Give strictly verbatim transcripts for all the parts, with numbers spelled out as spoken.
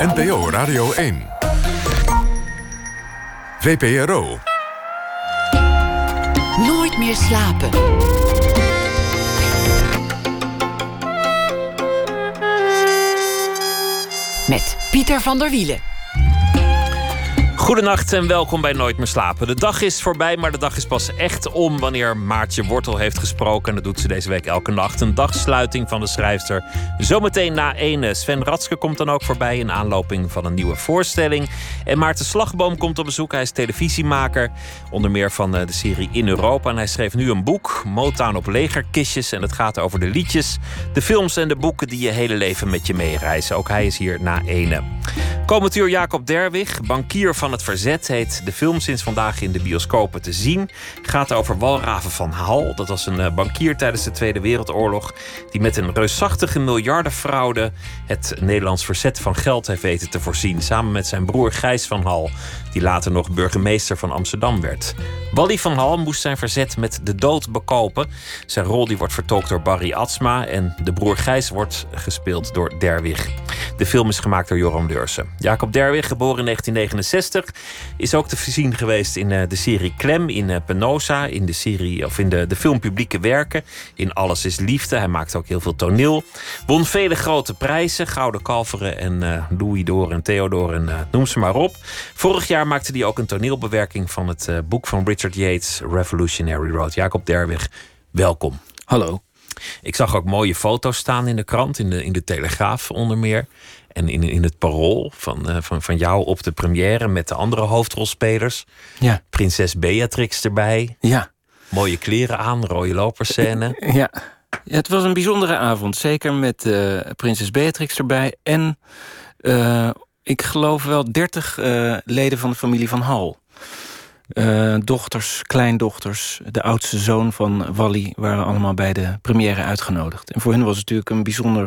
N P O Radio één. V P R O. Nooit meer slapen. Met Pieter van der Wielen. Goedenacht en welkom bij Nooit meer slapen. De dag is voorbij, maar de dag is pas echt om wanneer Maartje Wortel heeft gesproken. En dat doet ze deze week elke nacht. Een dagsluiting van de schrijfster. Zometeen na ene. Sven Ratske komt dan ook voorbij in aanlooping van een nieuwe voorstelling. En Maarten Slagboom komt op bezoek. Hij is televisiemaker, onder meer van de serie In Europa. En hij schreef nu een boek, Motown op legerkistjes. En het gaat over de liedjes, de films en de boeken die je hele leven met je meereizen. Ook hij is hier na ene. Komend uur Jacob Derwig, bankier van het Verzet, heet de film sinds vandaag in de bioscopen te zien. Gaat over Walraven van Hal. Dat was een bankier tijdens de Tweede Wereldoorlog die met een reusachtige miljardenfraude het Nederlands verzet van geld heeft weten te voorzien. Samen met zijn broer Gijs van Hal, die later nog burgemeester van Amsterdam werd. Wally van Hal moest zijn verzet met de dood bekopen. Zijn rol die wordt vertolkt door Barry Atsma en de broer Gijs wordt gespeeld door Derwig. De film is gemaakt door Joram Deursen. Jacob Derwig, geboren in negentien negenenzestig, is ook te zien geweest in uh, de serie Klem, in uh, Penosa, in de serie of in de, de film Publieke Werken, in Alles is Liefde. Hij maakt ook heel veel toneel. Won vele grote prijzen, Gouden Kalveren en uh, Louis d'Or en Theodor en uh, noem ze maar op. Vorig jaar maakte hij ook een toneelbewerking van het uh, boek van Richard Yates, Revolutionary Road. Jacob Derwig, welkom. Hallo. Ik zag ook mooie foto's staan in de krant, in de, in de Telegraaf onder meer. En in, in het Parool van, uh, van, van jou op de première met de andere hoofdrolspelers. Ja. Prinses Beatrix erbij. Ja. Mooie kleren aan, rode loperscène. Ja. Ja, het was een bijzondere avond. Zeker met uh, Prinses Beatrix erbij. En uh, ik geloof wel dertig uh, leden van de familie van Hal. Uh, dochters, kleindochters, de oudste zoon van Wally waren allemaal bij de première uitgenodigd. En voor hen was het natuurlijk een bijzonder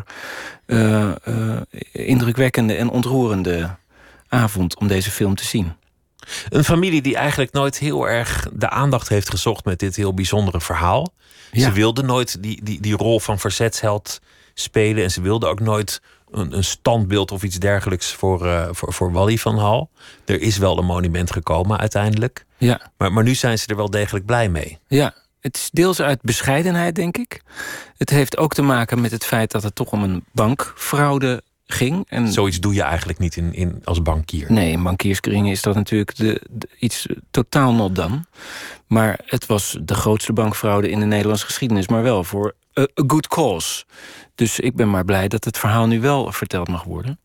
uh, uh, indrukwekkende en ontroerende avond om deze film te zien. Een familie die eigenlijk nooit heel erg de aandacht heeft gezocht met dit heel bijzondere verhaal. Ja. Ze wilde nooit die, die, die rol van verzetsheld spelen en ze wilde ook nooit een, een standbeeld of iets dergelijks voor, uh, voor, voor Wally van Hal. Er is wel een monument gekomen uiteindelijk. Ja. Maar, maar nu zijn ze er wel degelijk blij mee. Ja, het is deels uit bescheidenheid, denk ik. Het heeft ook te maken met het feit dat het toch om een bankfraude ging. En zoiets doe je eigenlijk niet in, in, als bankier. Nee, in bankierskringen is dat natuurlijk de, de, iets totaal not done. Maar het was de grootste bankfraude in de Nederlandse geschiedenis. Maar wel voor a, a good cause. Dus ik ben maar blij dat het verhaal nu wel verteld mag worden.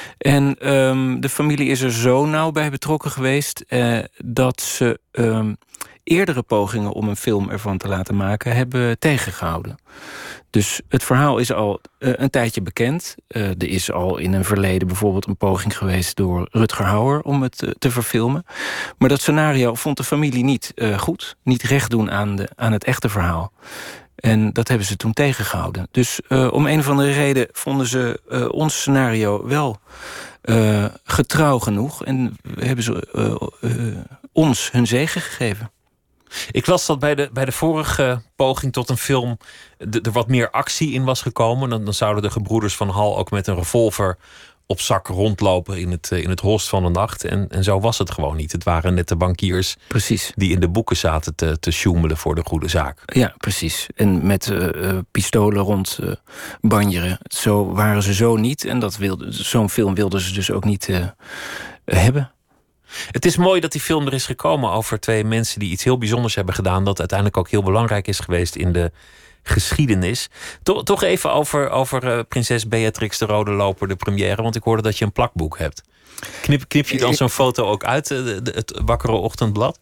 En um, de familie is er zo nauw bij betrokken geweest Uh, dat ze um, eerdere pogingen om een film ervan te laten maken hebben tegengehouden. Dus het verhaal is al uh, een tijdje bekend. Uh, er is al in een verleden bijvoorbeeld een poging geweest door Rutger Hauer om het uh, te verfilmen. Maar dat scenario vond de familie niet uh, goed. Niet recht doen aan, de, aan het echte verhaal. En dat hebben ze toen tegengehouden. Dus uh, om een of andere reden vonden ze uh, ons scenario wel uh, getrouw genoeg. En hebben ze uh, uh, ons hun zegen gegeven. Ik las dat bij de, bij de vorige poging tot een film de, er wat meer actie in was gekomen. Dan, dan zouden de gebroeders van Hal ook met een revolver op zak rondlopen in het, in het holst van de nacht. En, en zo was het gewoon niet. Het waren net de bankiers precies die in de boeken zaten te, te sjoemelen voor de goede zaak. Ja, precies. En met uh, uh, pistolen rond uh, banjeren. Zo waren ze zo niet. En dat wilde, zo'n film wilden ze dus ook niet uh, hebben. Het is mooi dat die film er is gekomen over twee mensen die iets heel bijzonders hebben gedaan, dat uiteindelijk ook heel belangrijk is geweest in de geschiedenis. Toch, toch even over, over uh, Prinses Beatrix de Rode Loper, de première, want ik hoorde dat je een plakboek hebt. Knip, knip je dan zo'n foto ook uit, de, de, het Wakkere Ochtendblad?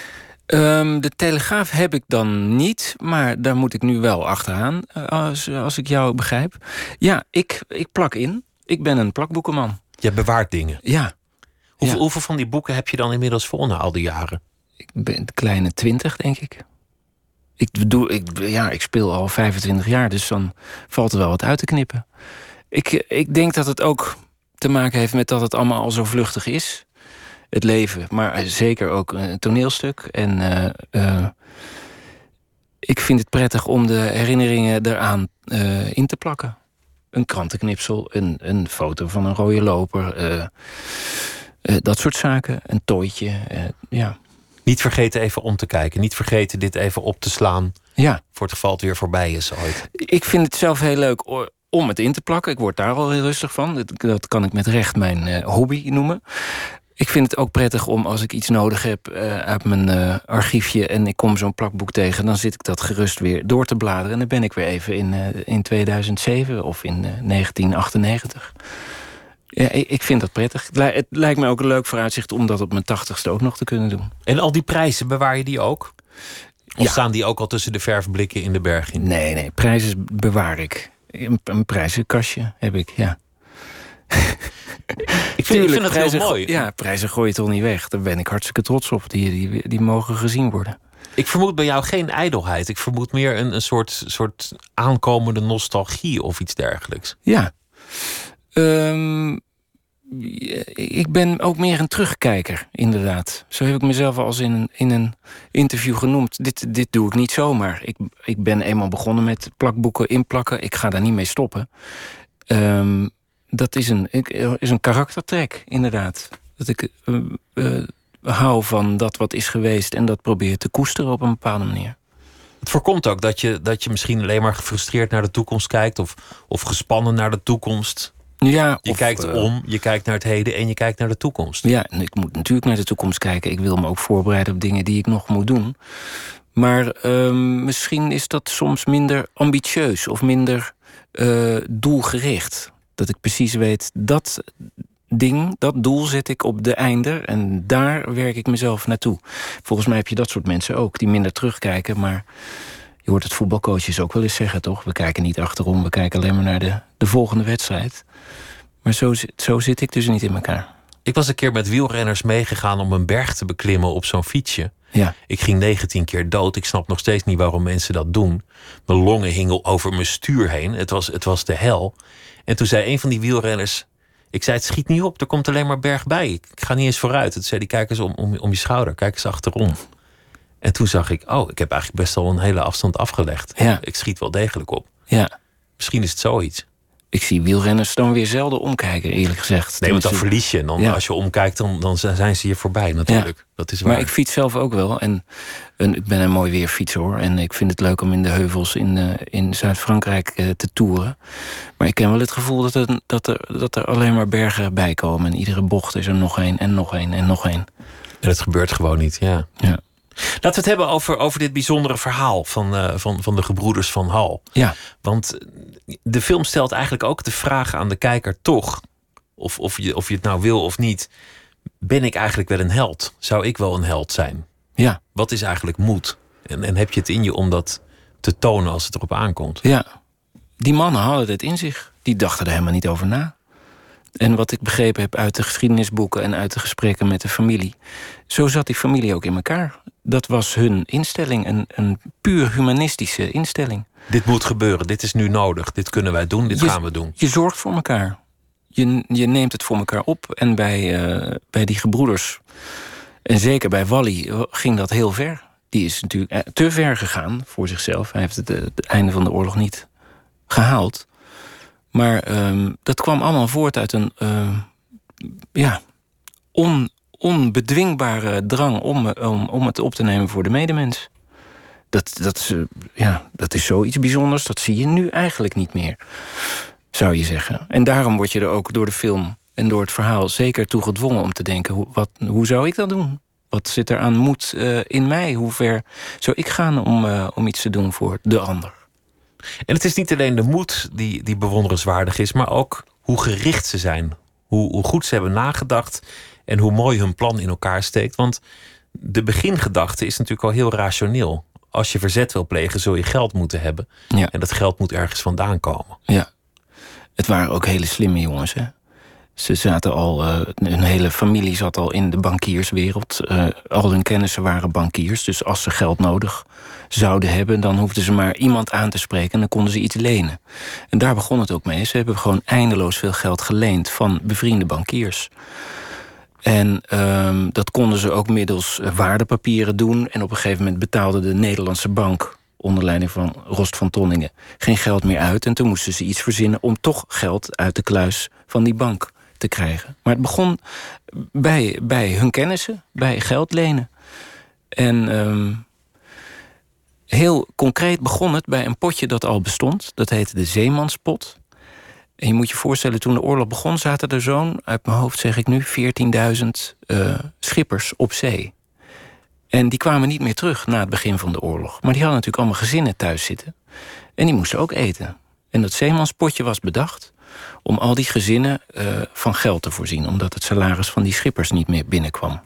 Um, de Telegraaf heb ik dan niet, maar daar moet ik nu wel achteraan, als, als ik jou begrijp. Ja, ik, ik plak in. Ik ben een plakboekenman. Je bewaart dingen? Ja. Hoeveel, ja. hoeveel van die boeken heb je dan inmiddels vol na al die jaren? Ik ben de kleine twintig, denk ik. Ik, bedoel, ik, ja, ik speel al vijfentwintig jaar, dus dan valt er wel wat uit te knippen. Ik, ik denk dat het ook te maken heeft met dat het allemaal al zo vluchtig is. Het leven, maar zeker ook een toneelstuk. En uh, uh, ik vind het prettig om de herinneringen eraan uh, in te plakken. een krantenknipsel, een, een foto van een rode loper. Uh, uh, dat soort zaken. Een tooitje, uh, ja. Niet vergeten even om te kijken. Niet vergeten dit even op te slaan. Ja. Voor het geval het weer voorbij is ooit. Ik vind het zelf heel leuk om het in te plakken. Ik word daar al heel rustig van. Dat, dat kan ik met recht mijn uh, hobby noemen. Ik vind het ook prettig om als ik iets nodig heb uh, uit mijn uh, archiefje en ik kom zo'n plakboek tegen, dan zit ik dat gerust weer door te bladeren. En dan ben ik weer even in, uh, in tweeduizend zeven of in uh, negentien achtennegentig. Ja, ik vind dat prettig. Het, li- het lijkt me ook een leuk vooruitzicht om dat op mijn tachtigste ook nog te kunnen doen. En al die prijzen, bewaar je die ook? Of ja. Staan die ook al tussen de verfblikken in de berg in? Nee, nee, prijzen bewaar ik. Een, een prijzenkastje heb ik, ja. Ik vind, ik vind dat prijzen, heel mooi. Ja, prijzen gooi je toch niet weg. Daar ben ik hartstikke trots op. Die, die, die mogen gezien worden. Ik vermoed bij jou geen ijdelheid. Ik vermoed meer een, een soort, soort aankomende nostalgie of iets dergelijks. Ja. Um, ik ben ook meer een terugkijker, inderdaad. Zo heb ik mezelf al eens in een, in een interview genoemd. Dit, dit doe ik niet zomaar. Ik, ik ben eenmaal begonnen met plakboeken inplakken. Ik ga daar niet mee stoppen. Um, dat is een, is een karaktertrek, inderdaad. Dat ik uh, uh, hou van dat wat is geweest en dat probeer te koesteren op een bepaalde manier. Het voorkomt ook dat je, dat je misschien alleen maar gefrustreerd naar de toekomst kijkt, of, of gespannen naar de toekomst. Ja, je of, kijkt uh, om, je kijkt naar het heden en je kijkt naar de toekomst. Ja, en ik moet natuurlijk naar de toekomst kijken. Ik wil me ook voorbereiden op dingen die ik nog moet doen. Maar uh, misschien is dat soms minder ambitieus of minder uh, doelgericht. Dat ik precies weet, dat ding, dat doel zet ik op de einder en daar werk ik mezelf naartoe. Volgens mij heb je dat soort mensen ook, die minder terugkijken, maar je hoort het voetbalcoaches ook wel eens zeggen, toch? We kijken niet achterom, we kijken alleen maar naar de, de volgende wedstrijd. Maar zo, zo zit ik dus niet in elkaar. Ik was een keer met wielrenners meegegaan om een berg te beklimmen op zo'n fietsje. Ja. Ik ging negentien keer dood. Ik snap nog steeds niet waarom mensen dat doen. Mijn longen hingen over mijn stuur heen. Het was, het was de hel. En toen zei een van die wielrenners, ik zei, het schiet niet op, er komt alleen maar berg bij. Ik ga niet eens vooruit. Toen zei die, kijk eens om, om, om je schouder, kijk eens achterom. En toen zag ik, oh, ik heb eigenlijk best al een hele afstand afgelegd. Ja. Ik schiet wel degelijk op. Ja. Misschien is het zoiets. Ik zie wielrenners dan weer zelden omkijken, eerlijk gezegd. Nee, want dan verlies je. En dan, ja. als je omkijkt, dan, dan zijn ze hier voorbij natuurlijk. Ja. Dat is waar. Maar ik fiets zelf ook wel. En, en ik ben een mooi weerfietser, hoor. En ik vind het leuk om in de heuvels in, uh, in Zuid-Frankrijk uh, te toeren. Maar ik ken wel het gevoel dat er, dat, er, dat er alleen maar bergen bij komen. En iedere bocht is er nog één en nog één en nog één. En dat gebeurt gewoon niet, ja. Ja. Laten we het hebben over, over dit bijzondere verhaal van, uh, van, van de gebroeders van Hal. Ja. Want de film stelt eigenlijk ook de vraag aan de kijker toch, of, of, je, of je het nou wil of niet, ben ik eigenlijk wel een held? Zou ik wel een held zijn? Ja. Wat is eigenlijk moed? En, en heb je het in je om dat te tonen als het erop aankomt? Ja. Die mannen hadden het in zich. Die dachten er helemaal niet over na. En wat ik begrepen heb uit de geschiedenisboeken en uit de gesprekken met de familie, zo zat die familie ook in elkaar. Dat was hun instelling, een, een puur humanistische instelling. Dit moet gebeuren, dit is nu nodig, dit kunnen wij doen, dit je, gaan we doen. Je zorgt voor elkaar. Je, je neemt het voor elkaar op. En bij, uh, bij die gebroeders, en zeker bij Wally, ging dat heel ver. Die is natuurlijk te ver gegaan voor zichzelf. Hij heeft het, het einde van de oorlog niet gehaald. Maar um, dat kwam allemaal voort uit een uh, ja, on, onbedwingbare drang om, om, om het op te nemen voor de medemens. Dat, dat, is, uh, ja, dat is zoiets bijzonders, dat zie je nu eigenlijk niet meer, zou je zeggen. En daarom word je er ook door de film en door het verhaal zeker toe gedwongen om te denken, hoe, wat, hoe zou ik dat doen? Wat zit er aan moed uh, in mij? Hoe ver zou ik gaan om, uh, om iets te doen voor de ander? En het is niet alleen de moed die, die bewonderenswaardig is, maar ook hoe gericht ze zijn. Hoe, hoe goed ze hebben nagedacht en hoe mooi hun plan in elkaar steekt. Want de begingedachte is natuurlijk al heel rationeel. Als je verzet wil plegen, zul je geld moeten hebben. Ja. En dat geld moet ergens vandaan komen. Ja, het waren ook hele slimme jongens, hè? Ze zaten al, uh, hun hele familie zat al in de bankierswereld. Uh, al hun kennissen waren bankiers. Dus als ze geld nodig zouden hebben, dan hoefden ze maar iemand aan te spreken en dan konden ze iets lenen. En daar begon het ook mee. Ze hebben gewoon eindeloos veel geld geleend van bevriende bankiers. En um, dat konden ze ook middels waardepapieren doen. En op een gegeven moment betaalde de Nederlandse bank onder leiding van Rost van Tonningen, geen geld meer uit. En toen moesten ze iets verzinnen om toch geld uit de kluis van die bank te krijgen. Maar het begon bij, bij hun kennissen, bij geld lenen. En um, heel concreet begon het bij een potje dat al bestond. Dat heette de Zeemanspot. En je moet je voorstellen, toen de oorlog begon, zaten er zo'n, uit mijn hoofd zeg ik nu, veertienduizend uh, schippers op zee. En die kwamen niet meer terug na het begin van de oorlog. Maar die hadden natuurlijk allemaal gezinnen thuis zitten. En die moesten ook eten. En dat zeemanspotje was bedacht om al die gezinnen uh, van geld te voorzien, omdat het salaris van die schippers niet meer binnenkwam.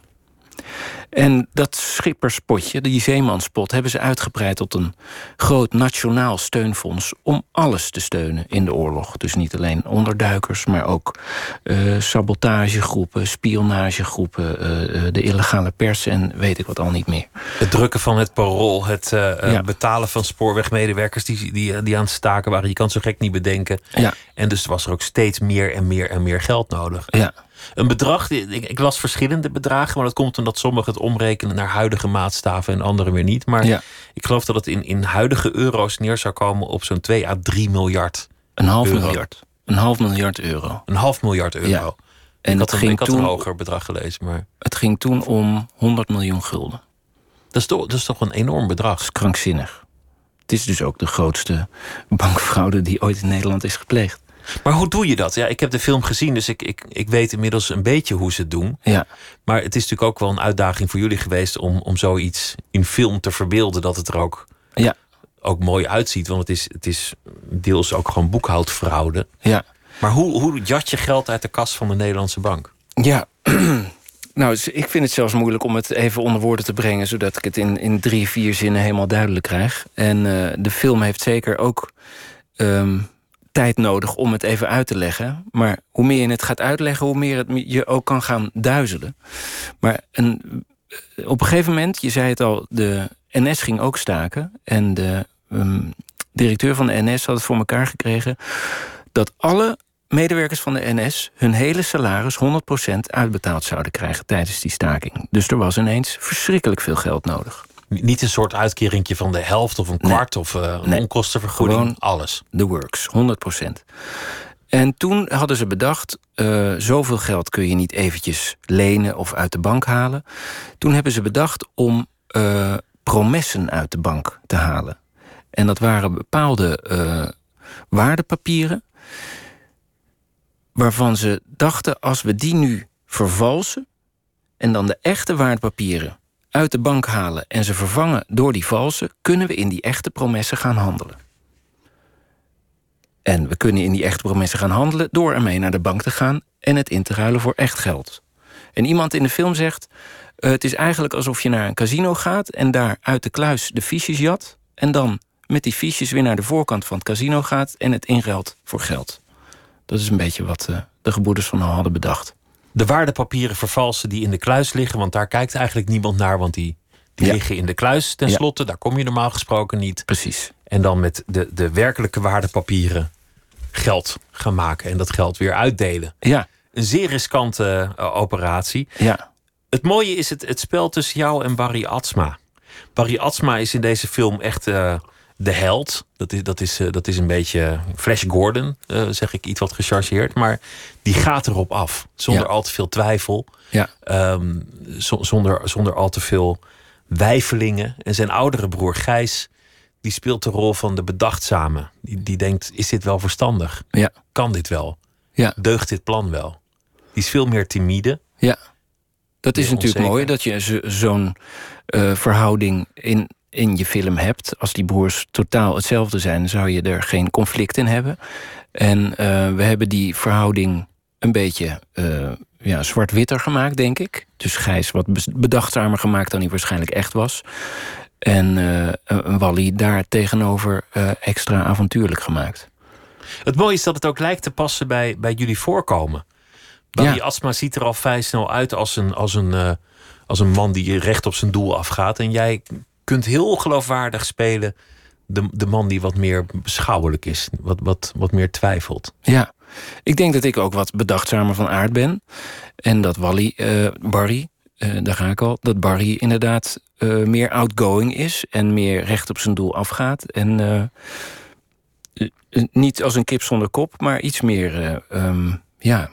En dat schipperspotje, die zeemanspot, hebben ze uitgebreid tot een groot nationaal steunfonds om alles te steunen in de oorlog. Dus niet alleen onderduikers, maar ook uh, sabotagegroepen, spionagegroepen, uh, de illegale pers en weet ik wat al niet meer. Het drukken van het parool, het uh, ja. betalen van spoorwegmedewerkers die, die, die aan het staken waren. Je kan het zo gek niet bedenken. Ja. En dus was er ook steeds meer en meer en meer geld nodig. Ja. Een bedrag, ik, ik las verschillende bedragen, maar dat komt omdat sommigen het omrekenen naar huidige maatstaven en anderen weer niet. Maar ja. ik geloof dat het in, in huidige euro's neer zou komen op zo'n twee à drie miljard. Een half euro. miljard. Een half miljard euro. Een half miljard euro. Ja. En ik had, een, ging ik had toen, een hoger bedrag gelezen. Maar het ging toen om honderd miljoen gulden. Dat is, toch, dat is toch een enorm bedrag? Dat is krankzinnig. Het is dus ook de grootste bankfraude die ooit in Nederland is gepleegd. Maar hoe doe je dat? Ja, ik heb de film gezien, dus ik, ik, ik weet inmiddels een beetje hoe ze het doen. Ja. Maar het is natuurlijk ook wel een uitdaging voor jullie geweest om, om zoiets in film te verbeelden, dat het er ook, ja. ook mooi uitziet. Want het is, het is deels ook gewoon boekhoudfraude. Ja. Maar hoe, hoe jat je geld uit de kas van de Nederlandse bank? Ja, nou, ik vind het zelfs moeilijk om het even onder woorden te brengen, zodat ik het in, in drie, vier zinnen helemaal duidelijk krijg. En uh, de film heeft zeker ook Um, tijd nodig om het even uit te leggen. Maar hoe meer je het gaat uitleggen, hoe meer het je ook kan gaan duizelen. Maar een, op een gegeven moment, je zei het al, de N S ging ook staken. En de um, directeur van de N S had het voor elkaar gekregen dat alle medewerkers van de N S hun hele salaris honderd procent uitbetaald zouden krijgen tijdens die staking. Dus er was ineens verschrikkelijk veel geld nodig. Niet een soort uitkeringje van de helft of een kwart, nee. of uh, een nee. onkostenvergoeding. Gewoon alles. The works, honderd procent. En toen hadden ze bedacht, uh, zoveel geld kun je niet eventjes lenen of uit de bank halen. Toen hebben ze bedacht om uh, promessen uit de bank te halen. En dat waren bepaalde uh, waardepapieren waarvan ze dachten, als we die nu vervalsen en dan de echte waardepapieren uit de bank halen en ze vervangen door die valse, kunnen we in die echte promessen gaan handelen. En we kunnen in die echte promessen gaan handelen door ermee naar de bank te gaan en het in te ruilen voor echt geld. En iemand in de film zegt, uh, het is eigenlijk alsof je naar een casino gaat en daar uit de kluis de fiches jat en dan met die fiches weer naar de voorkant van het casino gaat en het inruilt voor geld. Dat is een beetje wat uh, de gebroeders van Hal hadden bedacht. De waardepapieren vervalsen die in de kluis liggen, want daar kijkt eigenlijk niemand naar, want die, die ja. liggen in de kluis tenslotte. Ja. Daar kom je normaal gesproken niet. Precies. En dan met de, de werkelijke waardepapieren geld gaan maken en dat geld weer uitdelen. Ja. Een zeer riskante uh, operatie. Ja. Het mooie is het, het spel tussen jou en Barry Atsma. Barry Atsma is in deze film echt uh, de held. Dat is, dat, is, uh, dat is een beetje Flash Gordon, uh, zeg ik iets wat gechargeerd. Maar die gaat erop af. Zonder ja. al te veel twijfel. Ja. Um, z- zonder, zonder al te veel weifelingen. En zijn oudere broer Gijs, die speelt de rol van de bedachtzame. Die, die denkt, is dit wel verstandig? Ja. Kan dit wel? Ja. Deugt dit plan wel? Die is veel meer timide. Ja. Dat is natuurlijk onzeker. mooi dat je zo, zo'n uh, verhouding in, in je film hebt. Als die broers totaal hetzelfde zijn, zou je er geen conflict in hebben. En uh, we hebben die verhouding een beetje uh, ja, zwart-witter gemaakt, denk ik. Dus Gijs wat bedachtzamer gemaakt dan hij waarschijnlijk echt was. En uh, Wally daar tegenover uh, extra avontuurlijk gemaakt. Het mooie is dat het ook lijkt te passen bij, bij jullie voorkomen. Barry ja. Atsma ziet er al vrij snel uit als een, als, een, uh, als een man die recht op zijn doel afgaat. En jij kunt heel geloofwaardig spelen de, de man die wat meer beschouwelijk is. Wat, wat, wat meer twijfelt. Ja, ik denk dat ik ook wat bedachtzamer van aard ben. En dat Wally, uh, Barry uh, daar ga ik al, dat Barry inderdaad uh, meer outgoing is en meer recht op zijn doel afgaat. En uh, uh, niet als een kip zonder kop, maar iets meer, uh, um, ja,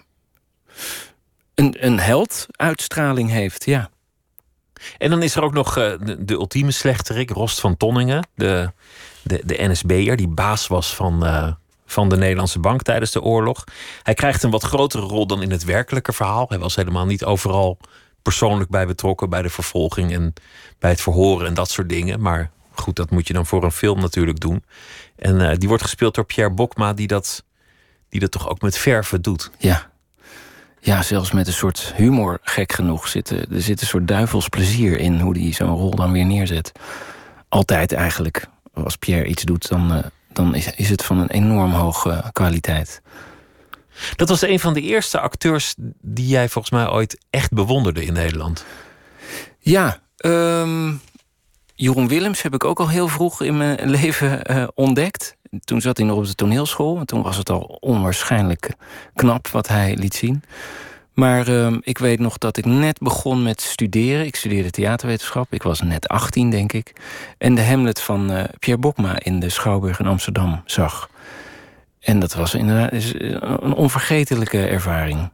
een, een held-uitstraling heeft, ja. En dan is er ook nog uh, de, de ultieme slechterik, Rost van Tonningen, de, de, de N S B'er, die baas was van, uh, van de Nederlandse Bank tijdens de oorlog. Hij krijgt een wat grotere rol dan in het werkelijke verhaal. Hij was helemaal niet overal persoonlijk bij betrokken, bij de vervolging en bij het verhoren en dat soort dingen. Maar goed, dat moet je dan voor een film natuurlijk doen. En uh, die wordt gespeeld door Pierre Bokma, die dat, die dat toch ook met verve doet. Ja. Ja, zelfs met een soort humor, gek genoeg. Zit er, er zit een soort duivels plezier in hoe hij zo'n rol dan weer neerzet. Altijd eigenlijk. Als Pierre iets doet, dan, uh, dan is, is het van een enorm hoge uh, kwaliteit. Dat was een van de eerste acteurs die jij volgens mij ooit echt bewonderde in Nederland. Ja, um, Jeroen Willems heb ik ook al heel vroeg in mijn leven uh, ontdekt. Toen zat hij nog op de toneelschool. En toen was het al onwaarschijnlijk knap wat hij liet zien. Maar uh, ik weet nog dat ik net begon met studeren. Ik studeerde theaterwetenschap. Ik was net achttien, denk ik. En de Hamlet van uh, Pierre Bokma in de Schouwburg in Amsterdam zag. En dat was inderdaad een onvergetelijke ervaring.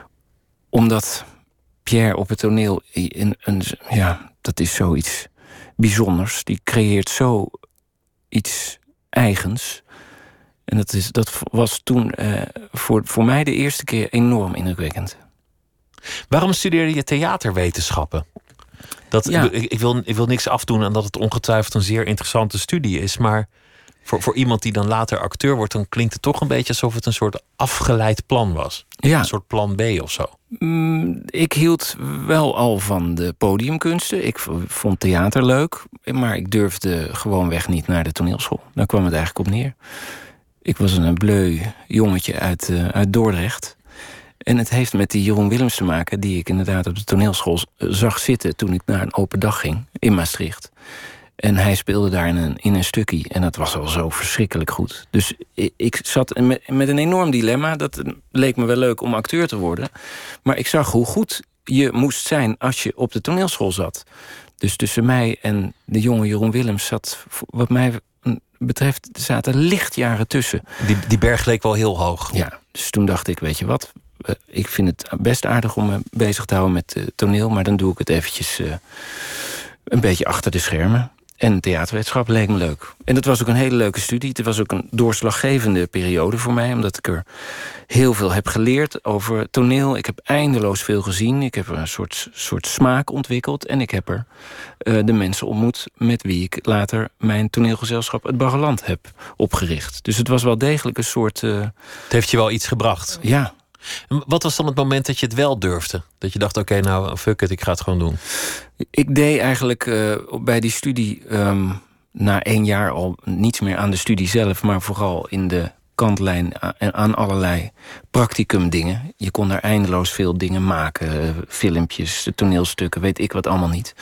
Omdat Pierre op het toneel, een, een, ja, dat is zoiets bijzonders. Die creëert zo iets eigens. En dat, is, dat was toen uh, voor, voor mij de eerste keer enorm indrukwekkend. Waarom studeerde je theaterwetenschappen? Dat, Ja. ik, ik, wil, ik wil niks afdoen aan dat het ongetwijfeld een zeer interessante studie is. Maar voor, voor iemand die dan later acteur wordt, dan klinkt het toch een beetje alsof het een soort afgeleid plan was. Ja. Een soort plan B of zo. Mm, ik hield wel al van de podiumkunsten. Ik v- vond theater leuk. Maar ik durfde gewoonweg niet naar de toneelschool. Daar kwam het eigenlijk op neer. Ik was een bleu jongetje uit, uh, uit Dordrecht. En het heeft met die Jeroen Willems te maken, die ik inderdaad op de toneelschool zag zitten toen ik naar een open dag ging in Maastricht. En hij speelde daar in een, in een stukje. En dat was al zo verschrikkelijk goed. Dus ik, ik zat met, met een enorm dilemma. Dat leek me wel leuk om acteur te worden. Maar ik zag hoe goed je moest zijn als je op de toneelschool zat. Dus tussen mij en de jonge Jeroen Willems zat, wat mij betreft, zaten lichtjaren tussen. Die, die berg leek wel heel hoog. Ja, dus toen dacht ik, weet je wat, ik vind het best aardig om me bezig te houden met uh, toneel, maar dan doe ik het eventjes uh, een beetje achter de schermen. En theaterwetenschap leek me leuk. En dat was ook een hele leuke studie. Het was ook een doorslaggevende periode voor mij, omdat ik er heel veel heb geleerd over toneel. Ik heb eindeloos veel gezien. Ik heb er een soort, soort smaak ontwikkeld. En ik heb er uh, de mensen ontmoet met wie ik later mijn toneelgezelschap Het Baggerland heb opgericht. Dus het was wel degelijk een soort... Uh, het heeft je wel iets gebracht. Ja. Wat was dan het moment dat je het wel durfde? Dat je dacht, oké, okay, nou, fuck it, ik ga het gewoon doen. Ik deed eigenlijk uh, bij die studie um, na één jaar al niets meer aan de studie zelf, maar vooral in de kantlijn aan, aan allerlei practicum dingen. Je kon daar eindeloos veel dingen maken, uh, filmpjes, toneelstukken, weet ik wat allemaal niet.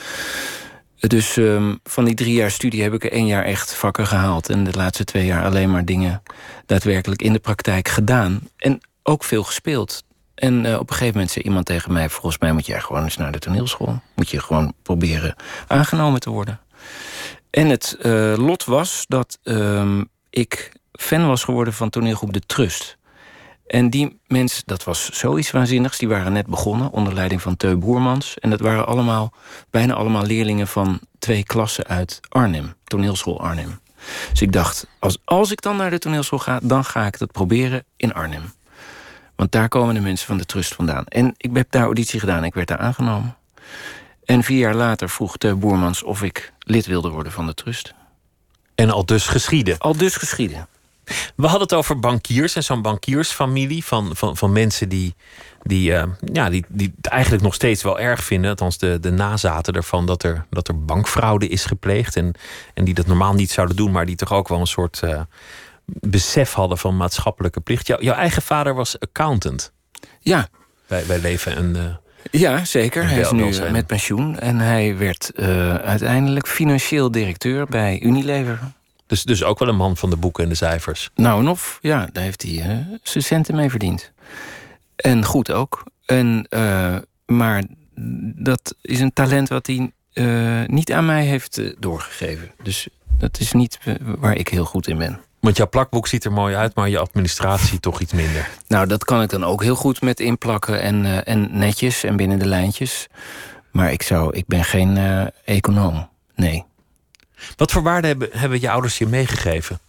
Dus um, van die drie jaar studie heb ik er één jaar echt vakken gehaald. En de laatste twee jaar alleen maar dingen daadwerkelijk in de praktijk gedaan. En ook veel gespeeld. En uh, op een gegeven moment zei iemand tegen mij, volgens mij moet jij gewoon eens naar de toneelschool. Moet je gewoon proberen aangenomen te worden. En het uh, lot was dat uh, ik fan was geworden van toneelgroep De Trust. En die mensen, dat was zoiets waanzinnigs. Die waren net begonnen onder leiding van Teu Boermans. En dat waren allemaal, bijna allemaal leerlingen van twee klassen uit Arnhem. Toneelschool Arnhem. Dus ik dacht, als, als ik dan naar de toneelschool ga, dan ga ik dat proberen in Arnhem. Want daar komen de mensen van De Trust vandaan. En ik heb daar auditie gedaan. Ik werd daar aangenomen. En vier jaar later vroeg Teu Boermans of ik lid wilde worden van De Trust. En al dus geschieden. Al dus geschieden. We hadden het over bankiers en zo'n bankiersfamilie van, van, van mensen die, die, uh, ja, die, die het eigenlijk nog steeds wel erg vinden. Althans de, de nazaten ervan dat er, dat er bankfraude is gepleegd. En, en die dat normaal niet zouden doen, maar die toch ook wel een soort uh, besef hadden van maatschappelijke plicht. Jou, jouw eigen vader was accountant. Ja. Wij, wij leven een... Uh, Ja, zeker. Hij is nu zijn. met pensioen. En hij werd uh, uiteindelijk financieel directeur bij Unilever. Dus, dus ook wel een man van de boeken en de cijfers. Nou en of, ja, daar heeft hij uh, zijn centen mee verdiend. En goed ook. En, uh, maar dat is een talent wat hij uh, niet aan mij heeft uh, doorgegeven. Dus dat is niet uh, waar ik heel goed in ben. Want jouw plakboek ziet er mooi uit, maar je administratie toch iets minder. Nou, dat kan ik dan ook heel goed met inplakken en, uh, en netjes en binnen de lijntjes. Maar ik, zou, ik ben geen uh, econoom, nee. Wat voor waarden hebben, hebben je ouders je meegegeven?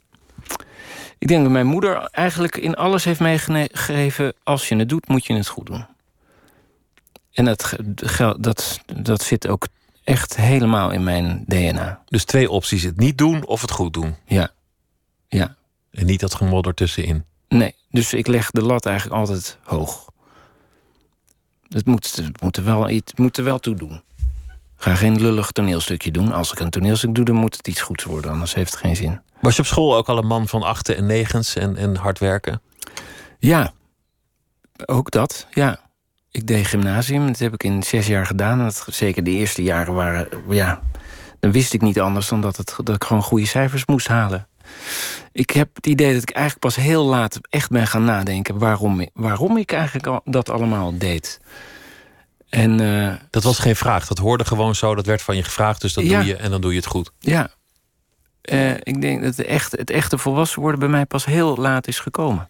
Ik denk dat mijn moeder eigenlijk in alles heeft meegegeven... als je het doet, moet je het goed doen. En dat, dat, dat zit ook echt helemaal in mijn D N A. Dus twee opties, het niet doen of het goed doen? Ja, ja. En niet dat gemodder tussenin? Nee, dus ik leg de lat eigenlijk altijd hoog. Het moet, het moet, er, wel, het moet er wel toe doen. Ik ga geen lullig toneelstukje doen. Als ik een toneelstuk doe, dan moet het iets goeds worden. Anders heeft het geen zin. Was je op school ook al een man van achten en negens en, en hard werken? Ja, ook dat, ja. Ik deed gymnasium, dat heb ik in zes jaar gedaan. En dat, zeker de eerste jaren waren... ja, dan wist ik niet anders dan dat, het, dat ik gewoon goede cijfers moest halen. Ik heb het idee dat ik eigenlijk pas heel laat echt ben gaan nadenken... waarom, waarom ik eigenlijk al, dat allemaal deed. En, uh, dat was geen vraag, dat hoorde gewoon zo. Dat werd van je gevraagd, dus dat ja. doe je en dan doe je het goed. Ja, uh, ik denk dat het, echt, het echte volwassen worden bij mij pas heel laat is gekomen.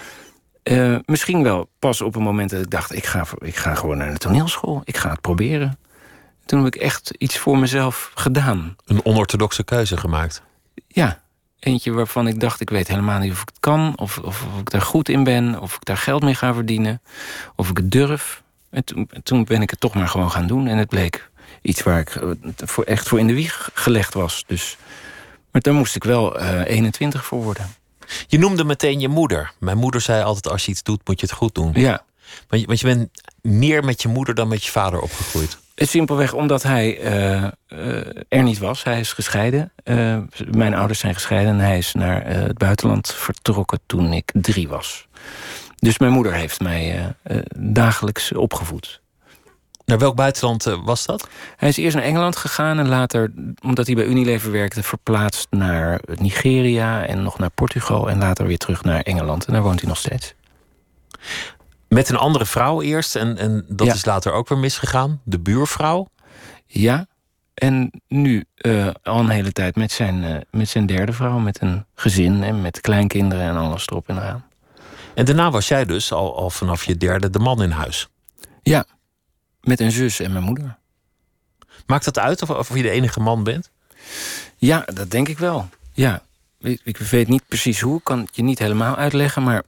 Uh, misschien wel pas op een moment dat ik dacht... Ik ga, ik ga gewoon naar de toneelschool, ik ga het proberen. Toen heb ik echt iets voor mezelf gedaan. Een onorthodoxe keuze gemaakt? Ja, eentje waarvan ik dacht... ik weet helemaal niet of ik het kan, of, of, of ik daar goed in ben... of ik daar geld mee ga verdienen, of ik het durf... En toen, toen ben ik het toch maar gewoon gaan doen. En het bleek iets waar ik voor, echt voor in de wieg gelegd was. Dus, maar daar moest ik wel uh, eenentwintig voor worden. Je noemde meteen je moeder. Mijn moeder zei altijd, als je iets doet, moet je het goed doen. Ja. Want je, want je bent meer met je moeder dan met je vader opgegroeid. Simpelweg omdat hij uh, uh, er niet was. Hij is gescheiden. Uh, mijn ouders zijn gescheiden. En hij is naar uh, het buitenland vertrokken toen ik drie was. Dus mijn moeder heeft mij uh, uh, dagelijks opgevoed. Naar welk buitenland uh, was dat? Hij is eerst naar Engeland gegaan en later, omdat hij bij Unilever werkte... verplaatst naar Nigeria en nog naar Portugal... en later weer terug naar Engeland. En daar woont hij nog steeds. Met een andere vrouw eerst en, en dat ja. is later ook weer misgegaan? De buurvrouw? Ja, en nu uh, al een hele tijd met zijn, uh, met zijn derde vrouw... met een gezin en met kleinkinderen en alles erop en eraan. En daarna was jij dus al, al vanaf je derde de man in huis? Ja, met een zus en mijn moeder. Maakt dat uit of, of je de enige man bent? Ja, dat denk ik wel. Ja, ik, ik weet niet precies hoe, ik kan het je niet helemaal uitleggen... maar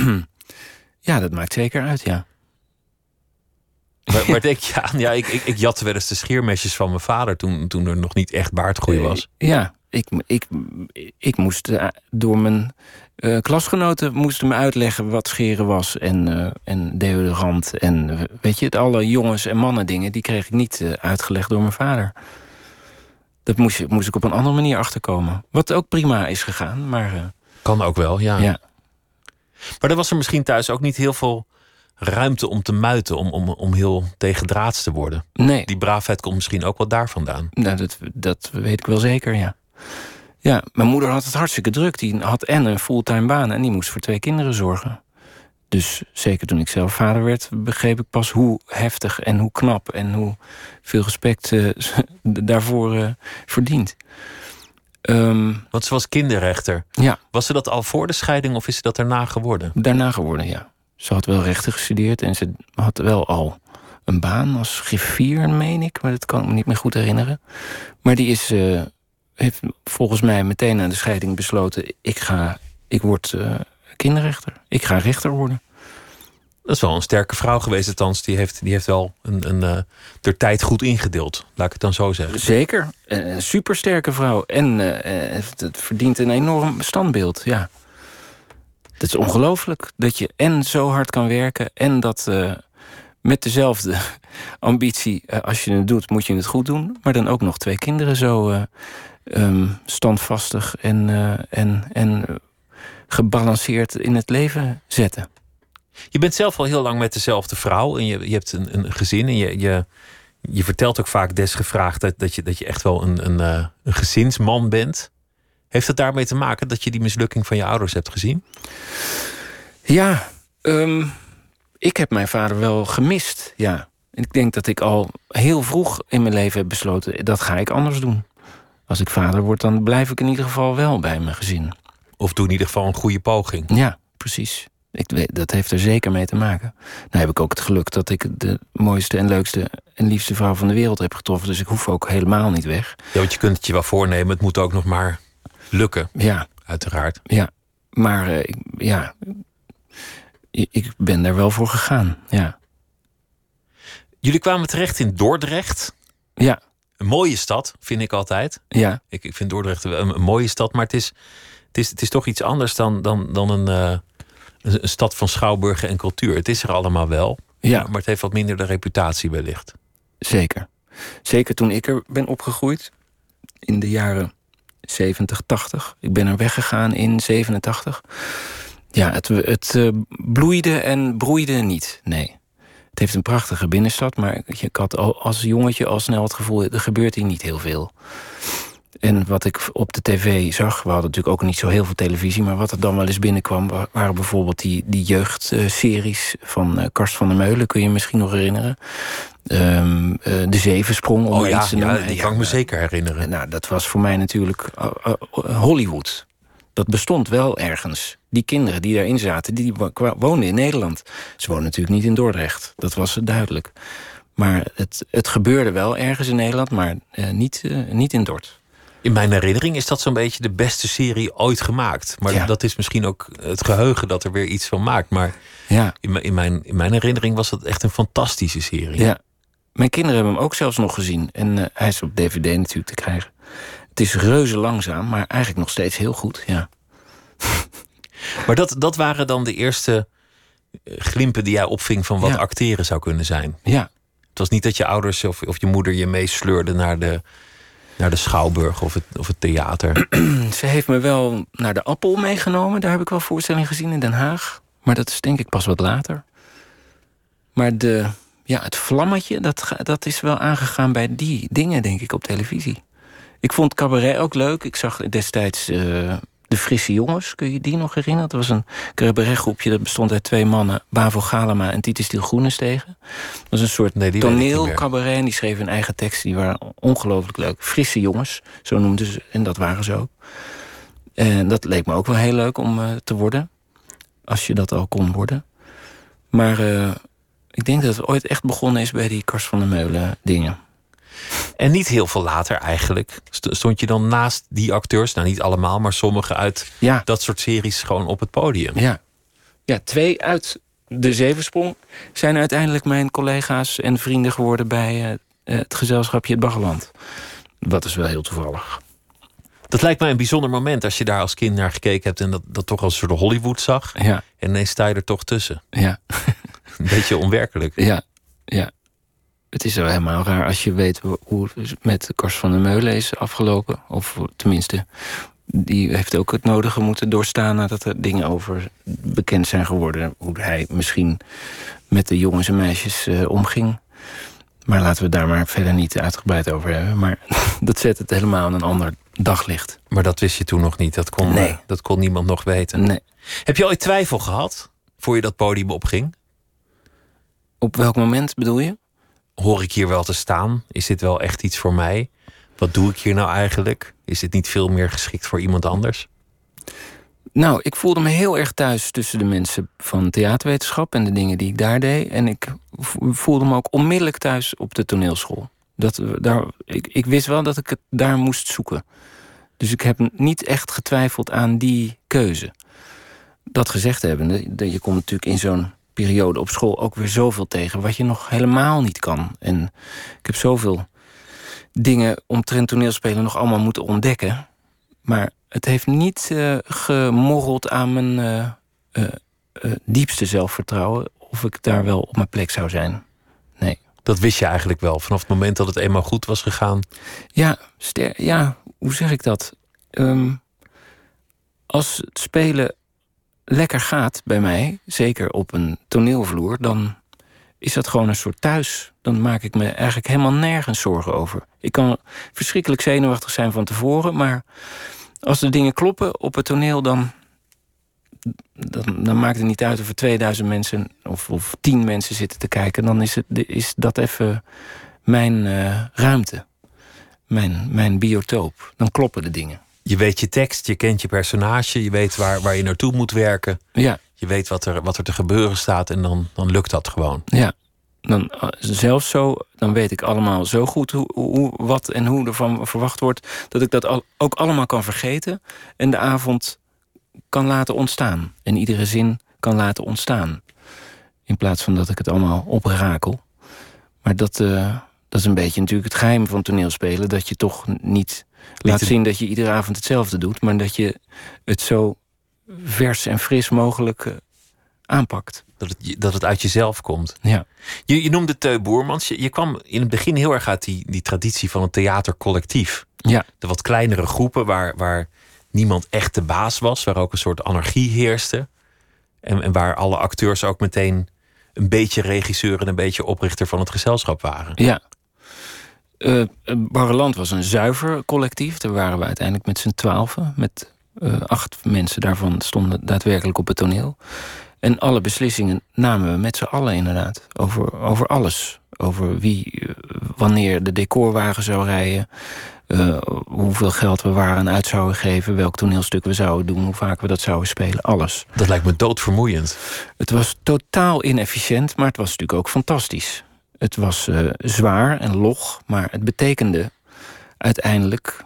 ja, dat maakt zeker uit, ja. Waar, waar denk je aan? Ja, ik, ik, ik jatte wel eens de scheermesjes van mijn vader... toen, toen er nog niet echt baardgroei was. Uh, ja, ik, ik, ik moest uh, door mijn... Uh, klasgenoten moesten me uitleggen wat scheren was en, uh, en deodorant. En uh, weet je, het alle jongens- en mannen dingen... die kreeg ik niet uh, uitgelegd door mijn vader. Dat moest, moest ik op een andere manier achterkomen. Wat ook prima is gegaan, maar... Uh, kan ook wel, ja. ja. Maar er was er misschien thuis ook niet heel veel ruimte om te muiten... om, om, om heel tegendraads te worden. Nee. Die braafheid komt misschien ook wel daar vandaan. Nou, dat, dat weet ik wel zeker, ja. Ja, mijn moeder had het hartstikke druk. Die had en een fulltime baan en die moest voor twee kinderen zorgen. Dus zeker toen ik zelf vader werd, begreep ik pas hoe heftig en hoe knap... en hoe veel respect uh, daarvoor uh, verdient. Um, Want ze was kinderrechter. Ja. Was ze dat al voor de scheiding of is ze dat daarna geworden? Daarna geworden, ja. Ze had wel rechten gestudeerd en ze had wel al een baan als griffier, meen ik. Maar dat kan ik me niet meer goed herinneren. Maar die is... Uh, heeft volgens mij meteen na de scheiding besloten... ik, ga, ik word uh, kinderrechter. Ik ga rechter worden. Dat is wel een sterke vrouw geweest, althans. Die heeft, die heeft wel een, een, uh, de tijd goed ingedeeld. Laat ik het dan zo zeggen. Zeker. Een supersterke vrouw. En uh, het verdient een enorm standbeeld, ja. Het is ongelooflijk dat je en zo hard kan werken... en dat uh, met dezelfde ambitie... Uh, als je het doet, moet je het goed doen. Maar dan ook nog twee kinderen zo... Uh, Um, standvastig en, uh, en, en gebalanceerd in het leven zetten. Je bent zelf al heel lang met dezelfde vrouw en je, je hebt een, een gezin en je, je, je vertelt ook vaak desgevraagd dat, dat, je, dat je echt wel een, een, uh, een gezinsman bent. Heeft dat daarmee te maken dat je die mislukking van je ouders hebt gezien? Ja, um, ik heb mijn vader wel gemist, ja. Ik denk dat ik al heel vroeg in mijn leven heb besloten, dat ga ik anders doen. Als ik vader word, dan blijf ik in ieder geval wel bij mijn gezin. Of doe in ieder geval een goede poging. Ja, precies. Ik weet, dat heeft er zeker mee te maken. Nou heb ik ook het geluk dat ik de mooiste en leukste en liefste vrouw van de wereld heb getroffen. Dus ik hoef ook helemaal niet weg. Ja, want je kunt het je wel voornemen. Het moet ook nog maar lukken. Ja. Uiteraard. Ja, maar uh, ik, ja, ik ben daar wel voor gegaan, ja. Jullie kwamen terecht in Dordrecht. Ja. Een mooie stad, vind ik altijd. Ja. Ik, ik vind Dordrecht een, een mooie stad, maar het is, het is, het is toch iets anders dan, dan, dan een, uh, een, een stad van schouwburgen en cultuur. Het is er allemaal wel, ja. maar het heeft wat minder de reputatie wellicht. Zeker. Zeker toen ik er ben opgegroeid, in de jaren zeventig, tachtig. Ik ben er weggegaan in zevenentachtig. Ja, het, het uh, bloeide en broeide niet, nee. Het heeft een prachtige binnenstad, maar ik had al, als jongetje al snel het gevoel, er gebeurt hier niet heel veel. En wat ik op de tv zag, we hadden natuurlijk ook niet zo heel veel televisie, maar wat er dan wel eens binnenkwam, waren bijvoorbeeld die, die jeugdseries van uh, Karst van der Meulen, kun je je misschien nog herinneren. Um, uh, de Zevensprong, om oh maar ja, iets te ja, noemen. die kan ik me zeker herinneren. Nou, dat was voor mij natuurlijk uh, uh, Hollywood. Dat bestond wel ergens. Die kinderen die daarin zaten, die woonden in Nederland. Ze woonden natuurlijk niet in Dordrecht. Dat was duidelijk. Maar het, het gebeurde wel ergens in Nederland, maar uh, niet, uh, niet in Dort. In mijn herinnering is dat zo'n beetje de beste serie ooit gemaakt. Maar ja. dat is misschien ook het geheugen dat er weer iets van maakt. Maar ja. in, in, mijn, in mijn herinnering was dat echt een fantastische serie. Ja. Mijn kinderen hebben hem ook zelfs nog gezien. En uh, hij is op D V D natuurlijk te krijgen. Het is reuze langzaam, maar eigenlijk nog steeds heel goed, ja. Maar dat, dat waren dan de eerste glimpen die jij opving van wat ja. acteren zou kunnen zijn. Ja. Het was niet dat je ouders of, of je moeder je meesleurde naar de, naar de schouwburg of het, of het theater. Ze heeft me wel naar de Appel meegenomen. Daar heb ik wel voorstellingen gezien in Den Haag. Maar dat is denk ik pas wat later. Maar de, ja, het vlammetje, dat, dat is wel aangegaan bij die dingen, denk ik, op televisie. Ik vond cabaret ook leuk. Ik zag destijds uh, De Frisse Jongens. Kun je die nog herinneren? Dat was een cabaretgroepje dat bestond uit twee mannen. Bavo Galema en Titus Stiel Groenestegen. Dat was een soort nee, toneelcabaret. En die schreven hun eigen teksten. Die waren ongelooflijk leuk. Frisse Jongens, zo noemden ze. En dat waren ze ook. En dat leek me ook wel heel leuk om uh, te worden. Als je dat al kon worden. Maar uh, ik denk dat het ooit echt begonnen is bij die Karst van der Meulen dingen. En niet heel veel later eigenlijk stond je dan naast die acteurs, nou niet allemaal, maar sommige uit ja. dat soort series gewoon op het podium. Ja, ja, twee uit de Zevensprong zijn uiteindelijk mijn collega's en vrienden geworden bij uh, het gezelschapje Het Baggerland. Dat is wel heel toevallig. Dat lijkt mij een bijzonder moment als je daar als kind naar gekeken hebt en dat, dat toch als een soort Hollywood zag. Ja. En ineens sta je er toch tussen. Ja. Een beetje onwerkelijk. Ja, ja. Het is wel helemaal raar als je weet hoe het met Karst van der Meulen is afgelopen. Of tenminste, die heeft ook het nodige moeten doorstaan nadat er dingen over bekend zijn geworden. Hoe hij misschien met de jongens en meisjes uh, omging. Maar laten we het daar maar verder niet uitgebreid over hebben. Maar dat zet het helemaal in een ander daglicht. Maar dat wist je toen nog niet? Dat kon, nee. dat kon niemand nog weten? Nee. Heb je ooit twijfel gehad voor je dat podium opging? Op welk moment bedoel je? Hoor ik hier wel te staan? Is dit wel echt iets voor mij? Wat doe ik hier nou eigenlijk? Is dit niet veel meer geschikt voor iemand anders? Nou, ik voelde me heel erg thuis tussen de mensen van theaterwetenschap en de dingen die ik daar deed. En ik voelde me ook onmiddellijk thuis op de toneelschool. Dat, daar, ik, ik wist wel dat ik het daar moest zoeken. Dus ik heb niet echt getwijfeld aan die keuze. Dat gezegd hebbende, je komt natuurlijk in zo'n periode op school ook weer zoveel tegen wat je nog helemaal niet kan. En ik heb zoveel dingen omtrent toneelspelen nog allemaal moeten ontdekken. Maar het heeft niet uh, gemorreld aan mijn uh, uh, uh, diepste zelfvertrouwen of ik daar wel op mijn plek zou zijn. Nee. Dat wist je eigenlijk wel, vanaf het moment dat het eenmaal goed was gegaan? Ja, ster- ja hoe zeg ik dat? Um, als het spelen lekker gaat bij mij, zeker op een toneelvloer, dan is dat gewoon een soort thuis. Dan maak ik me eigenlijk helemaal nergens zorgen over. Ik kan verschrikkelijk zenuwachtig zijn van tevoren, maar als de dingen kloppen op het toneel, dan, dan, dan maakt het niet uit of er tweeduizend mensen of, of tien mensen zitten te kijken. Dan is, het, is dat even mijn uh, ruimte. Mijn, mijn biotoop. Dan kloppen de dingen. Je weet je tekst, je kent je personage, je weet waar, waar je naartoe moet werken. Ja. Je weet wat er, wat er te gebeuren staat en dan, dan lukt dat gewoon. Ja. Dan, zelfs zo, dan weet ik allemaal zo goed hoe, hoe, wat en hoe ervan verwacht wordt, dat ik dat al, ook allemaal kan vergeten en de avond kan laten ontstaan. En iedere zin kan laten ontstaan. In plaats van dat ik het allemaal oprakel. Maar dat, uh, dat is een beetje natuurlijk het geheim van toneelspelen. Dat je toch niet laat zien dat je iedere avond hetzelfde doet, maar dat je het zo vers en fris mogelijk uh, aanpakt. Dat het, dat het uit jezelf komt. Ja. Je, je noemde Teu Boermans. Je, je kwam in het begin heel erg uit die, die traditie van een theatercollectief. Ja. De wat kleinere groepen waar, waar niemand echt de baas was. Waar ook een soort anarchie heerste. En, en waar alle acteurs ook meteen een beetje regisseur en een beetje oprichter van het gezelschap waren. Ja. Uh, Barreland was een zuiver collectief. Daar waren we uiteindelijk met z'n twaalfen. Met uh, acht mensen daarvan stonden daadwerkelijk op het toneel. En alle beslissingen namen we met z'n allen inderdaad. Over, over alles. Over wie, wanneer de decorwagen zou rijden. Uh, hoeveel geld we waar aan uit zouden geven. Welk toneelstuk we zouden doen. Hoe vaak we dat zouden spelen. Alles. Dat lijkt me doodvermoeiend. Het was totaal inefficiënt. Maar het was natuurlijk ook fantastisch. Het was uh, zwaar en log. Maar het betekende uiteindelijk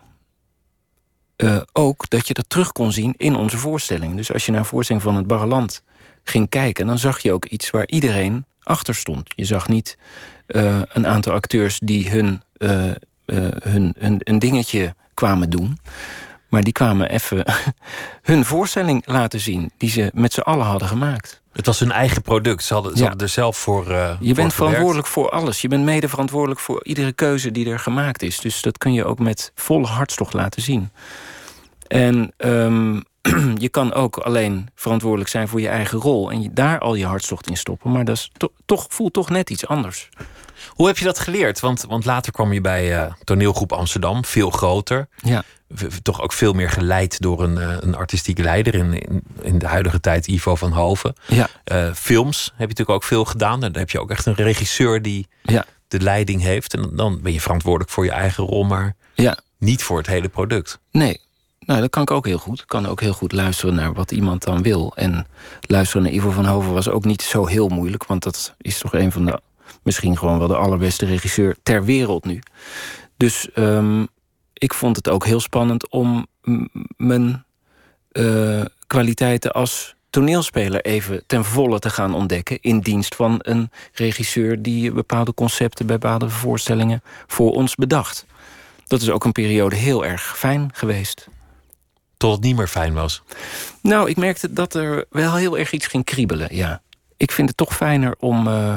uh, ook dat je dat terug kon zien in onze voorstelling. Dus als je naar een voorstelling van het Barreland ging kijken, dan zag je ook iets waar iedereen achter stond. Je zag niet uh, een aantal acteurs die hun, uh, uh, hun, hun een dingetje kwamen doen, maar die kwamen even hun voorstelling laten zien die ze met z'n allen hadden gemaakt. Het was hun eigen product. Ze hadden, ze ja. hadden er zelf voor uh, Je bent voor verantwoordelijk voor alles. Je bent mede verantwoordelijk voor iedere keuze die er gemaakt is. Dus dat kun je ook met volle hartstocht laten zien. En um, je kan ook alleen verantwoordelijk zijn voor je eigen rol en je daar al je hartstocht in stoppen. Maar dat is to- toch, voelt toch net iets anders. Hoe heb je dat geleerd? Want, want later kwam je bij uh, toneelgroep Amsterdam, veel groter. Ja. V- toch ook veel meer geleid door een, uh, een artistiek leider. In, in, in de huidige tijd Ivo van Hoven. Ja. Uh, films heb je natuurlijk ook veel gedaan. En dan heb je ook echt een regisseur die ja. de leiding heeft. En dan ben je verantwoordelijk voor je eigen rol, maar ja. niet voor het hele product. Nee. Nou, dat kan ik ook heel goed. Ik kan ook heel goed luisteren naar wat iemand dan wil. En luisteren naar Ivo van Hoven was ook niet zo heel moeilijk. Want dat is toch een van de, misschien gewoon wel de allerbeste regisseur ter wereld nu. Dus um, ik vond het ook heel spannend om m- mijn uh, kwaliteiten als toneelspeler even ten volle te gaan ontdekken. In dienst van een regisseur die bepaalde concepten bij bepaalde voorstellingen voor ons bedacht. Dat is ook een periode heel erg fijn geweest. Tot het niet meer fijn was? Nou, ik merkte dat er wel heel erg iets ging kriebelen, ja. Ik vind het toch fijner om uh,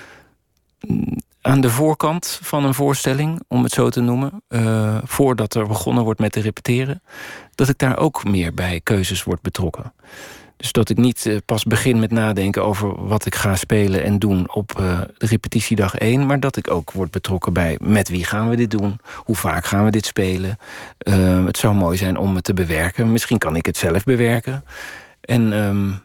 aan de voorkant van een voorstelling, om het zo te noemen, uh, voordat er begonnen wordt met te repeteren, dat ik daar ook meer bij keuzes word betrokken. Dus dat ik niet uh, pas begin met nadenken over wat ik ga spelen en doen op uh, de repetitiedag één... maar dat ik ook word betrokken bij met wie gaan we dit doen? Hoe vaak gaan we dit spelen? Uh, het zou mooi zijn om het te bewerken. Misschien kan ik het zelf bewerken. En um,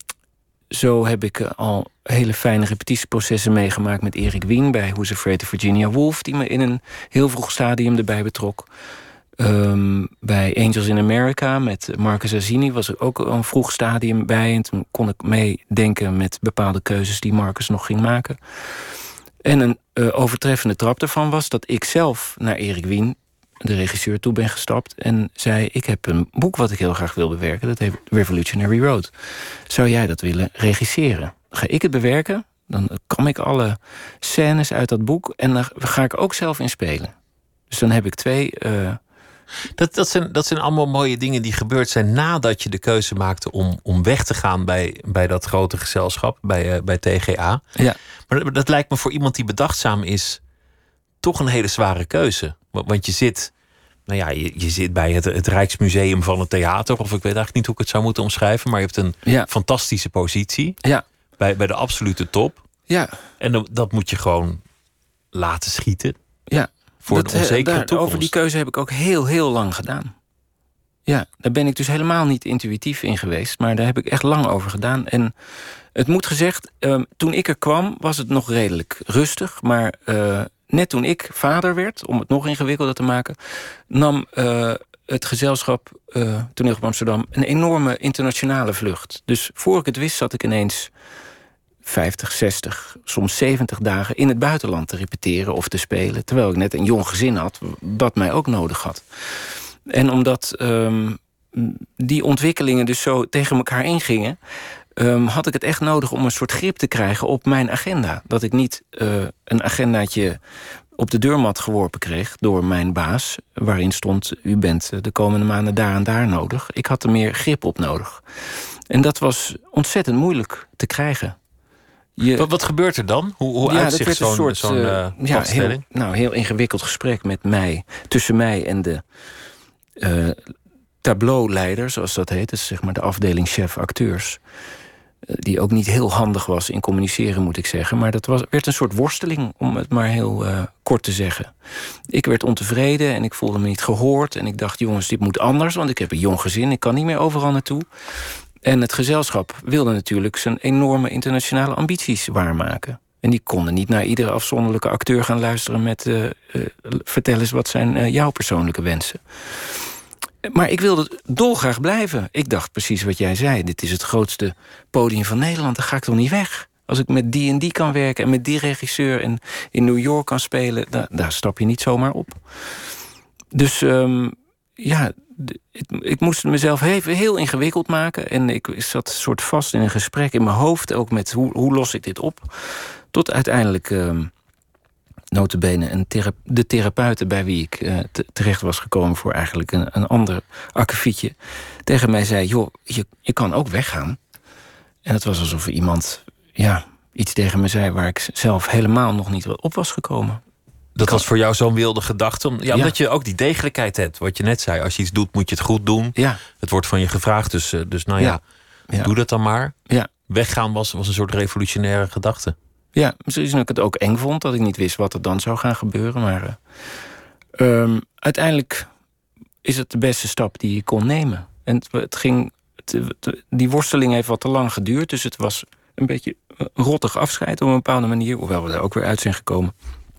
zo heb ik uh, al hele fijne repetitieprocessen meegemaakt met Eric Wien bij Who's Afraid of Virginia Woolf, die me in een heel vroeg stadium erbij betrok. Um, bij Angels in America met Marcus Azzini was er ook een vroeg stadium bij. En toen kon ik meedenken met bepaalde keuzes die Marcus nog ging maken. En een uh, overtreffende trap ervan was dat ik zelf naar Eric Wien, de regisseur, toe ben gestapt en zei: ik heb een boek wat ik heel graag wil bewerken. Dat heet Revolutionary Road. Zou jij dat willen regisseren? Ga ik het bewerken? Dan kam ik alle scènes uit dat boek en dan ga ik ook zelf in spelen. Dus dan heb ik twee... Uh, Dat, dat, zijn, dat zijn allemaal mooie dingen die gebeurd zijn nadat je de keuze maakte om, om weg te gaan bij, bij dat grote gezelschap, bij, uh, bij T G A. Ja. Maar dat, dat lijkt me voor iemand die bedachtzaam is toch een hele zware keuze. Want, want je zit, nou ja, je, je zit bij het, het Rijksmuseum van het theater, of ik weet eigenlijk niet hoe ik het zou moeten omschrijven, maar je hebt een ja. fantastische positie ja. bij, bij de absolute top. Ja. En dat, dat moet je gewoon laten schieten. Ja. Voor dat, een onzekere daar, toekomst. Over die keuze heb ik ook heel, heel lang gedaan. Ja, daar ben ik dus helemaal niet intuïtief in geweest. Maar daar heb ik echt lang over gedaan. En het moet gezegd, uh, toen ik er kwam was het nog redelijk rustig. Maar uh, net toen ik vader werd, om het nog ingewikkelder te maken, nam uh, het gezelschap uh, Toneel Amsterdam een enorme internationale vlucht. Dus voor ik het wist zat ik ineens vijftig, zestig, soms zeventig dagen in het buitenland te repeteren of te spelen. Terwijl ik net een jong gezin had, dat mij ook nodig had. En omdat um, die ontwikkelingen dus zo tegen elkaar ingingen, Um, had ik het echt nodig om een soort grip te krijgen op mijn agenda. Dat ik niet uh, een agendaatje op de deurmat geworpen kreeg door mijn baas, waarin stond, u bent de komende maanden daar en daar nodig. Ik had er meer grip op nodig. En dat was ontzettend moeilijk te krijgen. Je, wat, wat gebeurt er dan? Hoe, hoe ja, uitzicht zo'n soort, zo'n uh, ja, vaststelling? Heel, nou, heel ingewikkeld gesprek met mij, tussen mij en de uh, tableauleider, zoals dat heet. Dus zeg maar de afdeling chef acteurs. Die ook niet heel handig was in communiceren, moet ik zeggen. Maar dat was, werd een soort worsteling, om het maar heel uh, kort te zeggen. Ik werd ontevreden en ik voelde me niet gehoord. En ik dacht, jongens, dit moet anders, want ik heb een jong gezin. Ik kan niet meer overal naartoe. En het gezelschap wilde natuurlijk zijn enorme internationale ambities waarmaken. En die konden niet naar iedere afzonderlijke acteur gaan luisteren met Uh, uh, vertel eens, wat zijn uh, jouw persoonlijke wensen? Maar ik wilde dolgraag blijven. Ik dacht precies wat jij zei. Dit is het grootste podium van Nederland. Dan ga ik toch niet weg. Als ik met die en die kan werken en met die regisseur en in New York kan spelen, daar, daar stap je niet zomaar op. Dus um, ja, ik, ik moest mezelf even heel ingewikkeld maken. En ik zat soort vast in een gesprek in mijn hoofd, ook met hoe, hoe los ik dit op. Tot uiteindelijk Um, nota bene een thera- de therapeute bij wie ik uh, te- terecht was gekomen voor eigenlijk een, een ander akkefietje, tegen mij zei, joh, je, je kan ook weggaan. En het was alsof iemand ja, iets tegen me zei waar ik zelf helemaal nog niet op was gekomen. Dat was voor jou zo'n wilde gedachte? Om, ja, omdat ja. je ook die degelijkheid hebt, wat je net zei. Als je iets doet, moet je het goed doen. Ja. Het wordt van je gevraagd, dus, dus nou ja, ja. ja. doe dat dan maar. Ja. Weggaan was, was een soort revolutionaire gedachte. Ja, misschien dat ik het ook eng vond, dat ik niet wist wat er dan zou gaan gebeuren. Maar uh, um, uiteindelijk is het de beste stap die je kon nemen. En het, het ging, het, het, die worsteling heeft wat te lang geduurd, dus het was een beetje een rottig afscheid op een bepaalde manier, hoewel we daar ook weer uit zijn gekomen.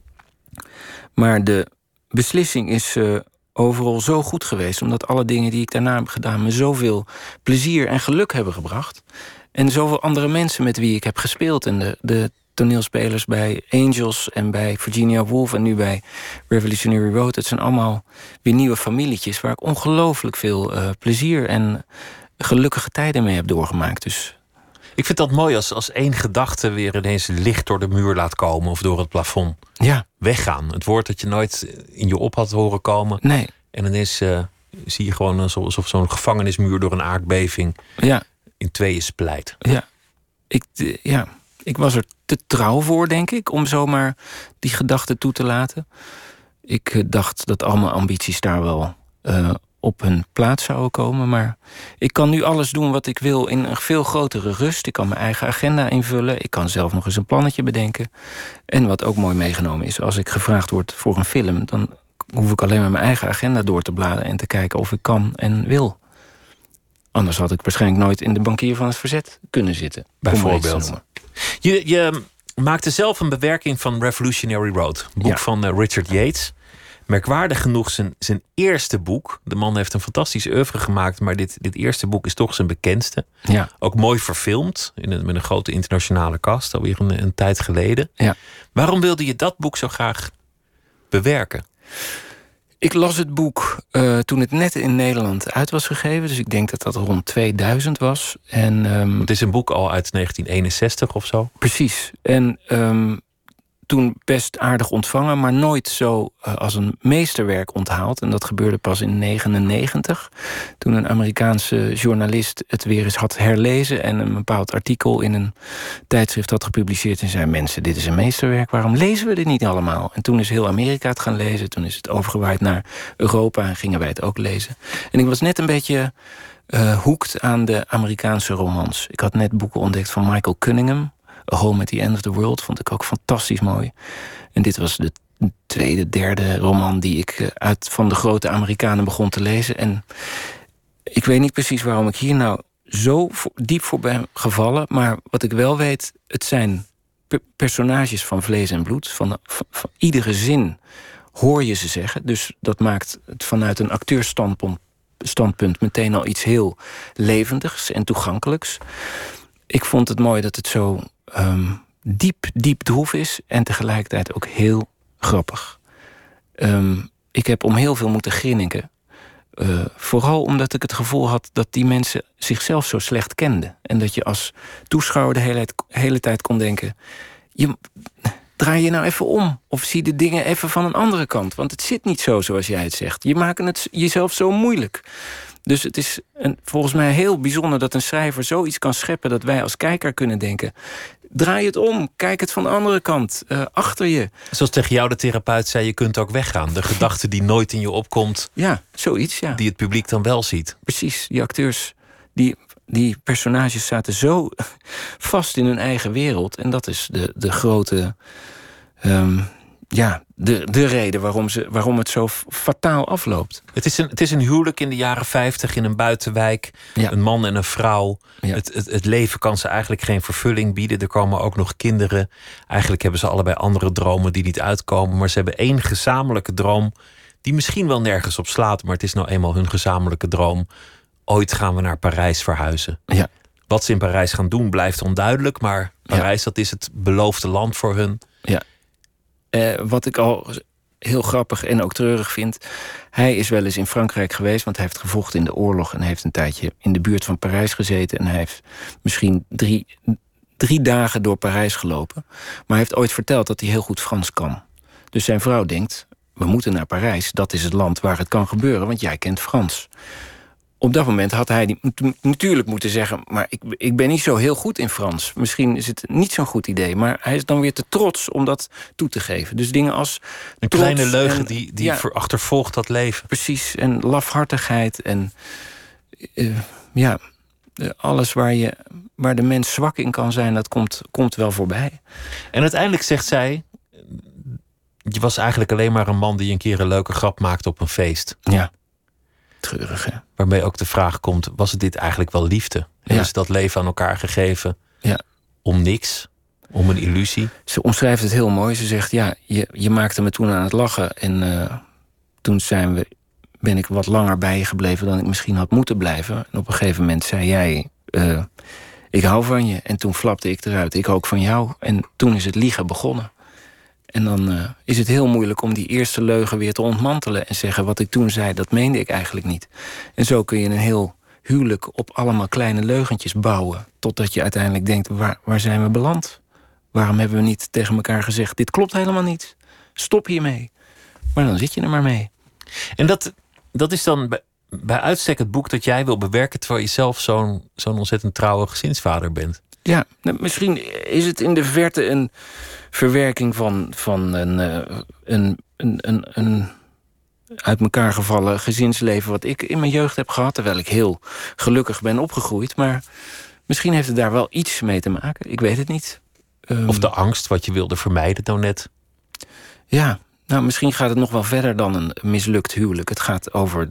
Maar de beslissing is uh, overal zo goed geweest, omdat alle dingen die ik daarna heb gedaan me zoveel plezier en geluk hebben gebracht. En zoveel andere mensen met wie ik heb gespeeld. En de, de toneelspelers bij Angels en bij Virginia Woolf en nu bij Revolutionary Road. Het zijn allemaal weer nieuwe familietjes waar ik ongelooflijk veel uh, plezier en gelukkige tijden mee heb doorgemaakt. Dus ik vind dat mooi als, als één gedachte weer ineens licht door de muur laat komen of door het plafond. Ja. Weggaan. Het woord dat je nooit in je op had horen komen. Nee. En ineens uh, zie je gewoon alsof zo'n gevangenismuur door een aardbeving ja. in tweeën splijt. Ja. Ik, ja. Ik was er te trouw voor, denk ik, om zomaar die gedachten toe te laten. Ik uh, dacht dat al mijn ambities daar wel uh, op hun plaats zouden komen. Maar ik kan nu alles doen wat ik wil in een veel grotere rust. Ik kan mijn eigen agenda invullen. Ik kan zelf nog eens een plannetje bedenken. En wat ook mooi meegenomen is, als ik gevraagd word voor een film, dan hoef ik alleen maar mijn eigen agenda door te bladeren en te kijken of ik kan en wil. Anders had ik waarschijnlijk nooit in de bankier van het Verzet kunnen zitten. Bijvoorbeeld. Je, je maakte zelf een bewerking van Revolutionary Road. Een boek ja. van uh, Richard Yates. Merkwaardig genoeg zijn, zijn eerste boek. De man heeft een fantastisch oeuvre gemaakt, maar dit, dit eerste boek is toch zijn bekendste. Ja. Ook mooi verfilmd, in een, met een grote internationale cast, alweer een, een tijd geleden. Ja. Waarom wilde je dat boek zo graag bewerken? Ik las het boek uh, toen het net in Nederland uit was gegeven. Dus ik denk dat dat rond tweeduizend was. En, um, het is een boek al uit negentien eenenzestig of zo? Precies. En um, toen best aardig ontvangen, maar nooit zo uh, als een meesterwerk onthaald. En dat gebeurde pas in negenennegentig. Toen een Amerikaanse journalist het weer eens had herlezen en een bepaald artikel in een tijdschrift had gepubliceerd en zei: mensen, dit is een meesterwerk, waarom lezen we dit niet allemaal? En toen is heel Amerika het gaan lezen. Toen is het overgewaaid naar Europa en gingen wij het ook lezen. En ik was net een beetje uh, hoekt aan de Amerikaanse romans. Ik had net boeken ontdekt van Michael Cunningham. A Home at the End of the World vond ik ook fantastisch mooi. En dit was de tweede, derde roman die ik uit van de grote Amerikanen begon te lezen. En Ik weet niet precies waarom ik hier nou zo diep voor ben gevallen. Maar wat ik wel weet, het zijn per- personages van vlees en bloed. Van, van, van iedere zin hoor je ze zeggen. Dus dat maakt het vanuit een acteursstandpunt standpunt meteen al iets heel levendigs en toegankelijks. Ik vond het mooi dat het zo um, diep, diep droef is en tegelijkertijd ook heel grappig. Um, ik heb om heel veel moeten grinniken. Uh, vooral omdat ik het gevoel had dat die mensen zichzelf zo slecht kenden. En dat je als toeschouwer de hele, hele tijd kon denken, je, draai je nou even om. Of zie de dingen even van een andere kant. Want het zit niet zo zoals jij het zegt. Je maakt het jezelf zo moeilijk. Dus het is een, volgens mij heel bijzonder dat een schrijver zoiets kan scheppen dat wij als kijker kunnen denken, draai het om, kijk het van de andere kant, uh, achter je. Zoals tegen jou de therapeut zei, je kunt ook weggaan. De gedachte die nooit in je opkomt. Ja, zoiets, ja. Die het publiek dan wel ziet. Precies, die acteurs, die, die personages zaten zo vast in hun eigen wereld. En dat is de, de grote, um, ja, de, de reden waarom, ze, waarom het zo fataal afloopt. Het is, een, het is een huwelijk in de jaren vijftig in een buitenwijk. Ja. Een man en een vrouw. Ja. Het, het, het leven kan ze eigenlijk geen vervulling bieden. Er komen ook nog kinderen. Eigenlijk hebben ze allebei andere dromen die niet uitkomen. Maar ze hebben één gezamenlijke droom die misschien wel nergens op slaat. Maar het is nou eenmaal hun gezamenlijke droom. Ooit gaan we naar Parijs verhuizen. Ja. Wat ze in Parijs gaan doen blijft onduidelijk. Maar Parijs, ja, dat is het beloofde land voor hun. Ja. Uh, wat ik al heel grappig en ook treurig vind, hij is wel eens in Frankrijk geweest, want hij heeft gevochten in de oorlog en heeft een tijdje in de buurt van Parijs gezeten. En hij heeft misschien drie, drie dagen door Parijs gelopen. Maar hij heeft ooit verteld dat hij heel goed Frans kan. Dus zijn vrouw denkt, we moeten naar Parijs. Dat is het land waar het kan gebeuren, want jij kent Frans. Op dat moment had hij die, natuurlijk moeten zeggen, maar ik, ik ben niet zo heel goed in Frans. Misschien is het niet zo'n goed idee. Maar hij is dan weer te trots om dat toe te geven. Dus dingen als een kleine leugen en, die, die ja, achtervolgt dat leven. Precies, en lafhartigheid en uh, ja, alles waar, je, waar de mens zwak in kan zijn, dat komt, komt wel voorbij. En uiteindelijk zegt zij, je was eigenlijk alleen maar een man die een keer een leuke grap maakte op een feest. Ja. Treurig, hè? Waarmee ook de vraag komt, was het dit eigenlijk wel liefde? Ja. Hebben ze dat leven aan elkaar gegeven? Ja. Om niks? Om een illusie? Ze omschrijft het heel mooi. Ze zegt, ja, je, je maakte me toen aan het lachen. En uh, toen zijn we, ben ik wat langer bij je gebleven dan ik misschien had moeten blijven. En op een gegeven moment zei jij, uh, ik hou van je. En toen flapte ik eruit, ik ook van jou. En toen is het liegen begonnen. En dan uh, is het heel moeilijk om die eerste leugen weer te ontmantelen en zeggen, wat ik toen zei, dat meende ik eigenlijk niet. En zo kun je een heel huwelijk op allemaal kleine leugentjes bouwen, totdat je uiteindelijk denkt, waar, waar zijn we beland? Waarom hebben we niet tegen elkaar gezegd, dit klopt helemaal niet. Stop hiermee. Maar dan zit je er maar mee. En dat, dat is dan bij, bij uitstek het boek dat jij wil bewerken, terwijl je zelf zo'n, zo'n ontzettend trouwe gezinsvader bent. Ja, nou, misschien is het in de verte een verwerking van, van een, uh, een, een, een, een uit elkaar gevallen gezinsleven wat ik in mijn jeugd heb gehad, terwijl ik heel gelukkig ben opgegroeid. Maar misschien heeft het daar wel iets mee te maken. Ik weet het niet. Um, of de angst wat je wilde vermijden nou net. Ja, nou misschien gaat het nog wel verder dan een mislukt huwelijk. Het gaat over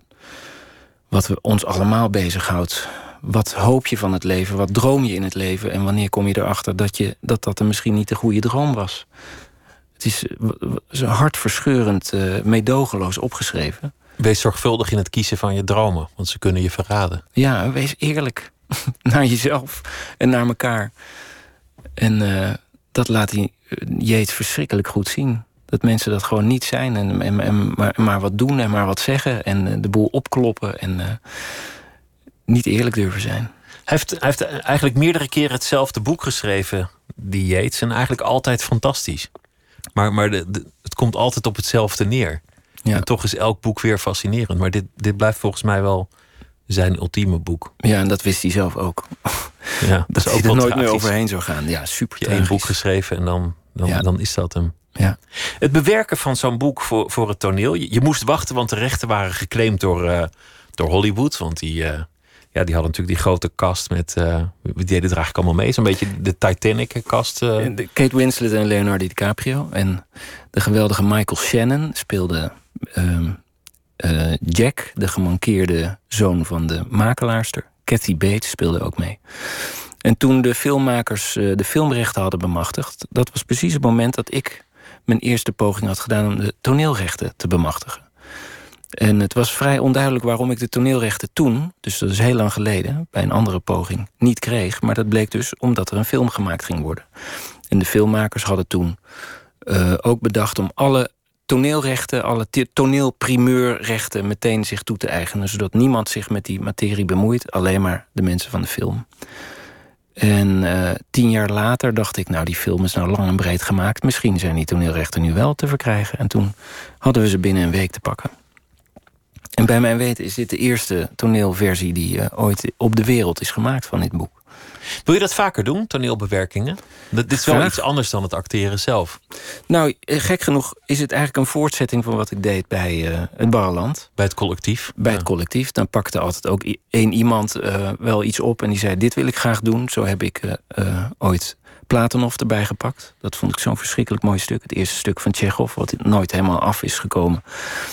wat we ons allemaal bezighoudt. Wat hoop je van het leven? Wat droom je in het leven? En wanneer kom je erachter dat je, dat, dat er misschien niet de goede droom was? Het is zo hartverscheurend, uh, meedogenloos opgeschreven. Wees zorgvuldig in het kiezen van je dromen, want ze kunnen je verraden. Ja, wees eerlijk naar jezelf en naar elkaar. En uh, dat laat hij Yeats verschrikkelijk goed zien. Dat mensen dat gewoon niet zijn en, en, en maar, maar wat doen en maar wat zeggen en de boel opkloppen en uh, niet eerlijk durven zijn. Hij heeft, hij heeft eigenlijk meerdere keren hetzelfde boek geschreven, die Yeats, en eigenlijk altijd fantastisch. Maar, maar de, de, het komt altijd op hetzelfde neer. Ja. En toch is elk boek weer fascinerend. Maar dit, dit blijft volgens mij wel zijn ultieme boek. Ja, en dat wist hij zelf ook. Ja, dat hij er nooit meer overheen zou gaan. Ja, super tragisch. Je één boek geschreven en dan, dan, ja. dan is dat hem. Ja. Het bewerken van zo'n boek voor, voor het toneel. Je, je moest wachten, want de rechten waren geclaimd door, uh, door Hollywood. Want die, uh, ja, die hadden natuurlijk die grote cast met... Uh, die deden er eigenlijk allemaal mee. Zo'n beetje de Titanic-cast. Uh. Kate Winslet en Leonardo DiCaprio. En de geweldige Michael Shannon speelde... Um, uh, Jack, de gemankeerde zoon van de makelaarster. Kathy Bates speelde ook mee. En toen de filmmakers uh, de filmrechten hadden bemachtigd, dat was precies het moment dat ik mijn eerste poging had gedaan om de toneelrechten te bemachtigen. En het was vrij onduidelijk waarom ik de toneelrechten toen, dus dat is heel lang geleden, bij een andere poging, niet kreeg. Maar dat bleek dus omdat er een film gemaakt ging worden. En de filmmakers hadden toen uh, ook bedacht om alle toneelrechten, alle toneelprimeurrechten meteen zich toe te eigenen, zodat niemand zich met die materie bemoeit, alleen maar de mensen van de film. En uh, tien jaar later dacht ik, nou die film is nou lang en breed gemaakt, misschien zijn die toneelrechten nu wel te verkrijgen. En toen hadden we ze binnen een week te pakken. En bij mijn weten is dit de eerste toneelversie die uh, ooit op de wereld is gemaakt van dit boek. Wil je dat vaker doen, toneelbewerkingen? Dat, dit is wel Graag. Iets anders dan het acteren zelf. Nou, gek genoeg is het eigenlijk een voortzetting van wat ik deed bij uh, het Barreland. Bij het collectief? Bij ja. het collectief. Dan pakte altijd ook i- één iemand uh, wel iets op en die zei, dit wil ik graag doen. Zo heb ik uh, uh, ooit Platonov erbij gepakt. Dat vond ik zo'n verschrikkelijk mooi stuk. Het eerste stuk van Tsjechov, wat nooit helemaal af is gekomen.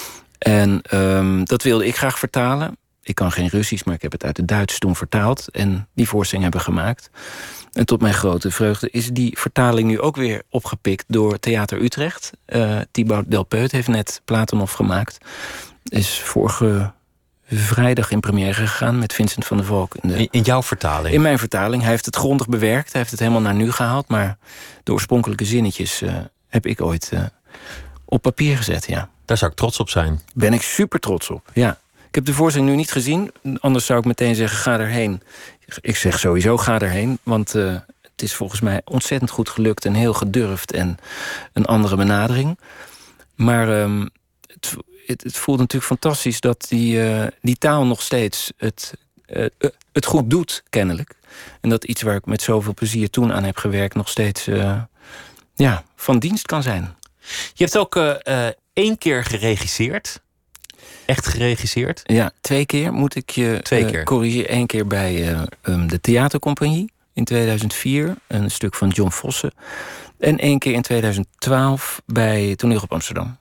En um, dat wilde ik graag vertalen. Ik kan geen Russisch, maar ik heb het uit het Duits toen vertaald. En die voorstelling hebben gemaakt. En tot mijn grote vreugde is die vertaling nu ook weer opgepikt door Theater Utrecht. Uh, Thibaut Delpeut heeft net Platonov gemaakt. Is vorige vrijdag in première gegaan met Vincent van der Valk. In, de, in, in jouw vertaling? In mijn vertaling. Hij heeft het grondig bewerkt. Hij heeft het helemaal naar nu gehaald. Maar de oorspronkelijke zinnetjes uh, heb ik ooit uh, op papier gezet, ja. Daar zou ik trots op zijn. Ben ik super trots op, ja. Ik heb de voorstelling nu niet gezien. Anders zou ik meteen zeggen, ga erheen. Ik zeg sowieso, ga erheen. Want uh, het is volgens mij ontzettend goed gelukt en heel gedurfd en een andere benadering. Maar um, het, het, het voelt natuurlijk fantastisch dat die, uh, die taal nog steeds het, uh, uh, het goed doet, kennelijk. En dat iets waar ik met zoveel plezier toen aan heb gewerkt nog steeds uh, ja, van dienst kan zijn. Je hebt ook uh, uh, één keer geregisseerd. Echt geregisseerd? Ja, twee keer moet ik je twee keer. Uh, corrigeren. Eén keer bij uh, um, de Theatercompagnie in tweeduizend vier. Een stuk van John Vossen. En één keer in tweeduizend twaalf bij Toneel op Amsterdam.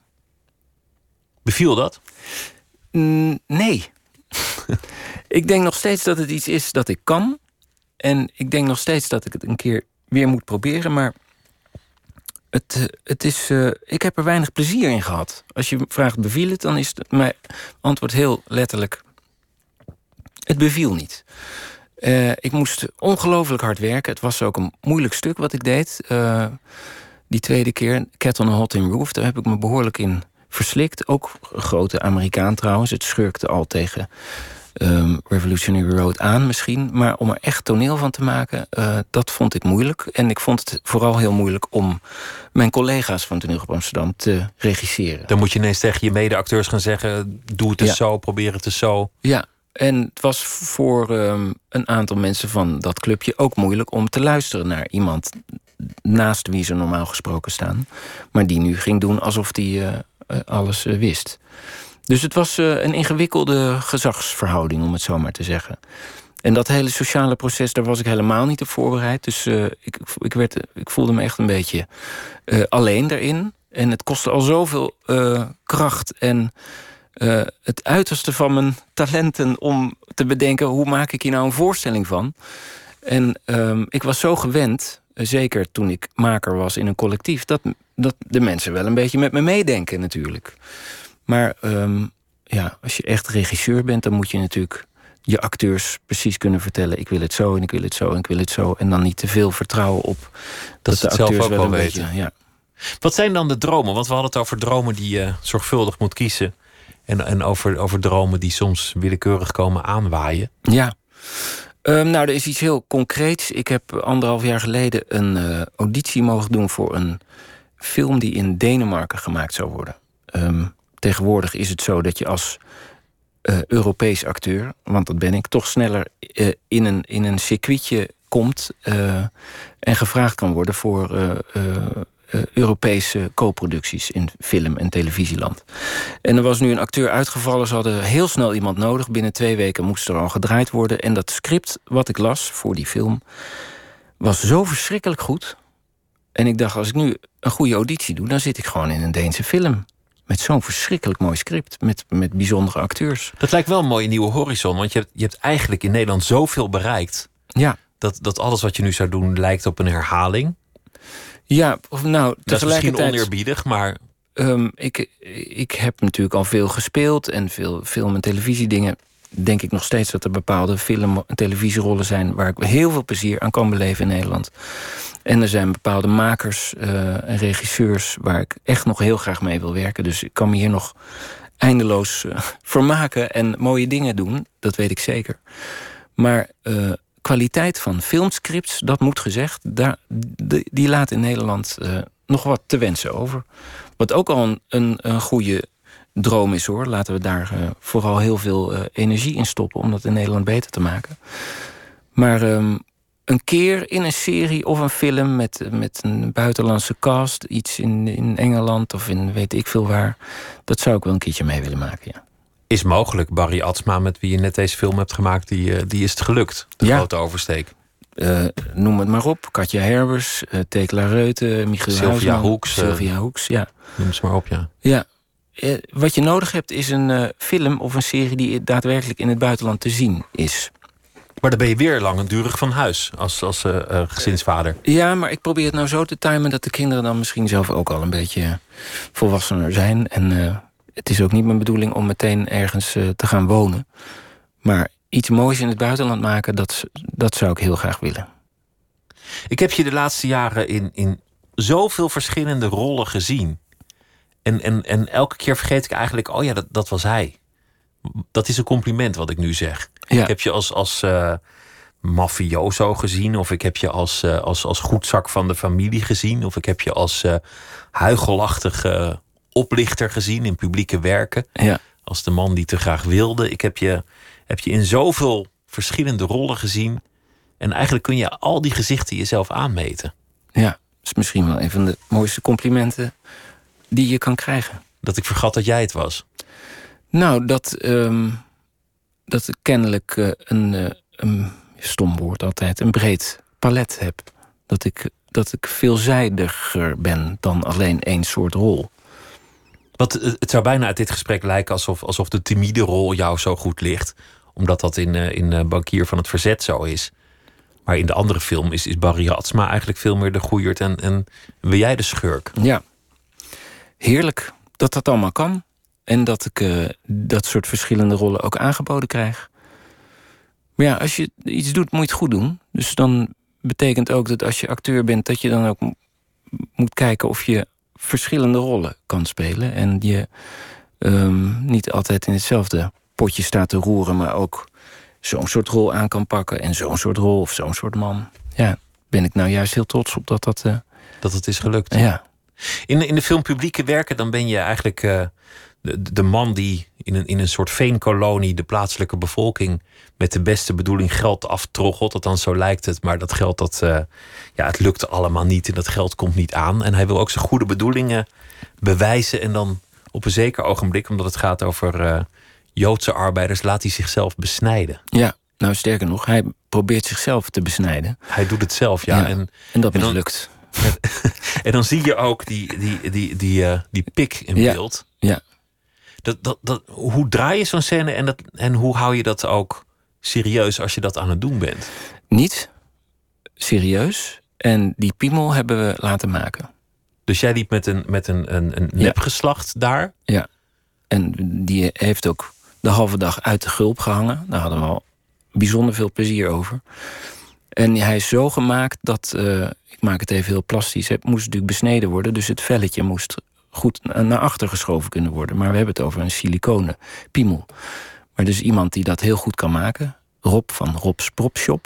Beviel dat? Mm, nee. Ik denk nog steeds dat het iets is dat ik kan. En ik denk nog steeds dat ik het een keer weer moet proberen. Maar Het, het is, uh, ik heb er weinig plezier in gehad. Als je vraagt, beviel het? Dan is het, mijn antwoord heel letterlijk, het beviel niet. Uh, ik moest ongelooflijk hard werken. Het was ook een moeilijk stuk wat ik deed. Uh, die tweede keer, Cat on a Hot Tin Roof, daar heb ik me behoorlijk in verslikt. Ook een grote Amerikaan trouwens. Het schurkte al tegen Um, Revolutionary Road aan misschien. Maar om er echt toneel van te maken, uh, dat vond ik moeilijk. En ik vond het vooral heel moeilijk om mijn collega's van Toneel op Amsterdam te regisseren. Dan moet je ineens tegen je mede-acteurs gaan zeggen, doe het eens ja. zo, probeer het eens zo. Ja, en het was voor um, een aantal mensen van dat clubje ook moeilijk om te luisteren naar iemand naast wie ze normaal gesproken staan. Maar die nu ging doen alsof die uh, uh, alles uh, wist. Dus het was uh, een ingewikkelde gezagsverhouding, om het zo maar te zeggen. En dat hele sociale proces, daar was ik helemaal niet op voorbereid. Dus uh, ik, ik, werd, ik voelde me echt een beetje uh, alleen daarin. En het kostte al zoveel uh, kracht en uh, het uiterste van mijn talenten om te bedenken, hoe maak ik hier nou een voorstelling van? En um, ik was zo gewend, zeker toen ik maker was in een collectief, dat, dat de mensen wel een beetje met me meedenken natuurlijk. Maar um, ja, als je echt regisseur bent, dan moet je natuurlijk je acteurs precies kunnen vertellen, ik wil het zo en ik wil het zo en ik wil het zo. En dan niet te veel vertrouwen op dat, dat ze de het zelf acteurs ook wel wel een weten. beetje, ja. Wat zijn dan de dromen? Want we hadden het over dromen die je zorgvuldig moet kiezen. En, en over, over dromen die soms willekeurig komen aanwaaien. Ja. Um, nou, er is iets heel concreets. Ik heb anderhalf jaar geleden een uh, auditie mogen doen voor een film die in Denemarken gemaakt zou worden. Um, tegenwoordig is het zo dat je als uh, Europees acteur, want dat ben ik, toch sneller uh, in, een, in een circuitje komt uh, en gevraagd kan worden voor uh, uh, uh, Europese co-producties in film- en televisieland. En er was nu een acteur uitgevallen. Ze hadden heel snel iemand nodig. Binnen twee weken moest er al gedraaid worden. En dat script wat ik las voor die film was zo verschrikkelijk goed. En ik dacht, als ik nu een goede auditie doe, dan zit ik gewoon in een Deense film met zo'n verschrikkelijk mooi script. Met, met bijzondere acteurs. Dat lijkt wel een mooie nieuwe horizon. Want je hebt, je hebt eigenlijk in Nederland zoveel bereikt. Ja. Dat, dat alles wat je nu zou doen lijkt op een herhaling. Ja, of nou, dat is misschien tegelijkertijd oneerbiedig, maar... Um, ik, ik heb natuurlijk al veel gespeeld en veel film- en televisiedingen. Denk ik nog steeds dat er bepaalde film- en televisierollen zijn waar ik heel veel plezier aan kan beleven in Nederland. En er zijn bepaalde makers uh, en regisseurs waar ik echt nog heel graag mee wil werken. Dus ik kan me hier nog eindeloos uh, vermaken en mooie dingen doen. Dat weet ik zeker. Maar uh, kwaliteit van filmscripts, dat moet gezegd, daar, die, die laat in Nederland uh, nog wat te wensen over. Wat ook al een, een, een goede droom is, hoor. Laten we daar uh, vooral heel veel uh, energie in stoppen om dat in Nederland beter te maken. Maar um, een keer in een serie of een film met, met een buitenlandse cast, iets in, in Engeland of in weet ik veel waar, dat zou ik wel een keertje mee willen maken, ja. Is mogelijk. Barry Atsma, met wie je net deze film hebt gemaakt, die, uh, die is het gelukt. De ja. grote oversteek. Uh, noem het maar op. Katja Herbers, uh, Tekla Reuten, Michiel Sylvia Huisman, Hoeks. Sylvia Hoeks, ja. Noem ze maar op, ja. Ja. Uh, wat je nodig hebt is een uh, film of een serie die daadwerkelijk in het buitenland te zien is. Maar dan ben je weer langdurig van huis als, als uh, uh, gezinsvader. Ja, maar ik probeer het nou zo te timen dat de kinderen dan misschien zelf ook al een beetje volwassener zijn. En uh, het is ook niet mijn bedoeling om meteen ergens uh, te gaan wonen. Maar iets moois in het buitenland maken, dat, dat zou ik heel graag willen. Ik heb je de laatste jaren in, in zoveel verschillende rollen gezien. En, en, en elke keer vergeet ik eigenlijk, oh ja, dat, dat was hij. Dat is een compliment wat ik nu zeg. Ja. Ik heb je als, als uh, mafioso gezien. Of ik heb je als, uh, als, als goedzak van de familie gezien. Of ik heb je als uh, huichelachtige oplichter gezien in publieke werken. Ja. Als de man die te graag wilde. Ik heb je, heb je in zoveel verschillende rollen gezien. En eigenlijk kun je al die gezichten jezelf aanmeten. Ja, dat is misschien wel een van de mooiste complimenten die je kan krijgen. Dat ik vergat dat jij het was. Nou, dat, um, dat ik kennelijk uh, een, uh, een stom woord altijd, een breed palet heb. Dat ik, dat ik veelzijdiger ben dan alleen één soort rol. Wat, het zou bijna uit dit gesprek lijken alsof, alsof de timide rol jou zo goed ligt. Omdat dat in, uh, in uh, Bankier van het Verzet zo is. Maar in de andere film is, is Barry Atsma eigenlijk veel meer de goeierd en, en ben jij de schurk. Ja, heerlijk dat dat allemaal kan. En dat ik uh, dat soort verschillende rollen ook aangeboden krijg. Maar ja, als je iets doet, moet je het goed doen. Dus dan betekent ook dat als je acteur bent, dat je dan ook m- moet kijken of je verschillende rollen kan spelen. En je um, niet altijd in hetzelfde potje staat te roeren, maar ook zo'n soort rol aan kan pakken. En zo'n soort rol of zo'n soort man. Ja, ben ik nou juist heel trots op dat dat... Uh, dat het is gelukt. Ja. In, in de film Publieke Werken, dan ben je eigenlijk uh, de, de man die in een, in een soort veenkolonie de plaatselijke bevolking met de beste bedoeling geld aftroggelt. Althans, zo lijkt het. Maar dat geld, dat, uh, ja, het lukt allemaal niet en dat geld komt niet aan. En hij wil ook zijn goede bedoelingen bewijzen. En dan op een zeker ogenblik, omdat het gaat over uh, Joodse arbeiders, laat hij zichzelf besnijden. Ja, nou sterker nog, hij probeert zichzelf te besnijden. Hij doet het zelf, ja. ja en, en dat en dan, mislukt. En dan zie je ook die, die, die, die, uh, die pik in ja. beeld. Ja. Dat, dat, dat, hoe draai je zo'n scène en, dat, en hoe hou je dat ook serieus als je dat aan het doen bent? Niet serieus. En die piemel hebben we laten maken. Dus jij liep met een, met een, een, een nepgeslacht ja. daar? Ja. En die heeft ook de halve dag uit de gulp gehangen. Daar hadden we al bijzonder veel plezier over. En hij is zo gemaakt dat, uh, ik maak het even heel plastisch, het moest natuurlijk besneden worden. Dus het velletje moest goed naar achter geschoven kunnen worden. Maar we hebben het over een siliconen piemel. Maar dus iemand die dat heel goed kan maken, Rob van Rob's Propshop,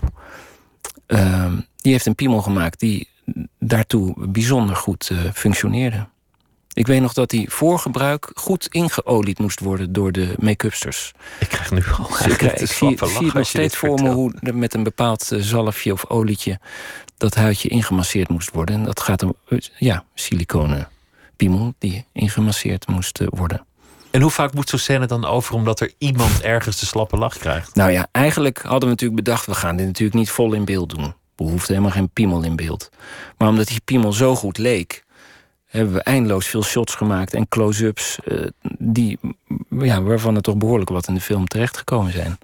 uh, die heeft een piemel gemaakt die daartoe bijzonder goed uh, functioneerde. Ik weet nog dat die voor gebruik goed ingeolied moest worden door de make-upsters. Ik krijg nu al dus ik, ik zie, ik zie het nog steeds voor me hoe er met een bepaald uh, zalfje of olietje dat huidje ingemasseerd moest worden. En dat gaat om ja, siliconen piemel die ingemasseerd moest uh, worden. En hoe vaak moet zo'n scène dan over omdat er iemand ergens de slappe lach krijgt? Nou ja, eigenlijk hadden we natuurlijk bedacht, we gaan dit natuurlijk niet vol in beeld doen. We hoefden helemaal geen piemel in beeld. Maar omdat die piemel zo goed leek, hebben we eindeloos veel shots gemaakt en close-ups uh, die, ja, waarvan er toch behoorlijk wat in de film terechtgekomen zijn.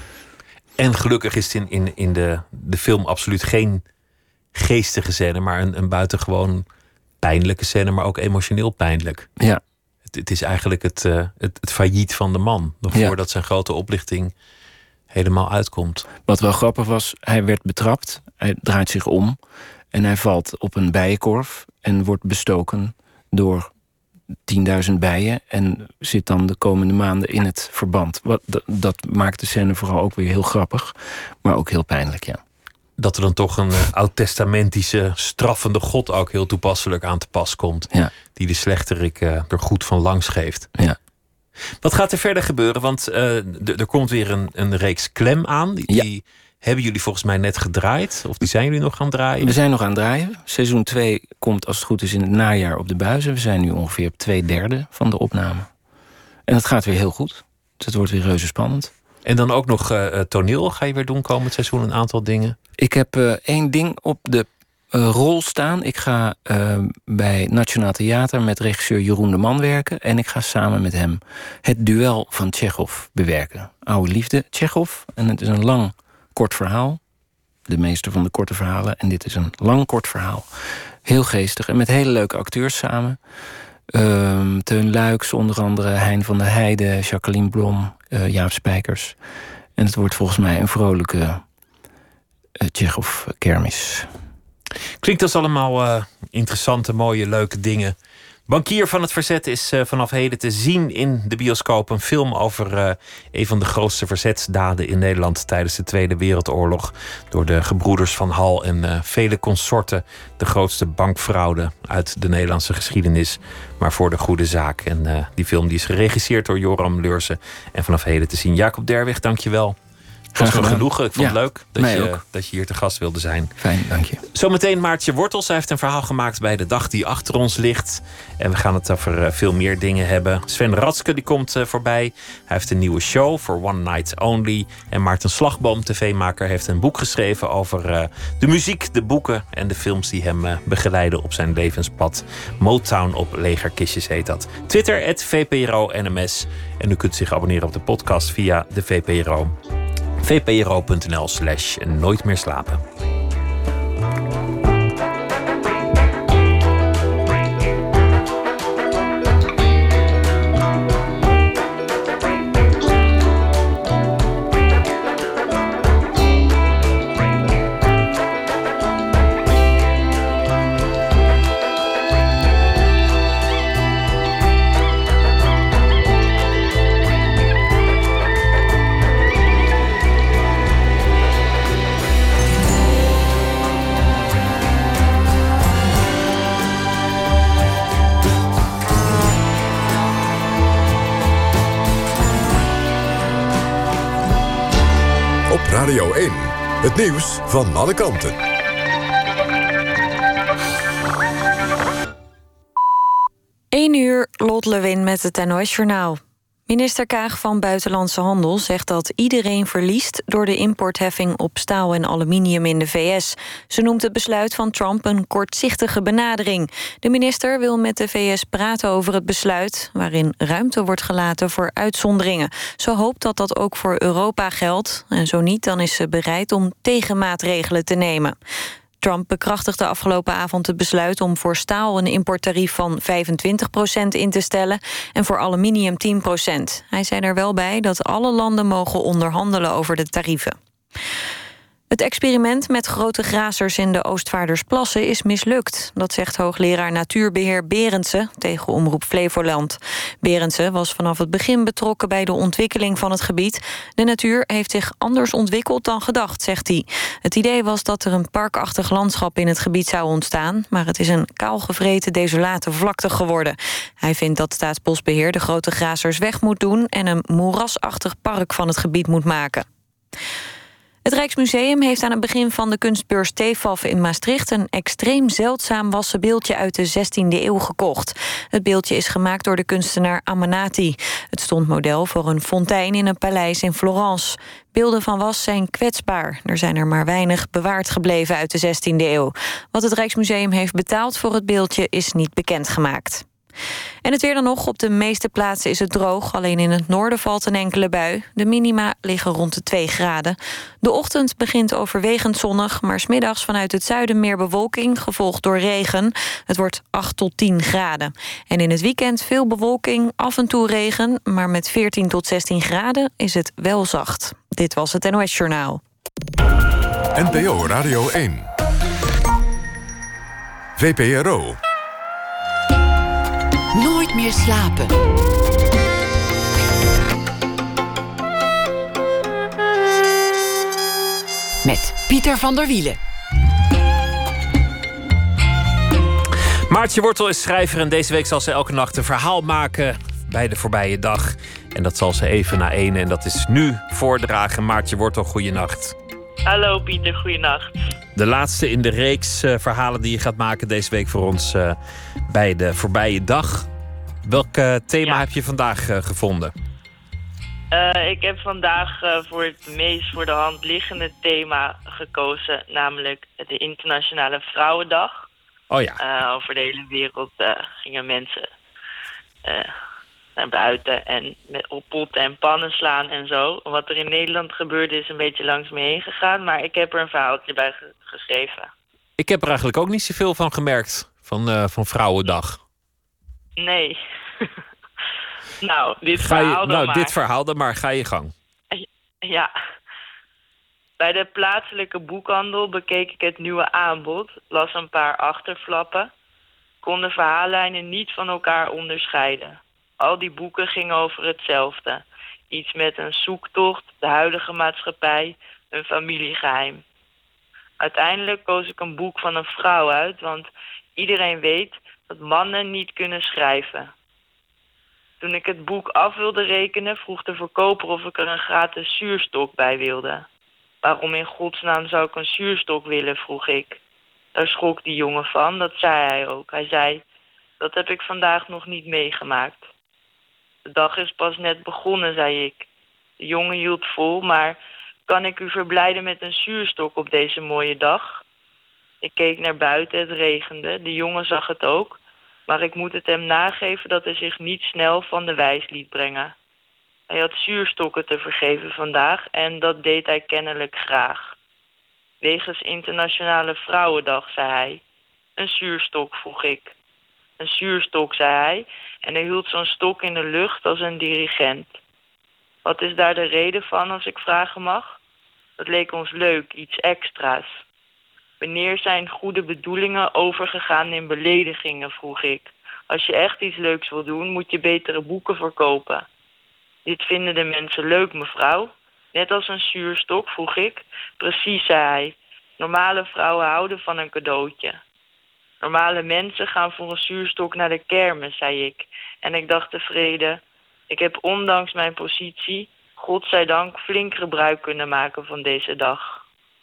En gelukkig is het in, in, in de, de film absoluut geen geestige scène, maar een, een buitengewoon pijnlijke scène, maar ook emotioneel pijnlijk. Ja. Het, het is eigenlijk het, uh, het, het failliet van de man, nog ja. voordat zijn grote oplichting helemaal uitkomt. Wat wel grappig was, hij werd betrapt, hij draait zich om en hij valt op een bijenkorf en wordt bestoken door tienduizend bijen en zit dan de komende maanden in het verband. Wat, dat, dat maakt de scène vooral ook weer heel grappig, maar ook heel pijnlijk, ja. Dat er dan toch een uh, oud-testamentische straffende God ook heel toepasselijk aan te pas komt. Ja. Die de slechterik uh, er goed van langs geeft. Ja. Wat gaat er verder gebeuren? Want uh, d- er komt weer een, een reeks Klem aan. Die, Ja. die hebben jullie volgens mij net gedraaid. Of die zijn jullie nog gaan draaien? We zijn nog aan het draaien. Seizoen twee komt als het goed is in het najaar op de buizen. We zijn nu ongeveer op twee derde van de opname. En het gaat weer heel goed. Dus het wordt weer reuze spannend. En dan ook nog uh, toneel ga je weer doen komend seizoen. Een aantal dingen. Ik heb uh, één ding op de uh, rol staan. Ik ga uh, bij Nationaal Theater met regisseur Jeroen de Man werken. En ik ga samen met hem het duel van Tchekhov bewerken. Oude liefde, Tchekhov. En het is een lang, kort verhaal. De meeste van de korte verhalen. En dit is een lang, kort verhaal. Heel geestig. En met hele leuke acteurs samen. Uh, Teun Luijks, onder andere Hein van der Heijden, Jacqueline Blom, uh, Jaap Spijkers. En het wordt volgens mij een vrolijke uh, Tchekhov-kermis. Klinkt als allemaal uh, interessante, mooie, leuke dingen. Bankier van het Verzet is uh, vanaf heden te zien in de bioscoop. Een film over uh, een van de grootste verzetsdaden in Nederland tijdens de Tweede Wereldoorlog. Door de gebroeders Van Hal en uh, vele consorten. De grootste bankfraude uit de Nederlandse geschiedenis. Maar voor de goede zaak. En uh, die film die is geregisseerd door Joram Leursen. En vanaf heden te zien. Jacob Derwig, dank je wel. Het was me genoegen. Ik vond het ja, leuk dat je, ook. dat je hier te gast wilde zijn. Fijn, dank je. Zometeen Maartje Wortels. Hij heeft een verhaal gemaakt bij de dag die achter ons ligt. En we gaan het over uh, veel meer dingen hebben. Sven Ratske die komt uh, voorbij. Hij heeft een nieuwe show voor One Night Only. En Maarten Slagboom, tv-maker, heeft een boek geschreven over uh, de muziek, de boeken en de films die hem uh, begeleiden op zijn levenspad. Motown op legerkistjes heet dat. Twitter, at V P R O N M S. En u kunt zich abonneren op de podcast via de V P R O. v p r o punt n l slash nooit meer slapen. Radio één. Het nieuws van alle kanten. één uur, Lot Lewin met het N O S-journaal. Minister Kaag van Buitenlandse Handel zegt dat iedereen verliest door de importheffing op staal en aluminium in de V S. Ze noemt het besluit van Trump een kortzichtige benadering. De minister wil met de V S praten over het besluit, waarin ruimte wordt gelaten voor uitzonderingen. Ze hoopt dat dat ook voor Europa geldt. En zo niet, dan is ze bereid om tegenmaatregelen te nemen. Trump bekrachtigde afgelopen avond het besluit om voor staal een importtarief van vijfentwintig procent in te stellen en voor aluminium tien procent. Hij zei er wel bij dat alle landen mogen onderhandelen over de tarieven. Het experiment met grote grazers in de Oostvaardersplassen is mislukt. Dat zegt hoogleraar natuurbeheer Berendsen tegen Omroep Flevoland. Berendsen was vanaf het begin betrokken bij de ontwikkeling van het gebied. De natuur heeft zich anders ontwikkeld dan gedacht, zegt hij. Het idee was dat er een parkachtig landschap in het gebied zou ontstaan, maar het is een kaalgevreten, desolate vlakte geworden. Hij vindt dat Staatsbosbeheer de grote grazers weg moet doen en een moerasachtig park van het gebied moet maken. Het Rijksmuseum heeft aan het begin van de kunstbeurs T E F A F in Maastricht een extreem zeldzaam wassen beeldje uit de zestiende eeuw gekocht. Het beeldje is gemaakt door de kunstenaar Amanati. Het stond model voor een fontein in een paleis in Florence. Beelden van Was zijn kwetsbaar. Er zijn er maar weinig bewaard gebleven uit de zestiende eeuw. Wat het Rijksmuseum heeft betaald voor het beeldje is niet bekendgemaakt. En het weer dan nog. Op de meeste plaatsen is het droog. Alleen in het noorden valt een enkele bui. De minima liggen rond de twee graden. De ochtend begint overwegend zonnig, maar 's middags vanuit het zuiden meer bewolking, gevolgd door regen. Het wordt acht tot tien graden. En in het weekend veel bewolking, af en toe regen, maar met veertien tot zestien graden is het wel zacht. Dit was het N O S Journaal. N P O Radio één. V P R O. Nooit meer slapen. Met Pieter van der Wielen. Maartje Wortel is schrijver en deze week zal ze elke nacht een verhaal maken bij de voorbije dag. En dat zal ze even na één en dat is nu voordragen. Maartje Wortel, goeienacht. Hallo Pieter, goeienacht. De laatste in de reeks uh, verhalen die je gaat maken deze week voor ons uh, bij de voorbije dag. Welk uh, thema ja. heb je vandaag uh, gevonden? Uh, ik heb vandaag uh, voor het meest voor de hand liggende thema gekozen, namelijk de Internationale Vrouwendag. Oh ja. Uh, over de hele wereld uh, gingen mensen uh, naar buiten en met op potten en pannen slaan en zo. Wat er in Nederland gebeurde is een beetje langs me heen gegaan, maar ik heb er een verhaaltje bij ge- geschreven. Ik heb er eigenlijk ook niet zoveel van gemerkt, van, uh, van Vrouwendag. Nee. nou, dit Ga je, verhaal dan nou, maar. dit verhaal dan maar, ga je gang. Ja. Bij de plaatselijke boekhandel bekeek ik het nieuwe aanbod, las een paar achterflappen, kon de verhaallijnen niet van elkaar onderscheiden. Al die boeken gingen over hetzelfde. Iets met een zoektocht, de huidige maatschappij, een familiegeheim. Uiteindelijk koos ik een boek van een vrouw uit, want iedereen weet dat mannen niet kunnen schrijven. Toen ik het boek af wilde rekenen, vroeg de verkoper of ik er een gratis zuurstok bij wilde. Waarom in godsnaam zou ik een zuurstok willen, vroeg ik. Daar schrok die jongen van, dat zei hij ook. Hij zei, dat heb ik vandaag nog niet meegemaakt. De dag is pas net begonnen, zei ik. De jongen hield vol, maar kan ik u verblijden met een zuurstok op deze mooie dag? Ik keek naar buiten, het regende. De jongen zag het ook. Maar ik moet het hem nageven dat hij zich niet snel van de wijs liet brengen. Hij had zuurstokken te vergeven vandaag en dat deed hij kennelijk graag. Wegens Internationale Vrouwendag, zei hij. Een zuurstok, vroeg ik. Een zuurstok, zei hij, en hij hield zo'n stok in de lucht als een dirigent. Wat is daar de reden van, als ik vragen mag? Dat leek ons leuk, iets extra's. Wanneer zijn goede bedoelingen overgegaan in beledigingen, vroeg ik. Als je echt iets leuks wil doen, moet je betere boeken verkopen. Dit vinden de mensen leuk, mevrouw. Net als een zuurstok, vroeg ik. Precies, zei hij. Normale vrouwen houden van een cadeautje. Normale mensen gaan voor een zuurstok naar de kermis, zei ik. En ik dacht tevreden, ik heb ondanks mijn positie, godzijdank, flink gebruik kunnen maken van deze dag.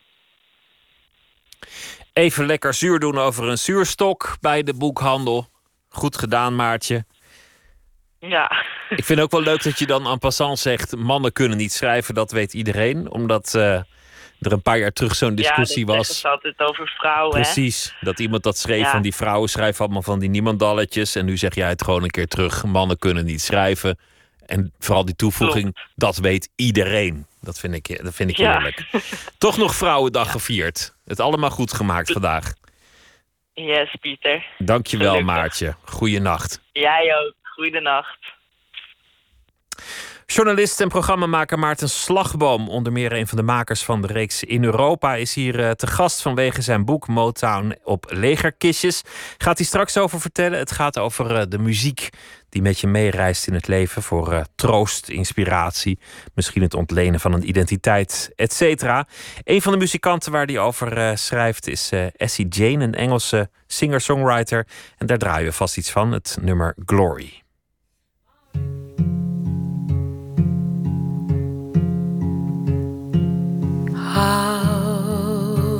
Even lekker zuur doen over een zuurstok bij de boekhandel. Goed gedaan, Maartje. Ja. Ik vind ook wel leuk dat je dan en passant zegt, mannen kunnen niet schrijven, dat weet iedereen. Omdat uh, er een paar jaar terug zo'n discussie ja, dat was. Ja, dat altijd over vrouwen, Precies, hè? Dat iemand dat schreef ja. van die vrouwen schrijven allemaal van die niemandalletjes. En nu zeg jij het gewoon een keer terug, mannen kunnen niet schrijven. En vooral die toevoeging, Klopt. Dat weet iedereen. Dat vind ik, dat vind ik ja. heerlijk. Toch nog Vrouwendag ja. gevierd. Het allemaal goed gemaakt vandaag. Yes, Pieter. Dankjewel, Gelukkig. Maartje. Goeienacht. Jij ook. Goedenacht. Journalist en programmamaker Maarten Slagboom, onder meer een van de makers van de reeks In Europa, is hier uh, te gast vanwege zijn boek Motown op legerkistjes. Gaat hij straks over vertellen. Het gaat over uh, de muziek die met je meereist in het leven voor uh, troost, inspiratie, misschien het ontlenen van een identiteit, et cetera. Een van de muzikanten waar hij over uh, schrijft is uh, Essie Jane, een Engelse singer-songwriter. En daar draaien we vast iets van, het nummer Glory.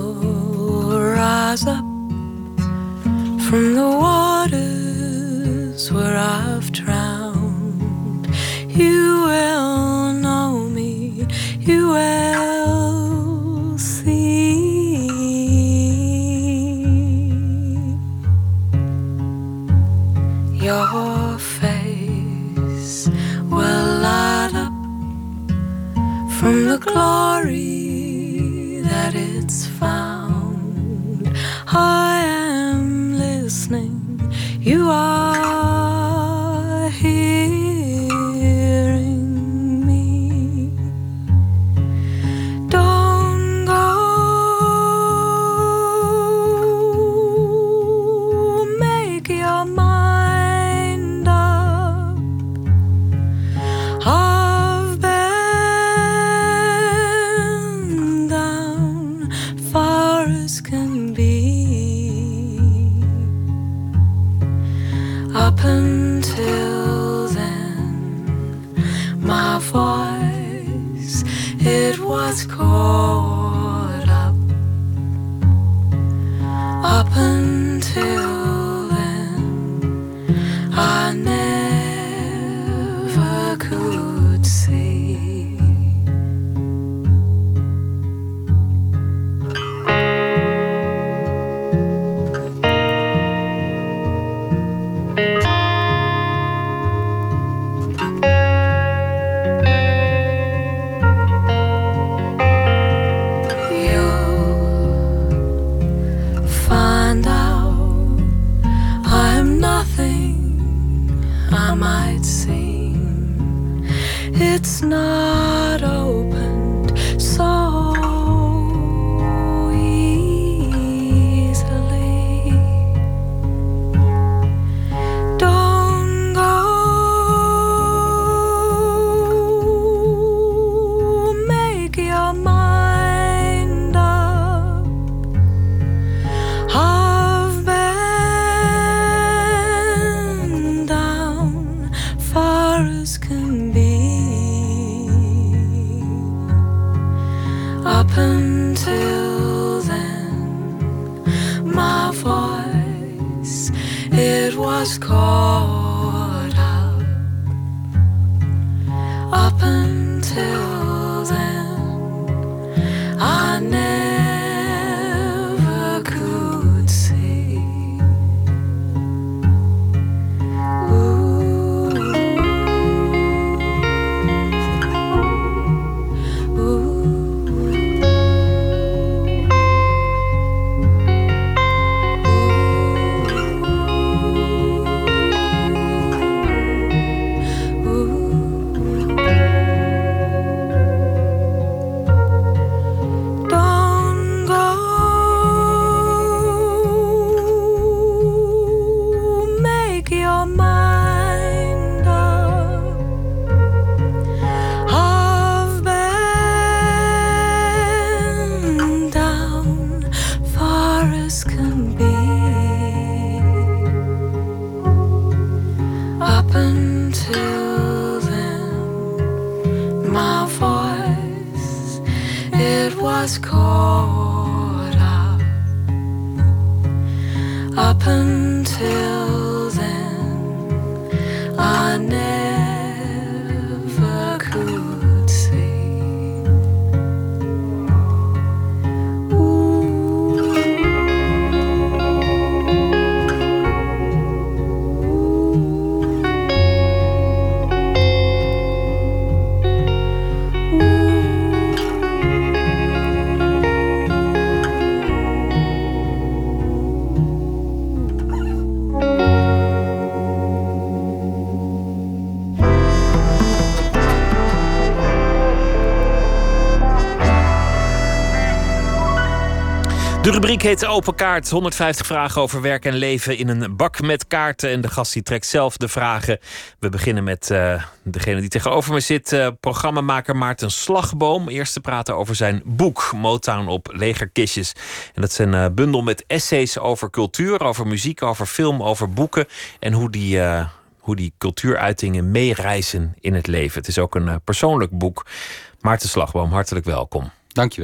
I'll rise up from the waters wells where I've drowned. You will know me, you will see. Your face will light up from the glory that it's found. I am listening, you are hearing me. Don't go, make your mind up. I've been down far as can be. Up until then, my voice, it was caught up. Up until then, I never could see. Find out I'm nothing I might seem. It's not opened so easily. Don't go, make your mind up. I've been down far as can be. Up until then, my voice, it was caught up. Up until then, I never could see. Ooh. Don't go, make your mind up. I've been down far as can be. Up until then, my voice, it was caught up. Up until then, I never could see. Ooh. De rubriek heet Open Kaart. honderdvijftig vragen over werk en leven in een bak met kaarten. En de gast die trekt zelf de vragen. We beginnen met uh, degene die tegenover me zit. Uh, programmamaker Maarten Slagboom. Eerst te praten over zijn boek Motown op legerkistjes. En dat is een uh, bundel met essays over cultuur, over muziek, over film, over boeken. En hoe die, uh, hoe die cultuuruitingen meereizen in het leven. Het is ook een uh, persoonlijk boek. Maarten Slagboom, hartelijk welkom. Dankjewel.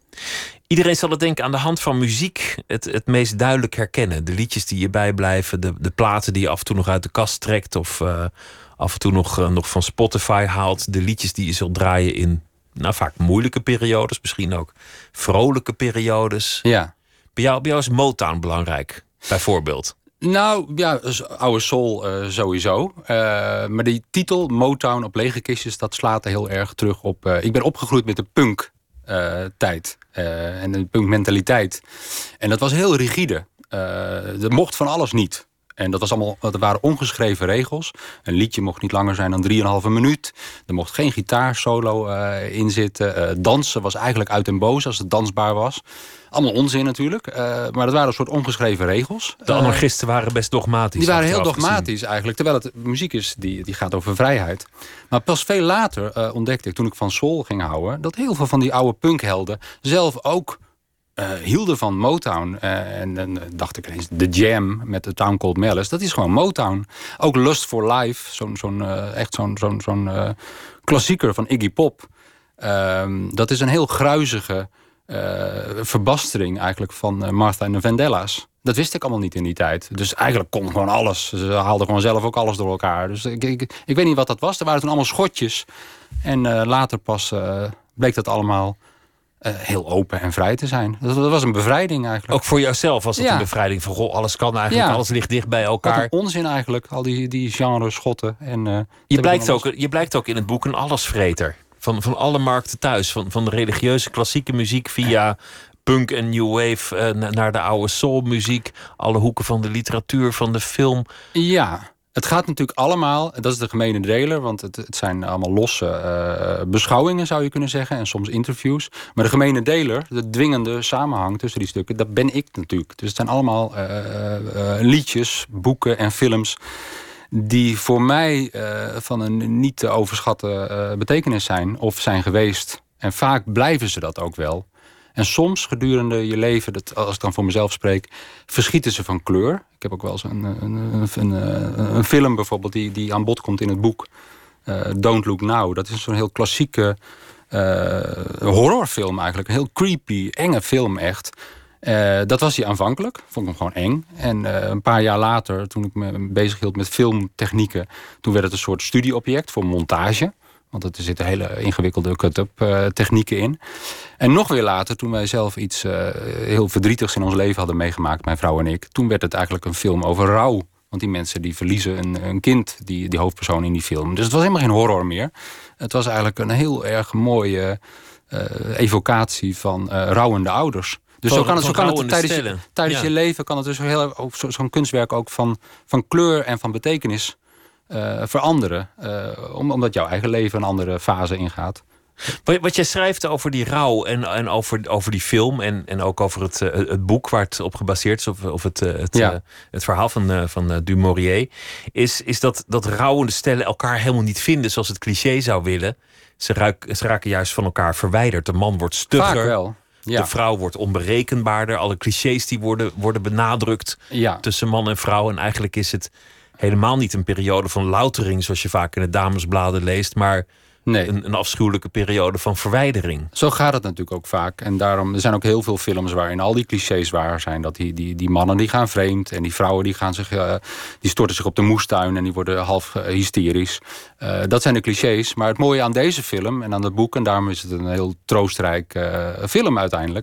Iedereen zal het denken aan de hand van muziek het, het meest duidelijk herkennen. De liedjes die je bijblijven, de, de platen die je af en toe nog uit de kast trekt... of uh, af en toe nog, uh, nog van Spotify haalt. De liedjes die je zult draaien in nou, vaak moeilijke periodes. Misschien ook vrolijke periodes. Ja. Bij jou, bij jou is Motown belangrijk, bijvoorbeeld. Nou, ja, oude soul uh, sowieso. Uh, maar die titel, Motown op lege kistjes... dat slaat er heel erg terug op... Uh, ik ben opgegroeid met de punk uh, tijd. Uh, en de punkmentaliteit. En dat was heel rigide. Uh, er mocht van alles niet. En dat was allemaal, dat waren ongeschreven regels. Een liedje mocht niet langer zijn dan drieënhalve minuut. Er mocht geen gitaarsolo uh, in zitten. Uh, dansen was eigenlijk uit en boos als het dansbaar was. Allemaal onzin natuurlijk. Uh, maar dat waren een soort ongeschreven regels. De anarchisten waren best dogmatisch. Die waren heel dogmatisch gezien. eigenlijk. Terwijl het muziek is, die, die gaat over vrijheid. Maar pas veel later uh, ontdekte ik, toen ik van soul ging houden... dat heel veel van die oude punkhelden zelf ook... Uh, hielden van Motown. Uh, en dan dacht ik ineens, The Jam met The Town Called Malice. Dat is gewoon Motown. Ook Lust for Life. Zo'n, zo'n, uh, echt zo'n, zo'n, zo'n uh, klassieker van Iggy Pop. Uh, dat is een heel gruizige uh, verbastering eigenlijk van uh, Martha en de Vandellas. Dat wist ik allemaal niet in die tijd. Dus eigenlijk kon gewoon alles. Ze haalden gewoon zelf ook alles door elkaar. Dus ik, ik, ik weet niet wat dat was. Er waren toen allemaal schotjes. En uh, later pas uh, bleek dat allemaal... Uh, heel open en vrij te zijn. Dat, dat was een bevrijding eigenlijk. Ook voor jouzelf was dat ja. een bevrijding van... Goh, alles kan eigenlijk, ja. alles ligt dicht bij elkaar. Wat een onzin eigenlijk, al die, die genres schotten. En, uh, je, blijkt ook, je blijkt ook in het boek een allesvreter. Van, van alle markten thuis. Van, van de religieuze klassieke muziek via punk en new wave... Uh, naar de oude soulmuziek. Alle hoeken van de literatuur, van de film. Ja. Het gaat natuurlijk allemaal, dat is de gemene deler... want het, het zijn allemaal losse uh, beschouwingen, zou je kunnen zeggen... en soms interviews. Maar de gemene deler, de dwingende samenhang tussen die stukken... dat ben ik natuurlijk. Dus het zijn allemaal uh, uh, liedjes, boeken en films... die voor mij uh, van een niet te overschatten uh, betekenis zijn... of zijn geweest. En vaak blijven ze dat ook wel... En soms gedurende je leven, dat, als ik dan voor mezelf spreek... verschieten ze van kleur. Ik heb ook wel eens een, een, een, een, een film bijvoorbeeld... Die, die aan bod komt in het boek. Uh, Don't Look Now. Dat is zo'n heel klassieke uh, horrorfilm eigenlijk. Een heel creepy, enge film echt. Uh, dat was hij aanvankelijk. Vond ik hem gewoon eng. En uh, een paar jaar later, toen ik me bezig hield met filmtechnieken... toen werd het een soort studieobject voor montage... Want er zitten hele ingewikkelde cut-up uh, technieken in. En nog weer later, toen wij zelf iets uh, heel verdrietigs in ons leven hadden meegemaakt, mijn vrouw en ik... toen werd het eigenlijk een film over rouw. Want die mensen die verliezen een, een kind, die, die hoofdpersoon in die film. Dus het was helemaal geen horror meer. Het was eigenlijk een heel erg mooie uh, evocatie van uh, rouwende ouders. Dus van, zo kan het, zo kan het tijdens, je, tijdens ja. je leven kan het dus heel, ook zo, zo'n kunstwerk ook van, van kleur en van betekenis... Uh, veranderen. Uh, omdat jouw eigen leven een andere fase ingaat. Wat, wat jij schrijft over die rouw en, en over, over die film... En, en ook over het, uh, het boek waar het op gebaseerd is... of, of het, uh, het, ja. uh, het verhaal van, uh, van uh, Du Maurier... is, is dat, dat rouwende stellen elkaar helemaal niet vinden... zoals het cliché zou willen. Ze, ruik, ze raken juist van elkaar verwijderd. De man wordt stugger. Vaak wel. Ja. De vrouw wordt onberekenbaarder. Alle clichés die worden, worden benadrukt ja. tussen man en vrouw. En eigenlijk is het... helemaal niet een periode van loutering... zoals je vaak in de damesbladen leest... maar nee. een, een afschuwelijke periode van verwijdering. Zo gaat het natuurlijk ook vaak. En daarom, er zijn ook heel veel films waarin al die clichés waar zijn. Dat die, die, die mannen die gaan vreemd... en die vrouwen die, gaan zich, uh, die storten zich op de moestuin... en die worden half uh, hysterisch. Uh, dat zijn de clichés. Maar het mooie aan deze film en aan het boek... en daarom is het een heel troostrijk uh, film uiteindelijk...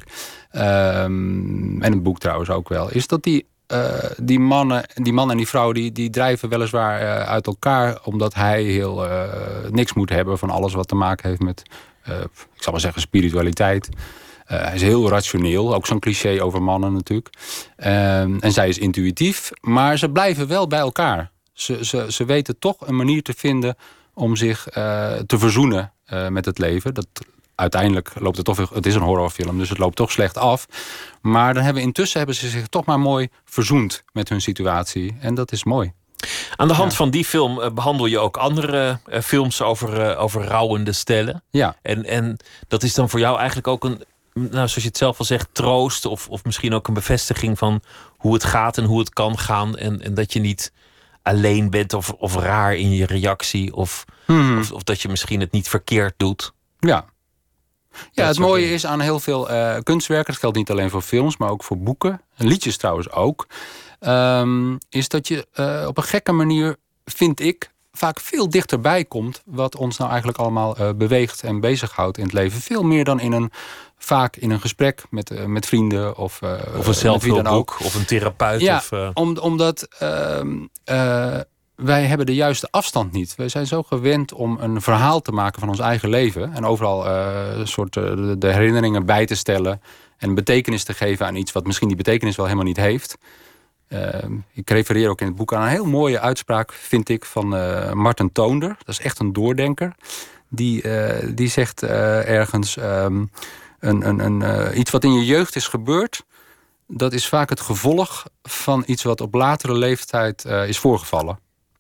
Um, en het boek trouwens ook wel... is dat die... Uh, die, mannen, die man en die vrouw die, die drijven weliswaar uh, uit elkaar... omdat hij heel uh, niks moet hebben van alles wat te maken heeft met... Uh, ik zal maar zeggen spiritualiteit. Uh, hij is heel rationeel, ook zo'n cliché over mannen natuurlijk. Uh, en zij is intuïtief, maar ze blijven wel bij elkaar. Ze, ze, ze weten toch een manier te vinden om zich uh, te verzoenen uh, met het leven... Dat, uiteindelijk loopt het toch... Het is een horrorfilm, dus het loopt toch slecht af. Maar dan hebben intussen hebben ze zich toch maar mooi verzoend met hun situatie. En dat is mooi. Aan de hand ja. van die film uh, behandel je ook andere uh, films over, uh, over rouwende stellen. Ja. En, en dat is dan voor jou eigenlijk ook een... nou, zoals je het zelf al zegt, troost... of, of misschien ook een bevestiging van hoe het gaat en hoe het kan gaan... en, en dat je niet alleen bent of, of raar in je reactie... Of, hmm. of, of dat je misschien het niet verkeerd doet. Ja. Ja, het soort mooie dingen. is aan heel veel uh, kunstwerken, dat geldt niet alleen voor films, maar ook voor boeken, en liedjes trouwens ook, um, is dat je uh, op een gekke manier, vind ik, vaak veel dichterbij komt wat ons nou eigenlijk allemaal uh, beweegt en bezighoudt in het leven. Veel meer dan in een, vaak in een gesprek met, uh, met vrienden of, uh, Of een zelfhulpboek, of een therapeut. Ja, of, uh... om, omdat uh, uh, wij hebben de juiste afstand niet. We zijn zo gewend om een verhaal te maken van ons eigen leven. En overal uh, een soort, uh, de, de herinneringen bij te stellen. En een betekenis te geven aan iets wat misschien die betekenis wel helemaal niet heeft. Uh, ik refereer ook in het boek aan een heel mooie uitspraak, vind ik, van uh, Marten Toonder. Dat is echt een doordenker. Die, uh, die zegt uh, ergens, um, een, een, een, uh, iets wat in je jeugd is gebeurd, dat is vaak het gevolg van iets wat op latere leeftijd uh, is voorgevallen.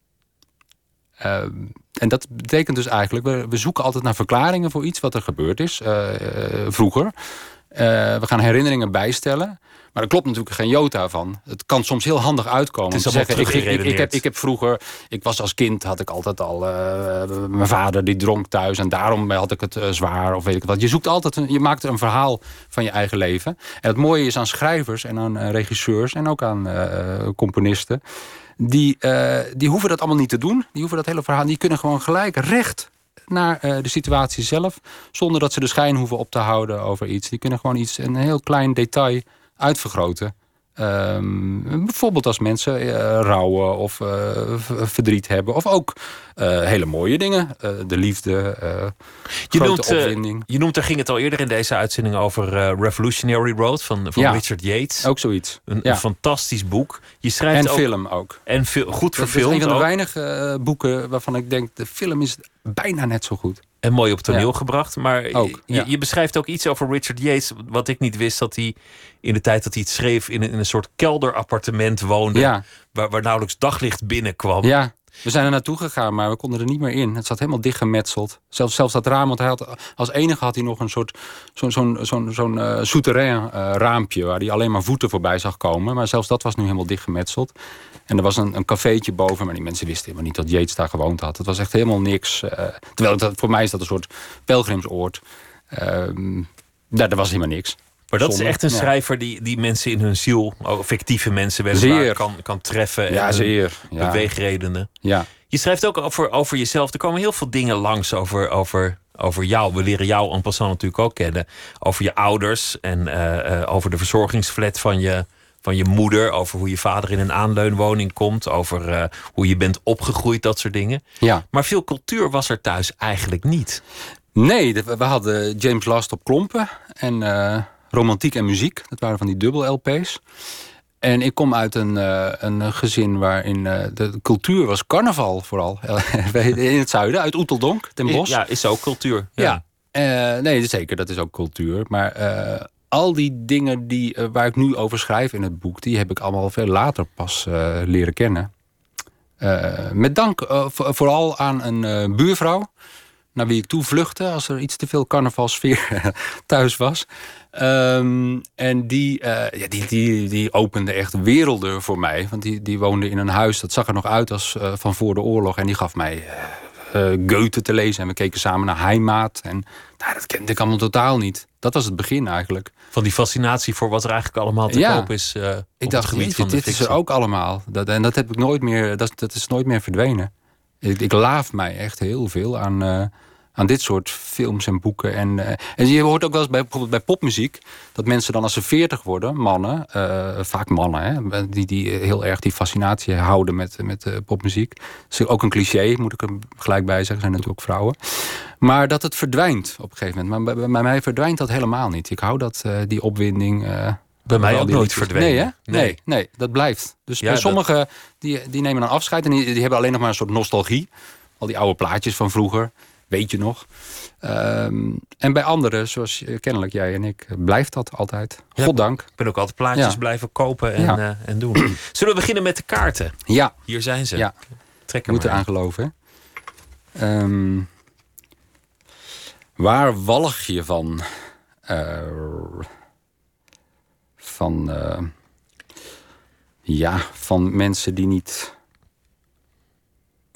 Uh, en dat betekent dus eigenlijk, we, we zoeken altijd naar verklaringen voor iets wat er gebeurd is uh, uh, vroeger. Uh, we gaan herinneringen bijstellen. Maar er klopt natuurlijk geen jota van. Het kan soms heel handig uitkomen. Het is om te zeggen, ik, ik, ik, heb, ik heb vroeger, ik was als kind, had ik altijd al, uh, mijn vader die dronk thuis en daarom had ik het uh, zwaar of weet ik wat. Je zoekt altijd, een, je maakt een verhaal van je eigen leven. En het mooie is aan schrijvers en aan uh, regisseurs en ook aan uh, componisten. Die, uh, die hoeven dat allemaal niet te doen. Die hoeven dat hele verhaal, die kunnen gewoon gelijk recht naar uh, de situatie zelf, zonder dat ze de schijn hoeven op te houden over iets. Die kunnen gewoon iets, een heel klein detail uitvergroten. Um, bijvoorbeeld als mensen uh, rouwen of uh, verdriet hebben. Of ook uh, hele mooie dingen. Uh, de liefde, uh, je grote noemt, opwinding. Uh, je noemt, daar ging het al eerder in deze uitzending over uh, Revolutionary Road van, van ja, Richard Yates. Ook zoiets. Een, ja. een fantastisch boek. Je schrijft en ook, film ook. En veel, goed dat verfilmd. Dat is een van de ook. weinige uh, boeken waarvan ik denk, de film is bijna net zo goed. En mooi op toneel ja. gebracht. Maar ook, je, ja. je beschrijft ook iets over Richard Yates, wat ik niet wist, dat hij in de tijd dat hij het schreef in een, in een soort kelderappartement woonde, ja. waar, waar nauwelijks daglicht binnenkwam. Ja, we zijn er naartoe gegaan, maar we konden er niet meer in. Het zat helemaal dichtgemetseld. Zelfs, zelfs dat raam, want hij had, als enige had hij nog een soort zo'n zo'n zo'n zo'n uh, souterrain uh, raampje, waar hij alleen maar voeten voorbij zag komen. Maar zelfs dat was nu helemaal dichtgemetseld. En er was een, een cafeetje boven, maar die mensen wisten helemaal niet dat Yates daar gewoond had. Het was echt helemaal niks. Uh, terwijl het, voor mij is dat een soort pelgrimsoord. Uh, daar, er was helemaal niks. Maar dat Zonde. is echt een ja. schrijver die, die mensen in hun ziel, fictieve mensen weliswaar, kan, kan treffen. Ja, en zeer. Ja. Beweegredenen. Ja. Je schrijft ook over, over jezelf. Er komen heel veel dingen langs over, over, over jou. We leren jou en passant natuurlijk ook kennen. Over je ouders en uh, uh, over de verzorgingsflat van je, van je moeder. Over hoe je vader in een aanleunwoning komt. Over uh, hoe je bent opgegroeid, dat soort dingen. Ja. Maar veel cultuur was er thuis eigenlijk niet. Nee, we hadden James Last op klompen en uh, romantiek en muziek. Dat waren van die dubbel L P's. En ik kom uit een, uh, een gezin waarin uh, de cultuur was carnaval vooral. In het zuiden, uit Oeteldonk, Den Bosch. Ja, is ook cultuur. Ja, ja. Uh, nee, zeker, dat is ook cultuur. Maar uh, al die dingen die, uh, waar ik nu over schrijf in het boek, die heb ik allemaal veel later pas uh, leren kennen. Uh, met dank uh, voor, vooral aan een uh, buurvrouw, naar wie ik toe vluchtte als er iets te veel carnavalsfeer thuis was. Um, en die, uh, ja, die, die, die opende echt werelden voor mij. Want die, die woonde in een huis, dat zag er nog uit als uh, van voor de oorlog. En die gaf mij uh, uh, Goethe te lezen. En we keken samen naar Heimaat. En nou, dat kende ik allemaal totaal niet. Dat was het begin eigenlijk. Van die fascinatie voor wat er eigenlijk allemaal te ja. koop is uh, op ik dacht, het gebied jeetje, van de dit fictie. is er ook allemaal. Dat, en dat heb ik nooit meer, dat, dat is nooit meer verdwenen. Ik, ik laaf mij echt heel veel aan... Uh, aan dit soort films en boeken. En, uh, en je hoort ook wel eens bij, bijvoorbeeld bij popmuziek, dat mensen dan als ze veertig worden, mannen, uh, vaak mannen, hè, die, die heel erg die fascinatie houden met, met uh, popmuziek. Dat is ook een cliché, moet ik er gelijk bij zeggen. Er zijn natuurlijk ook vrouwen. Maar dat het verdwijnt op een gegeven moment. Maar bij, bij mij verdwijnt dat helemaal niet. Ik hou dat, uh, die opwinding... Uh, Bij mij ook nooit verdwenen. Nee, hè? Nee. nee, nee, dat blijft. Dus Ja, bij sommigen, dat... die, die nemen dan afscheid en die, die hebben alleen nog maar een soort nostalgie. Al die oude plaatjes van vroeger. Weet je nog? Um, en bij anderen, zoals uh, kennelijk jij en ik, blijft dat altijd. Ja, Goddank. Ik ben ook altijd plaatjes ja. blijven kopen en, ja. uh, en doen. Zullen we beginnen met de kaarten? Ja. Hier zijn ze. Ja. Trek er Moet maar eraan geloven. Um, waar walg je van? Uh, van... Uh, ja, van mensen die niet...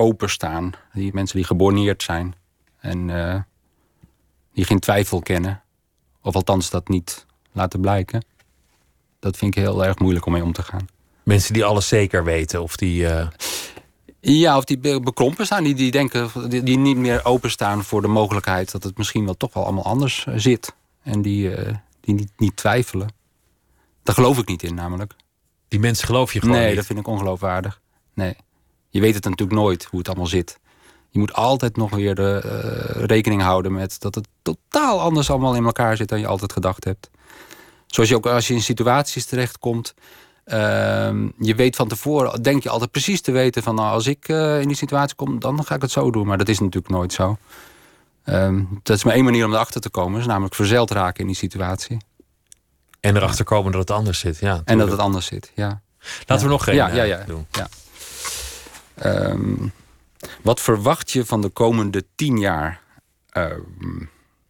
openstaan. Die mensen die geborneerd zijn. En uh, die geen twijfel kennen. Of althans dat niet laten blijken. Dat vind ik heel erg moeilijk om mee om te gaan. Mensen die alles zeker weten of die... Uh... Ja, of die bekrompen staan. Die, die denken, die, die niet meer openstaan voor de mogelijkheid dat het misschien wel toch wel allemaal anders zit. En die, uh, die niet, niet twijfelen. Daar geloof ik niet in namelijk. Die mensen geloof je gewoon nee, niet? Dat vind ik ongeloofwaardig. Nee. Je weet het natuurlijk nooit hoe het allemaal zit. Je moet altijd nog weer de uh, rekening houden met dat het totaal anders allemaal in elkaar zit dan je altijd gedacht hebt. Zoals je ook als je in situaties terechtkomt. Uh, je weet van tevoren, denk je altijd precies te weten van nou, als ik uh, in die situatie kom, dan ga ik het zo doen. Maar dat is natuurlijk nooit zo. Um, dat is maar één manier om erachter te komen. Is namelijk verzeild raken in die situatie. En erachter komen dat het anders zit. Ja, tuurlijk. En dat het anders zit, ja. Laten ja. we nog geen ja, ja, ja, doen. Ja. Um, wat verwacht je van de komende tien jaar? Um,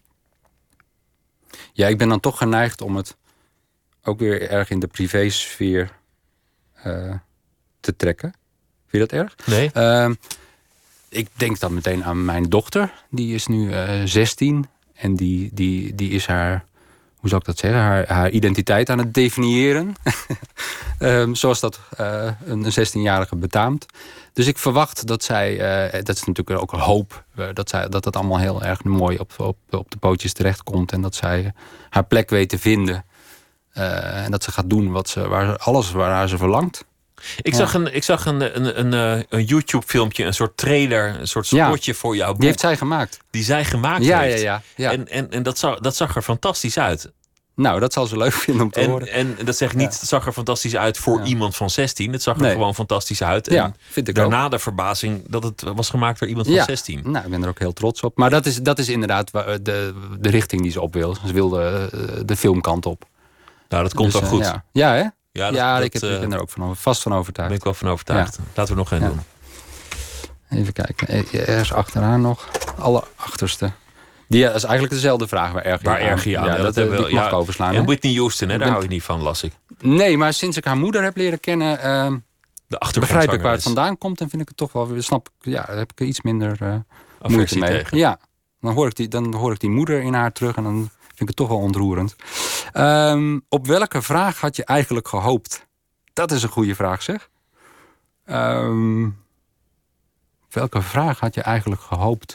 ja, ik ben dan toch geneigd om het ook weer erg in de privésfeer uh, te trekken. Vind je dat erg? Nee. Uh, ik denk dan meteen aan mijn dochter. Die is nu uh, zestien. En die, die, die is haar, hoe zou ik dat zeggen, haar, haar identiteit aan het definiëren. um, zoals dat uh, een zestienjarige betaamt. Dus ik verwacht dat zij, uh, dat is natuurlijk ook een hoop, uh, dat zij, dat het allemaal heel erg mooi op, op, op de pootjes terechtkomt. En dat zij haar plek weet te vinden. Uh, en dat ze gaat doen wat ze, waar, alles waar ze verlangt. Ik zag, ja. een, ik zag een, een, een, een YouTube-filmpje, een soort trailer, een soort spotje ja, voor jouw boek. Die heeft zij gemaakt. Die zij gemaakt ja, heeft. Ja, ja, ja. En, en, en dat, zag, dat zag er fantastisch uit. Nou, dat zal ze leuk vinden om te en, horen. En dat zeg ik niet, het zag er fantastisch uit voor ja. iemand van zestien. Het zag er nee. gewoon fantastisch uit. En ja, vind ik daarna ook. de verbazing dat het was gemaakt door iemand van ja. zestien. Nou, ik ben er ook heel trots op. Maar dat is, dat is inderdaad de, de richting die ze op wil. Ze wil de, de filmkant op. Nou, dat komt dus, wel goed. Ja, ja hè? Ja, dat, ja dat, ik, heb, ik ben er ook van, vast van overtuigd. Ben ik wel van overtuigd. Ja. Laten we nog geen ja. doen. Even kijken. Ergens achteraan nog. Allerachterste. Die is eigenlijk dezelfde vraag. Waar erg je waar erg je aan? Ja, ja, dat, dat dat wel, mag ik ja, overslaan. En Whitney Houston, hè, daar ben, hou je niet van, las ik. Nee, maar sinds ik haar moeder heb leren kennen... Uh, de begrijp ik waar het vandaan komt. En vind ik het toch wel... Snap, ja, daar heb ik iets minder uh, moeite mee. Tegen. Ja, dan hoor, ik die, dan hoor ik die moeder in haar terug. En dan vind ik het toch wel ontroerend. Um, op welke vraag had je eigenlijk gehoopt? Dat is een goede vraag, zeg. Um, welke vraag had je eigenlijk gehoopt?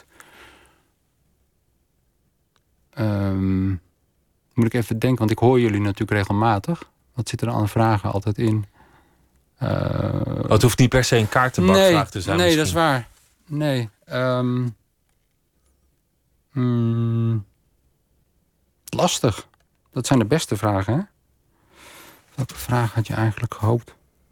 Um, moet ik even denken, want ik hoor jullie natuurlijk regelmatig. Wat zit er aan vragen altijd in? Uh, oh, het hoeft niet per se een kaartenbakvraag nee, te zijn. Nee, misschien. Dat is waar. Nee. Um, mm, lastig. Dat zijn de beste vragen, hè? Welke vraag had je eigenlijk gehoopt?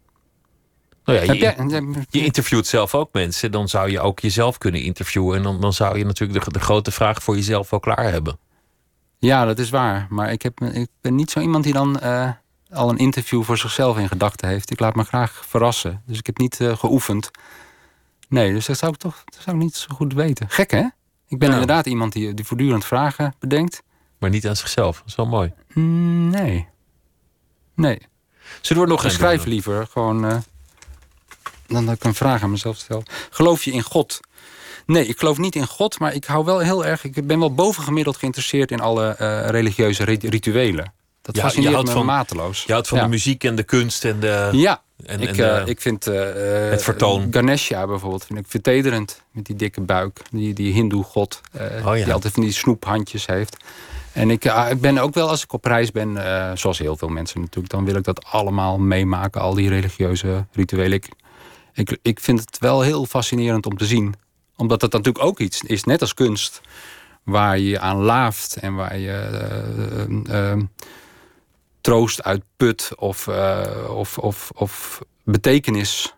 Nou ja, je, je interviewt zelf ook mensen. Dan zou je ook jezelf kunnen interviewen. En dan, dan zou je natuurlijk de, de grote vraag voor jezelf wel klaar hebben. Ja, dat is waar. Maar ik, heb, ik ben niet zo iemand die dan uh, al een interview voor zichzelf in gedachten heeft. Ik laat me graag verrassen. Dus ik heb niet uh, geoefend. Nee, dus dat zou ik toch dat zou ik niet zo goed weten. Gek, hè? Ik ben ja. inderdaad iemand die, die voortdurend vragen bedenkt. Maar niet aan zichzelf. Dat is wel mooi. Mm, nee. Nee. Zullen we nog ik schrijf doen? liever gewoon... Uh, dan dat ik een vraag aan mezelf stel. Geloof je in God? Nee, ik geloof niet in God, maar ik hou wel heel erg... Ik ben wel bovengemiddeld geïnteresseerd in alle uh, religieuze rituelen. Dat ja, fascineert me van, mateloos. Je houdt van ja. de muziek en de kunst en de... Ja, en, ik, en de, uh, ik vind... Uh, het vertoon. Ganesha bijvoorbeeld vind ik vertederend. Met die dikke buik. Die, die hindoe-god. Uh, oh, ja. Die altijd van die snoephandjes heeft. En ik, uh, ik ben ook wel, als ik op reis ben... Uh, zoals heel veel mensen natuurlijk... dan wil ik dat allemaal meemaken. Al die religieuze rituelen. Ik, Ik, ik vind het wel heel fascinerend om te zien. Omdat het natuurlijk ook iets is, net als kunst... waar je aan laaft en waar je uh, uh, troost uit put... Of, uh, of, of, of betekenis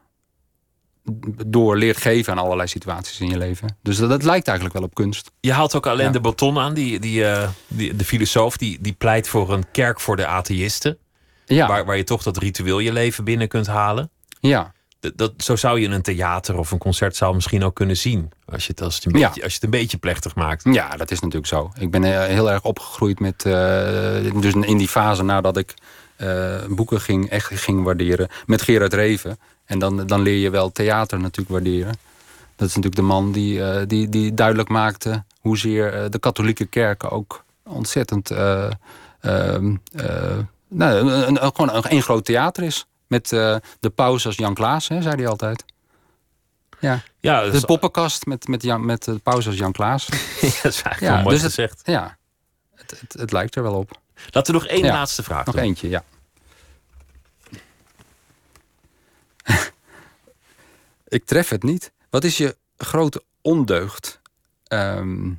door leert geven aan allerlei situaties in je leven. Dus dat, dat lijkt eigenlijk wel op kunst. Je haalt ook Alain ja. de Botton aan, die, die, uh, die, de filosoof... Die, die pleit voor een kerk voor de atheïsten. Ja. Waar, waar je toch dat ritueel je leven binnen kunt halen. Ja. Dat, zo zou je een theater of een concertzaal misschien ook kunnen zien. Als je het, als het, een, beetje, ja. als je het een beetje plechtig maakt. Ja, dat is natuurlijk zo. Ik ben heel erg opgegroeid met... Uh, dus in die fase nadat ik uh, boeken ging, echt ging waarderen. Met Gerard Reven. En dan, dan leer je wel theater natuurlijk waarderen. Dat is natuurlijk de man die, uh, die, die duidelijk maakte... hoezeer uh, de katholieke kerk ook ontzettend... Uh, uh, uh, nou, een, een, gewoon een, een groot theater is. Met uh, de paus als Jan Klaas, hè, zei hij altijd. Ja, ja de dus... poppenkast met, met, Jan, met de paus als Jan Klaas. Ja, dat is eigenlijk ja, wel mooi dus gezegd. Het, ja, het, het, het lijkt er wel op. Laten we nog één ja, laatste vraag nog doen. Nog eentje, ja. Ik tref het niet. Wat is je grote ondeugd? Um,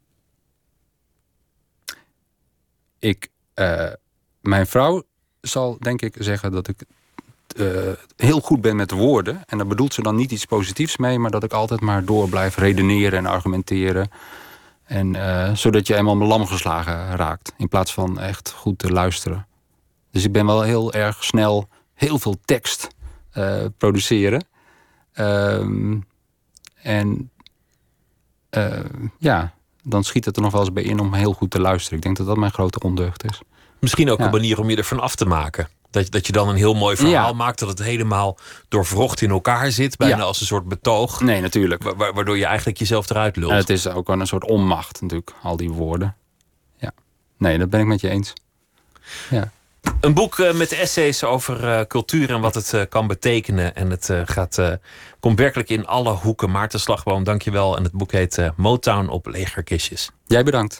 ik, uh, mijn vrouw zal denk ik zeggen dat ik uh, heel goed ben met woorden. En daar bedoelt ze dan niet iets positiefs mee, maar dat ik altijd maar door blijf redeneren en argumenteren. En, uh, zodat je eenmaal lam geslagen raakt. In plaats van echt goed te luisteren. Dus ik ben wel heel erg snel heel veel tekst uh, produceren. Um, en uh, ja, dan schiet het er nog wel eens bij in om heel goed te luisteren. Ik denk dat dat mijn grote ondeugd is. Misschien ook ja. een manier om je ervan af te maken. Dat, dat je dan een heel mooi verhaal ja. maakt. Dat het helemaal doorwrocht in elkaar zit. Bijna ja. als een soort betoog. Nee, natuurlijk. Wa- waardoor je eigenlijk jezelf eruit lult. En het is ook een soort onmacht natuurlijk, al die woorden. Ja. Nee, dat ben ik met je eens. Ja. Een boek uh, met essays over uh, cultuur en wat het uh, kan betekenen. En het uh, gaat, uh, komt werkelijk in alle hoeken. Maarten Slagboom, dank je wel. En het boek heet uh, Motown op legerkistjes. Jij bedankt.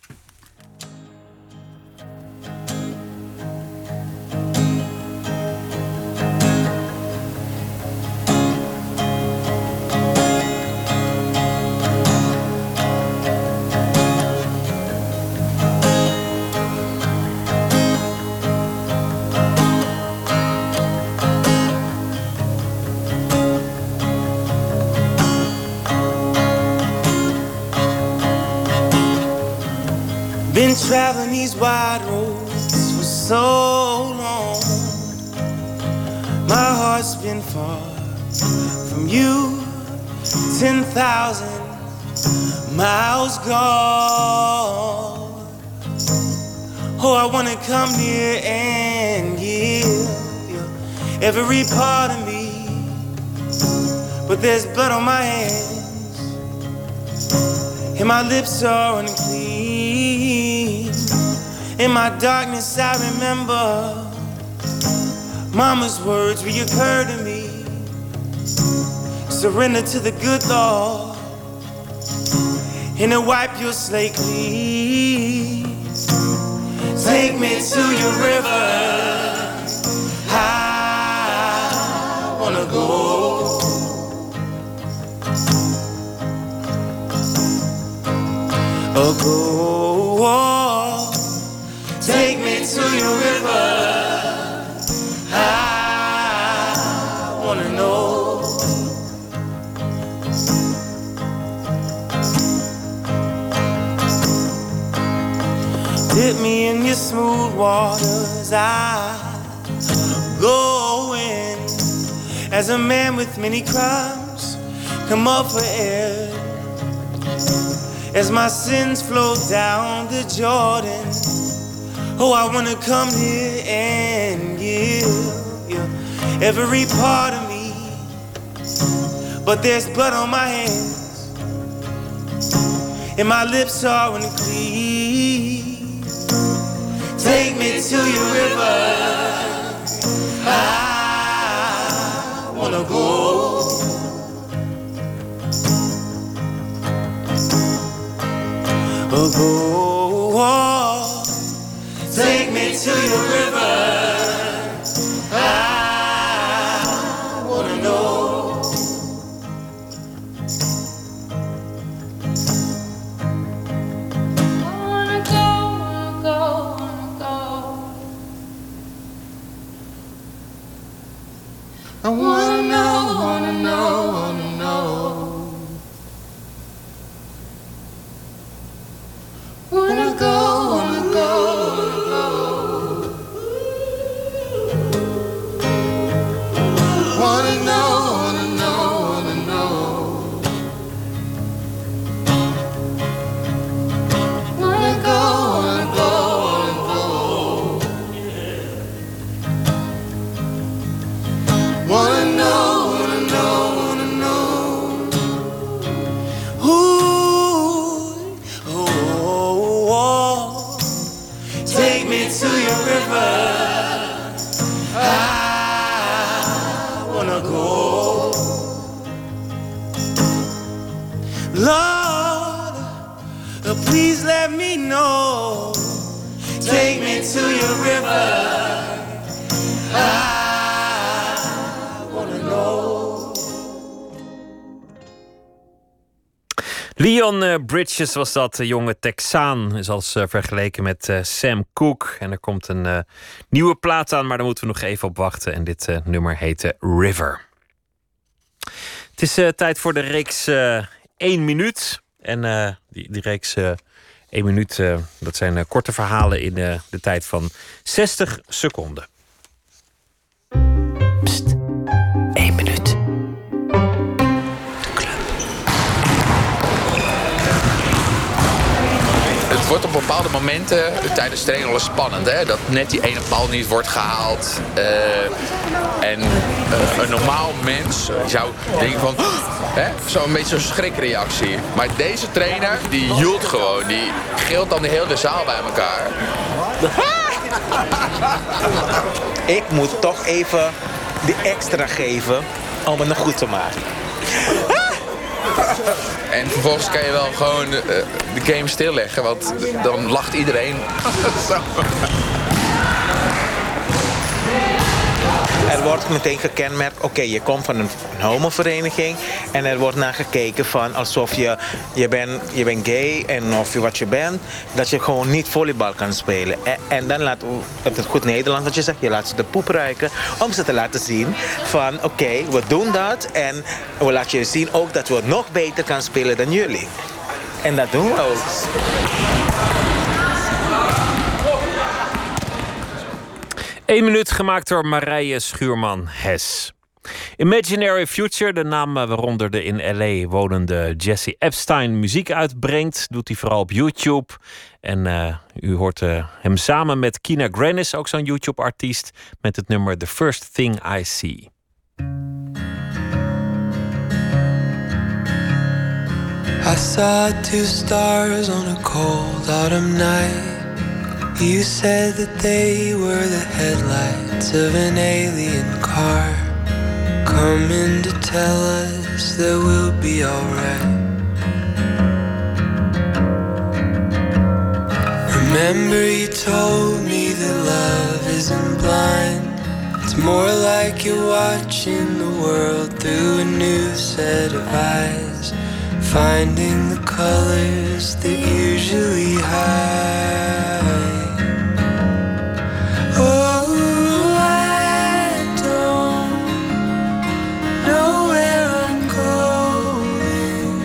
Been traveling these wide roads for so long. My heart's been far from you, ten thousand miles gone. Oh, I wanna come near and give you every part of me, but there's blood on my hands and my lips are unclean. In my darkness I remember Mama's words reoccur to me. Surrender to the good Lord and to wipe your slate clean. Take me to your river, I wanna go. Oh, go, oh, take me to your river, I wanna know. Dip me in your smooth waters, I go in. As a man with many crimes, come up for air. As my sins flow down the Jordan, oh, I wanna come here and give you every part of me, but there's blood on my hands and my lips are unclean. Take me to your river, I wanna go. Oh, go, oh, take me to your river, I wanna know. I wanna go, wanna go, wanna go. I wanna know, wanna know, wanna know. Wanna go, wanna go, wanna go. Lord, uh, please let me know. Take me to your river. I wanna know. Leon uh, Bridges was dat, de jonge Texaan. Is als uh, vergeleken met uh, Sam Cooke. En er komt een uh, nieuwe plaat aan, maar daar moeten we nog even op wachten. En dit uh, nummer heette River. Het is uh, tijd voor de reeks uh, één minuut. En uh, die, die reeks uh, één minuut, uh, dat zijn uh, korte verhalen in uh, de tijd van zestig seconden. Pst, één minuut. Het wordt op bepaalde momenten tijdens training wel spannend. Hè? Dat net die ene bal niet wordt gehaald. Uh, en uh, een normaal mens zou denken van... Zo'n beetje zo'n schrikreactie. Maar deze trainer, die hield gewoon. Die gilt dan de hele zaal bij elkaar. Ik moet toch even die extra geven om het nog goed te maken. En vervolgens kan je wel gewoon de, de game stilleggen, want dan lacht iedereen. Er wordt meteen gekenmerkt, oké, okay, je komt van een, een homovereniging en er wordt naar gekeken van alsof je, je bent je bent gay en of je wat je bent, dat je gewoon niet volleybal kan spelen. En, en dan laat het is goed Nederlands wat je zegt, je laat ze de poep ruiken om ze te laten zien van oké, okay, we doen dat en we laten je zien ook dat we nog beter kan spelen dan jullie. En dat doen we ook. Eén minuut gemaakt door Marije Schuurman-Hes. Imaginary Future, de naam waaronder de in L A wonende Jesse Epstein muziek uitbrengt, doet hij vooral op YouTube. En uh, u hoort uh, hem samen met Kina Grannis, ook zo'n YouTube-artiest, met het nummer The First Thing I See. I saw two stars on a cold autumn night. You said that they were the headlights of an alien car, coming to tell us that we'll be alright. Remember you told me that love isn't blind. It's more like you're watching the world through a new set of eyes, finding the colors that usually hide. Oh, I don't know where I'm going.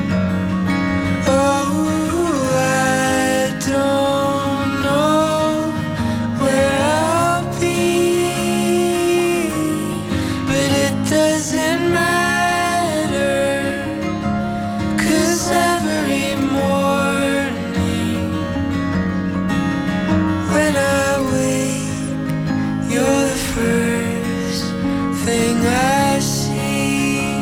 Oh, I don't know where I'll be, but it doesn't matter, 'cause every morning when I wake, you're the first thing I see.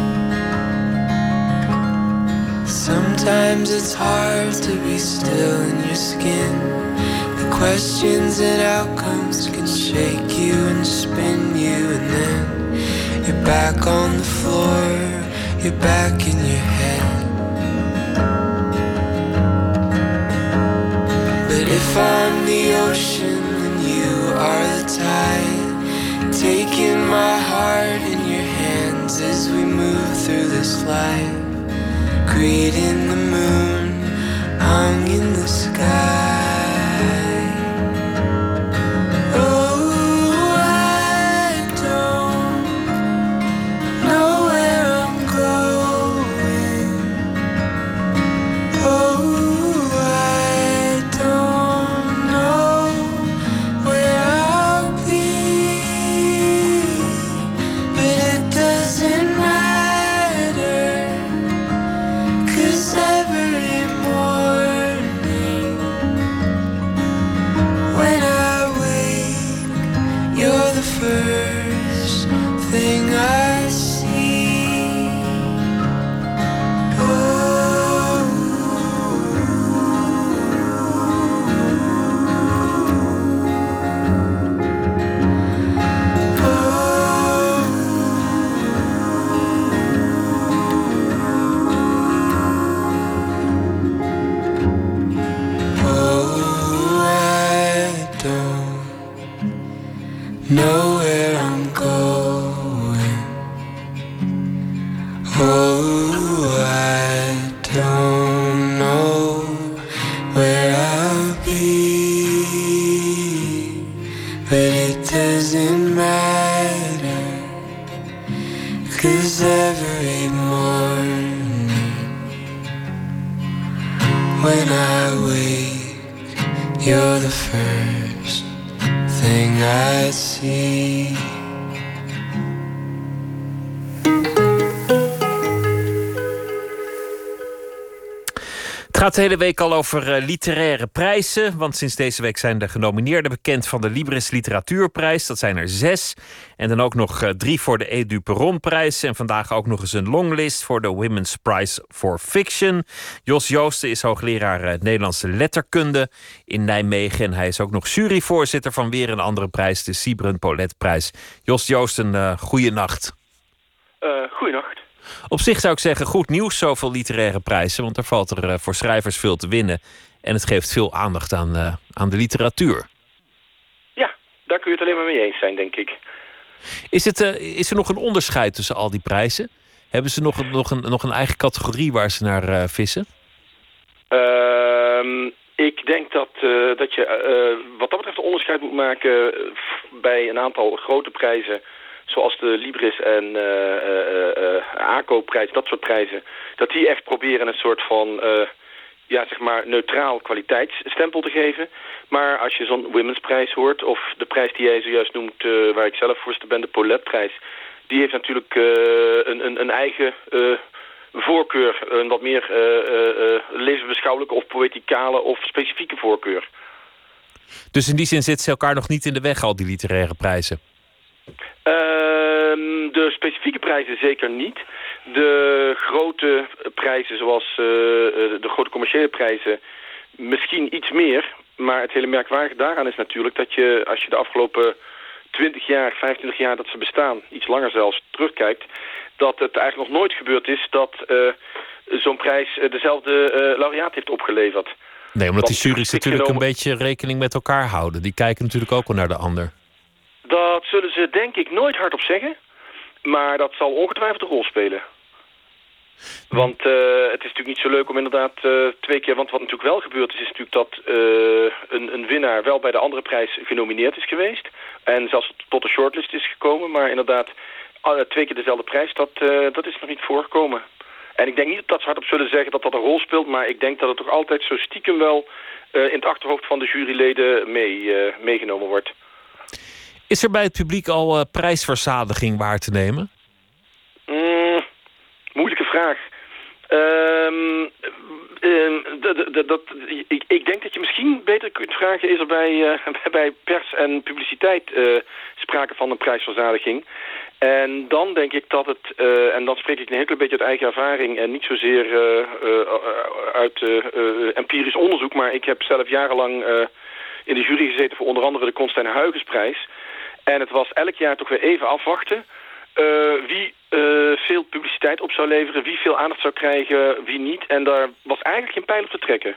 Sometimes it's hard to be still in your skin. The questions and outcomes can shake you and spin you, and then you're back on the floor, you're back in your head. But if I'm the ocean, then you are the tide, taking my heart in your hands as we move through this life, greeting the moon hung in the sky. Oh, I don't know where I'm going. Oh, I don't know where I'll be, but it doesn't matter, 'cause every morning When I wake, you're the first thing I see. Het gaat de hele week al over uh, literaire prijzen. Want sinds deze week zijn de genomineerden bekend van de Libris Literatuurprijs. Dat zijn er zes. En dan ook nog uh, drie voor de Edu Perronprijs. En vandaag ook nog eens een longlist voor de Women's Prize for Fiction. Jos Joosten is hoogleraar uh, Nederlandse letterkunde in Nijmegen. En hij is ook nog juryvoorzitter van weer een andere prijs, de Sybren Pauletprijs. Jos Joosten, uh, goeienacht. Uh, goeienacht. Op zich zou ik zeggen, goed nieuws, zoveel literaire prijzen. Want er valt er uh, voor schrijvers veel te winnen. En het geeft veel aandacht aan, uh, aan de literatuur. Ja, daar kun je het alleen maar mee eens zijn, denk ik. Is, het, uh, is er nog een onderscheid tussen al die prijzen? Hebben ze nog een, nog een, nog een eigen categorie waar ze naar uh, vissen? Uh, ik denk dat, uh, dat je uh, wat dat betreft een onderscheid moet maken bij een aantal grote prijzen, zoals de Libris en uh, uh, uh, A C O-prijs, dat soort prijzen, dat die echt proberen een soort van uh, ja, zeg maar neutraal kwaliteitsstempel te geven. Maar als je zo'n Women's prijs hoort, of de prijs die jij zojuist noemt, uh, waar ik zelf voorzitter ben, de Pauletprijs, die heeft natuurlijk uh, een, een, een eigen uh, voorkeur, een wat meer uh, uh, uh, levensbeschouwelijke of poëticale of specifieke voorkeur. Dus in die zin zitten ze elkaar nog niet in de weg, al die literaire prijzen? Uh, de specifieke prijzen zeker niet. De grote prijzen, zoals uh, de grote commerciële prijzen, misschien iets meer. Maar het hele merkwaardige daaraan is natuurlijk dat je, als je de afgelopen twintig jaar, vijfentwintig jaar dat ze bestaan, iets langer zelfs, terugkijkt, dat het eigenlijk nog nooit gebeurd is dat uh, zo'n prijs uh, dezelfde uh, laureaat heeft opgeleverd. Nee, omdat Want die jury's natuurlijk genomen, een beetje rekening met elkaar houden. Die kijken natuurlijk ook wel naar de ander. Dat zullen ze denk ik nooit hardop zeggen. Maar dat zal ongetwijfeld een rol spelen. Want uh, het is natuurlijk niet zo leuk om inderdaad uh, twee keer... Want wat natuurlijk wel gebeurd is, is natuurlijk dat uh, een, een winnaar wel bij de andere prijs genomineerd is geweest. En zelfs tot de shortlist is gekomen. Maar inderdaad, uh, twee keer dezelfde prijs, dat, uh, dat is nog niet voorgekomen. En ik denk niet dat ze hardop zullen zeggen dat dat een rol speelt. Maar ik denk dat het toch altijd zo stiekem wel uh, in het achterhoofd van de juryleden mee, uh, meegenomen wordt. Is er bij het publiek al uh, prijsverzadiging waar te nemen? Mm, moeilijke vraag. Um, um, dat, dat, dat, ik, ik denk dat je misschien beter kunt vragen, is er bij, uh, bij pers en publiciteit uh, sprake van een prijsverzadiging. En dan denk ik dat het, uh, en dan spreek ik een heel klein beetje uit eigen ervaring en niet zozeer uh, uh, uit uh, uh, empirisch onderzoek, maar ik heb zelf jarenlang uh, in de jury gezeten voor onder andere de Constijn Huygensprijs. En het was elk jaar toch weer even afwachten uh, wie uh, veel publiciteit op zou leveren, wie veel aandacht zou krijgen, wie niet. En daar was eigenlijk geen pijl op te trekken.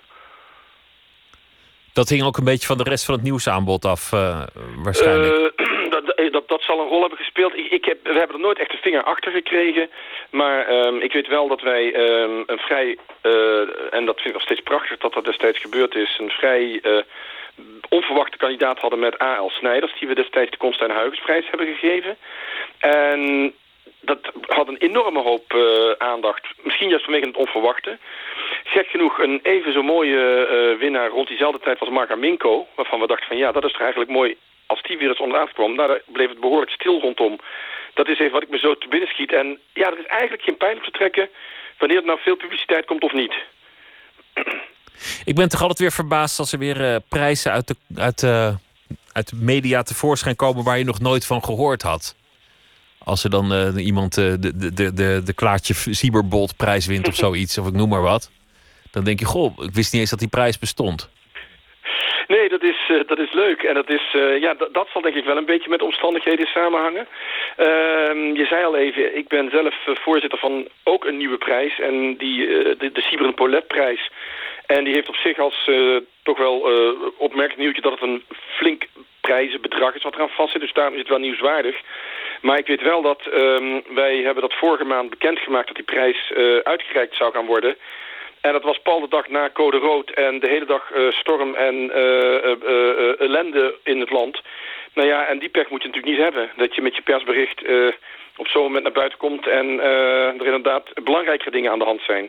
Dat hing ook een beetje van de rest van het nieuwsaanbod af, uh, waarschijnlijk. Uh, dat, dat, dat zal een rol hebben gespeeld. Ik, ik heb, we hebben er nooit echt een vinger achter gekregen. Maar um, ik weet wel dat wij um, een vrij, uh, en dat vind ik nog steeds prachtig dat dat destijds gebeurd is, een vrij uh, onverwachte kandidaat hadden met A L Snijders, die we destijds de Constijn Huygensprijs hebben gegeven. En dat had een enorme hoop uh, aandacht. Misschien juist vanwege het onverwachte. Gek genoeg, een even zo mooie uh, winnaar rond diezelfde tijd was Marga Minko, waarvan we dachten van ja, dat is toch eigenlijk mooi als die weer eens onderaan kwam. Nou, daar bleef het behoorlijk stil rondom. Dat is even wat ik me zo te binnen schiet. En ja, er is eigenlijk geen pijl op te trekken wanneer er nou veel publiciteit komt of niet. Ik ben toch altijd weer verbaasd als er weer uh, prijzen uit de, uit, uh, uit de media tevoorschijn komen waar je nog nooit van gehoord had. Als er dan uh, iemand uh, de, de, de, de, de Klaartje Sieberbold prijs wint of zoiets, of ik noem maar wat. Dan denk je, goh, ik wist niet eens dat die prijs bestond. Nee, dat is, uh, dat is leuk. En dat, is, uh, ja, dat, dat zal denk ik wel een beetje met omstandigheden samenhangen. Uh, je zei al even, ik ben zelf uh, voorzitter van ook een nieuwe prijs. En die, uh, de, de Sybren Pauletprijs. En die heeft op zich als uh, toch wel uh, opmerkelijk nieuwtje dat het een flink prijzenbedrag is wat eraan vastzit. Dus daarom is het wel nieuwswaardig. Maar ik weet wel dat um, wij hebben dat vorige maand bekendgemaakt dat die prijs uh, uitgereikt zou gaan worden. En dat was pal de dag na Code Rood en de hele dag uh, storm en uh, uh, uh, ellende in het land. Nou ja, en die pech moet je natuurlijk niet hebben. Dat je met je persbericht uh, op zo'n moment naar buiten komt en uh, er inderdaad belangrijkere dingen aan de hand zijn.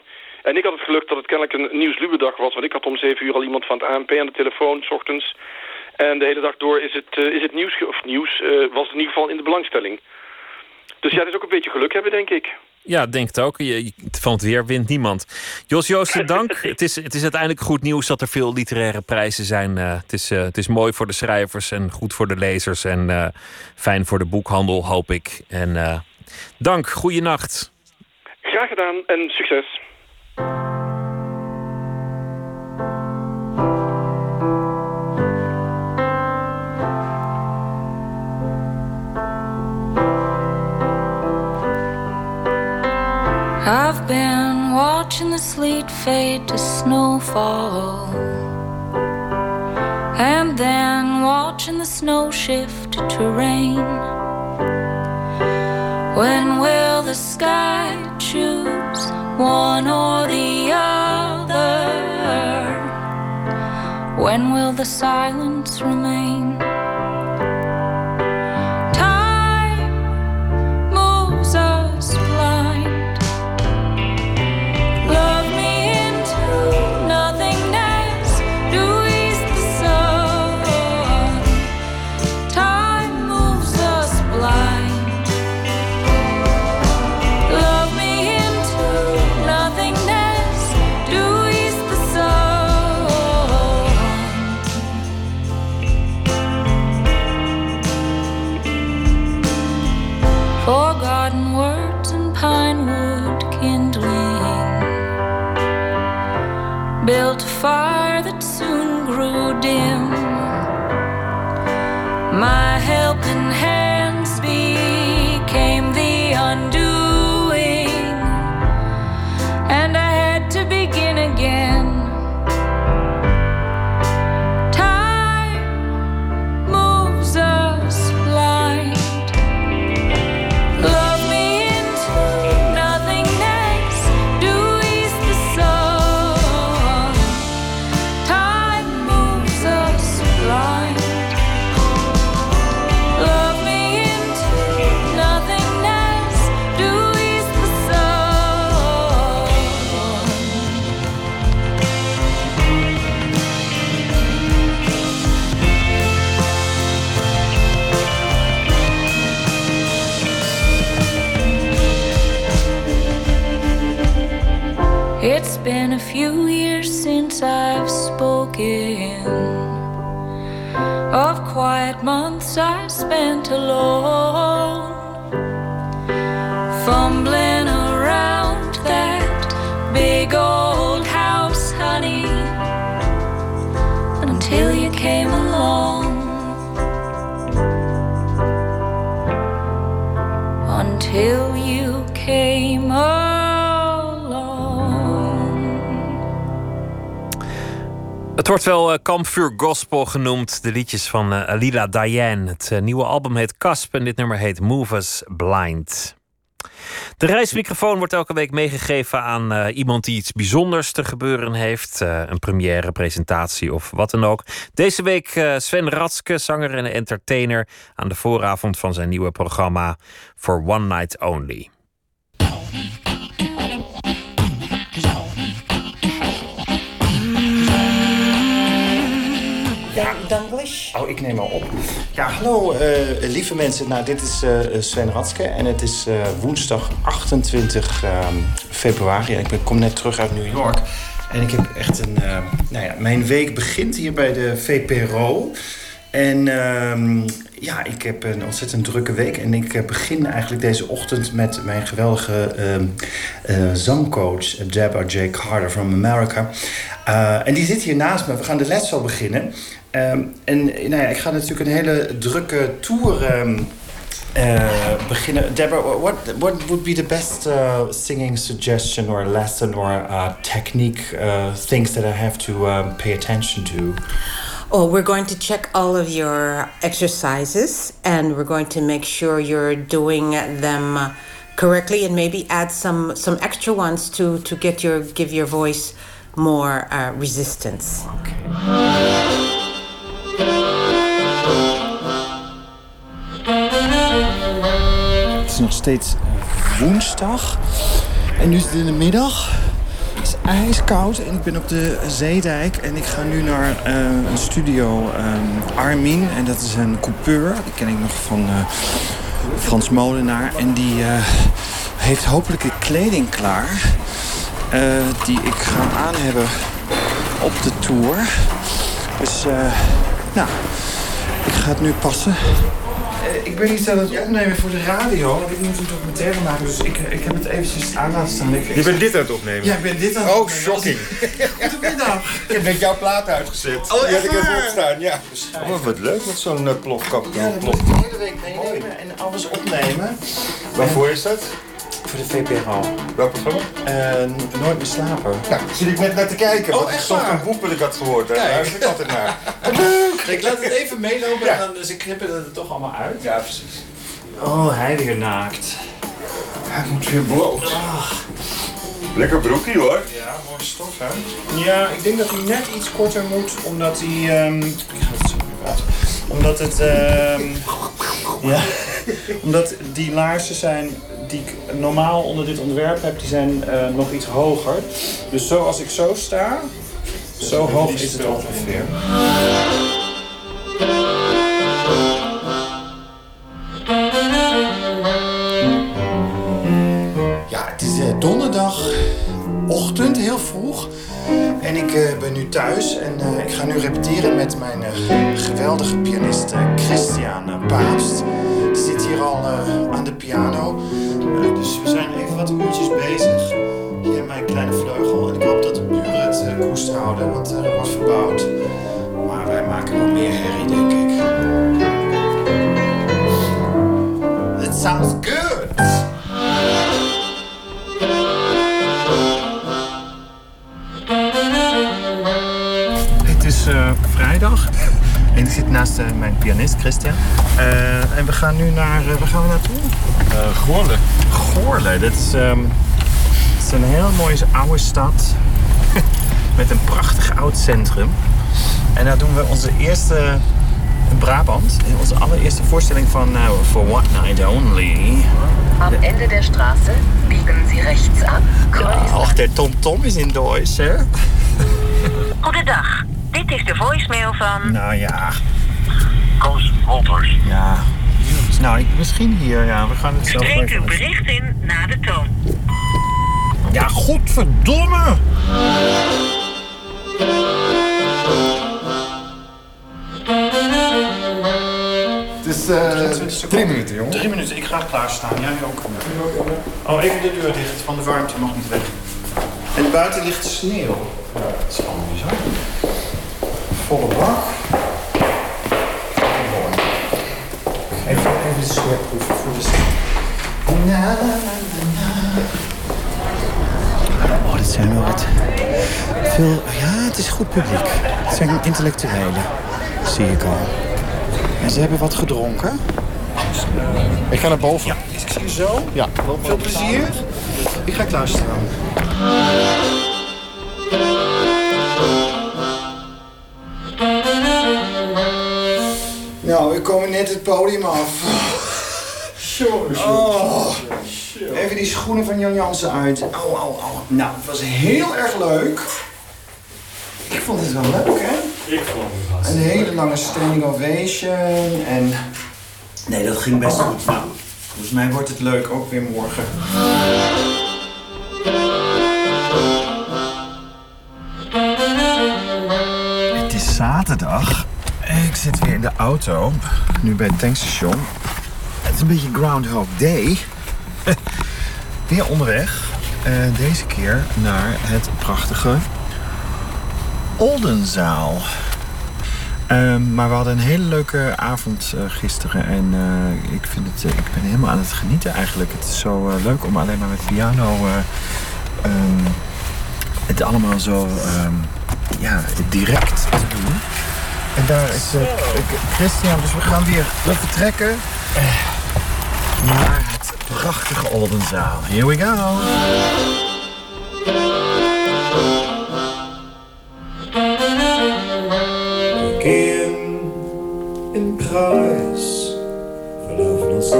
En ik had het geluk dat het kennelijk een nieuwsluwedag was. Want ik had om zeven uur al iemand van het A N P aan de telefoon, 's ochtends. En de hele dag door is het, uh, is het nieuws, of nieuws uh, was in ieder geval in de belangstelling. Dus ja, het is ook een beetje geluk hebben, denk ik. Ja, denk het ook. Je, van het weer wint niemand. Jos Joosten, dank. het, is, het is uiteindelijk goed nieuws dat er veel literaire prijzen zijn. Uh, het, is, uh, het is mooi voor de schrijvers en goed voor de lezers. En uh, fijn voor de boekhandel, hoop ik. En uh, dank, goeienacht. Graag gedaan en succes. I've been watching the sleet fade to snowfall, and then watching the snow shift to rain. When will the sky choose one or the other? When will the silence remain? Forgotten words and pine wood kindling built a fire that soon grew dim. My helping hands became the undoing, and I had to begin again. It's been a few years since I've spoken of quiet months I spent alone, fumbling around that big old house, honey, until you came along. Until you came along. Het wordt wel uh, kampvuur gospel genoemd. De liedjes van uh, Alila Diane. Het uh, nieuwe album heet Kasp en dit nummer heet Move Us Blind. De reismicrofoon wordt elke week meegegeven aan uh, iemand die iets bijzonders te gebeuren heeft. Uh, een première, presentatie of wat dan ook. Deze week uh, Sven Ratske, zanger en entertainer, aan de vooravond van zijn nieuwe programma For One Night Only. Ja, English. Oh, ik neem al op. Ja, hallo uh, lieve mensen. Nou, dit is uh, Sven Ratske en het is uh, woensdag achtentwintig februari. Ik ben, kom net terug uit New York. En ik heb echt een... Uh, nou ja, mijn week begint hier bij de V P R O. En uh, ja, ik heb een ontzettend drukke week. En ik uh, begin eigenlijk deze ochtend met mijn geweldige uh, uh, zangcoach, Deborah J. Carter from America. Uh, en die zit hier naast me. We gaan de les al beginnen. Um, en nou ja, ik ga natuurlijk een hele drukke tour um, uh, beginnen. Deborah, what, what would be the best uh, singing suggestion or lesson or uh, technique, uh, things that I have to um, pay attention to? Oh, we're going to check all of your exercises and we're going to make sure you're doing them uh, correctly and maybe add some, some extra ones to, to get your, give your voice more uh, resistance. Okay. Het is nog steeds woensdag en nu is het in de middag. Het is ijskoud en ik ben op de Zeedijk. En ik ga nu naar uh, een studio, um, Armin. En dat is een coupeur. Die ken ik nog van uh, Frans Molenaar. En die uh, heeft hopelijk de kleding klaar. Uh, die ik ga aan hebben op de tour. Dus, uh, nou, ik ga het nu passen. Ik ben niet aan het opnemen voor de radio, want ik moet een documentaire maken, dus ik, ik heb het eventjes aan laten staan. Ik, je bent dit aan het opnemen? Ja, ik ben dit aan het oh, opnemen. Oh, shocking. Goedemiddag. Ik heb net jouw plaat uitgezet. Oh, die had ik waar? even opstaan, ja. Oh, wat leuk met zo'n uh, plofkap. Ja, dat moet ik de hele week meenemen en alles opnemen. Waarvoor is dat? Voor de V P R O. Welk programma? Uh, Nooit meer slapen. Nou, daar zit ik net naar te kijken. Oh, want echt ik zocht waar? een boek wat ik had gehoord. Daar luister ik altijd naar. Ik laat het even meelopen, ja. En dan, dus ik knip het er toch allemaal uit. Ja, precies. Oh, hij weer naakt. Hij moet weer bloot. Ah. Lekker broekie hoor. Ja, mooi stof hè. Ja, ik denk dat hij net iets korter moet, omdat hij... Um, ik ga het zo weer uit. Omdat het... Um, ja, omdat die laarzen zijn die ik normaal onder dit ontwerp heb, die zijn uh, nog iets hoger. Dus zo als ik zo sta, zo hoog is het ongeveer. Ja, het is uh, donderdagochtend, heel vroeg. En ik uh, ben nu thuis en uh, ik ga nu repeteren met mijn uh, geweldige pianist uh, Christian uh, Paapst. Die zit hier al uh, aan de piano. Uh, dus we zijn even wat uurtjes bezig. Hier in mijn kleine vleugel. En ik hoop dat de buren het uh, koest houden, want uh, er wordt verbouwd. Maar wij maken wel meer herrie, denk ik. It sounds good! Het is uh, vrijdag en ik zit naast uh, mijn pianist Christian. Uh, en we gaan nu naar, uh, waar gaan we naartoe? Uh, Goorle. Goorle, dat is, um, dat is een heel mooie oude stad met een prachtig oud centrum. En daar doen we onze eerste in Brabant, onze allereerste voorstelling van uh, For One Night Only. Am Ende der Straße biegen Sie rechts ab. Ja, ach, der TomTom is in Duits, hè? Goedendag, dit is de voicemail van... Nou ja. Koos Wolters. Ja. Nou, ik, misschien hier, ja. We gaan het zelf Spreek even... uw bericht in na de toon. Ja, godverdomme! Het is uh, drie minuten, jongen. Drie minuten, ik ga klaarstaan. Jij ook. Oh, even de deur dicht, van de warmte mag niet weg. En buiten ligt sneeuw. Ja, dat is allemaal bizar. Volle bak. Mooi. Even, even de sfeer proeven voor de sneeuw. Na, na, na, na. Oh, dit zijn wel wat... Veel... Ja, het is goed publiek. Het zijn intellectuelen. Zie ik al. En ze hebben wat gedronken. Ik ga naar boven. Ja, is het hier zo? Ja. Veel plezier. Ik ga klaarstaan. Nou, we komen net het podium af. Oh. Even die schoenen van Jan Jansen uit. Au, au, au. Nou, het was heel erg leuk. Ik vond het wel leuk, hè? Ik vond het wel. Een hele lange standing ovation en... Nee, dat ging best goed. Nou, volgens mij wordt het leuk, ook weer morgen. Het is zaterdag. Ik zit weer in de auto. Nu bij het tankstation. Het is een beetje Groundhog Day. Weer onderweg. Uh, deze keer naar het prachtige Oldenzaal. Uh, maar we hadden een hele leuke avond uh, gisteren. En uh, ik, vind het, uh, ik ben helemaal aan het genieten eigenlijk. Het is zo uh, leuk om alleen maar met piano... Uh, um, het allemaal zo um, ja, direct te doen. En daar is uh, Christian. Dus we gaan weer we vertrekken naar het prachtige Oldenzaal. Here we go. Gehen im Kreis, verlaufen uns so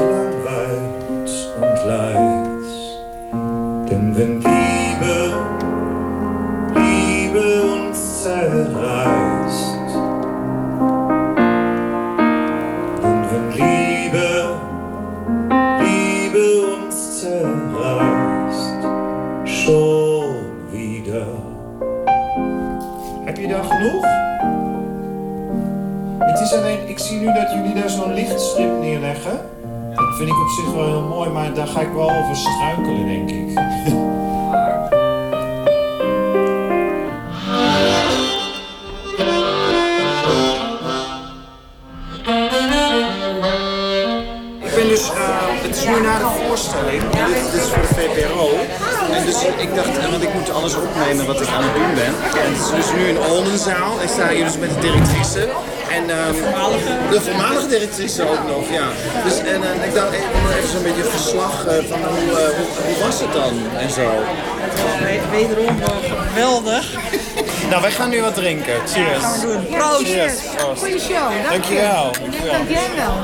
langweilig und leid. Denn wenn Liebe Heb je daar genoeg? Het is alleen, ik zie nu dat jullie daar zo'n lichtstrip neerleggen. Dat vind ik op zich wel heel mooi, maar daar ga ik wel over struikelen, denk ik. Ik ben dus, uh, het is nu na de voorstelling, en dit, dit is voor de V P R O. En dus ik dacht, want ik moet alles opnemen wat ik aan het doen ben. En het is dus nu een Oldenzaal. Ik sta hier dus met de directrice. En um, de voormalige directrice ook nog, ja. Dus, en uh, ik dacht even, even zo'n beetje een verslag uh, van hoe, uh, hoe, hoe was het dan en zo. Wederom uh, geweldig. Nou, wij gaan nu wat drinken. Cheers. Ja, gaan we doen. Proost. Cheers. Proost. Goeie show, dank Dankjewel. je. Dankjewel. Dank jij wel.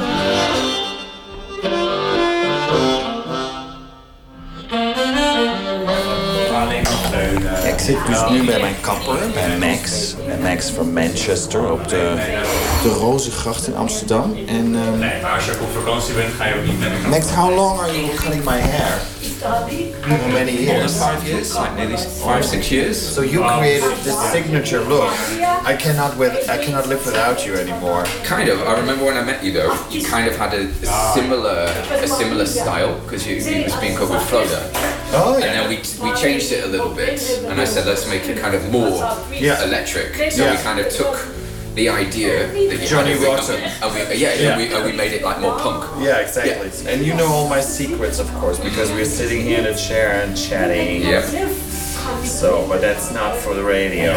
Ik zit dus nu bij mijn kapper, bij Max. Max van Manchester op de, de Rozengracht in Amsterdam. En, um, nee, maar als je ook op vakantie bent, ga je ook niet met een Max, how long are you cutting my hair? How many years? Five years, like nearly five, six years. So you created this signature look. I cannot with I cannot live without you anymore. Kind of. I remember when I met you though, you kind of had a, a similar a similar style because you, you was being called with Froda. Oh yeah. And then we we changed it a little bit, and I said let's make it kind of more yeah. electric. So yeah. we kind of took the idea that you Johnny had Rotten. And we, yeah, yeah. And we, and we made it like more punk. Yeah, exactly. Yeah. And you know all my secrets, of course, because we're sitting here in a chair and chatting. Yeah. So, but that's not for the radio.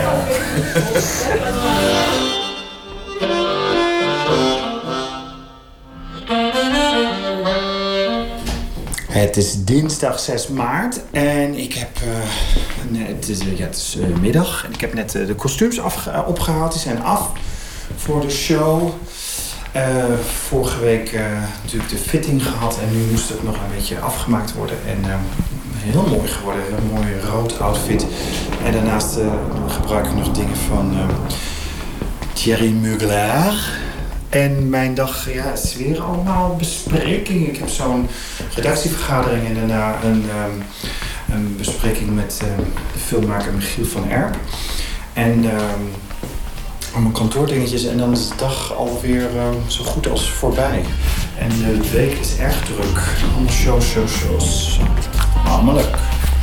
Het is dinsdag zes maart en ik heb, uh, nee, het is, ja, het is uh, middag en ik heb net uh, de kostuums afge- uh, opgehaald. Die zijn af voor de show. Uh, vorige week uh, natuurlijk de fitting gehad en nu moest het nog een beetje afgemaakt worden. En uh, heel mooi geworden, een heel mooi rood outfit. En daarnaast uh, gebruik ik nog dingen van uh, Thierry Mugler. En mijn dag ja, is weer allemaal bespreking. Ik heb zo'n redactievergadering en daarna een, um, een bespreking met uh, de filmmaker Michiel van Erp. En um, allemaal kantoordingetjes en dan is de dag alweer um, zo goed als voorbij. En de week is erg druk. Allemaal shows, shows, shows. Allemaal leuk.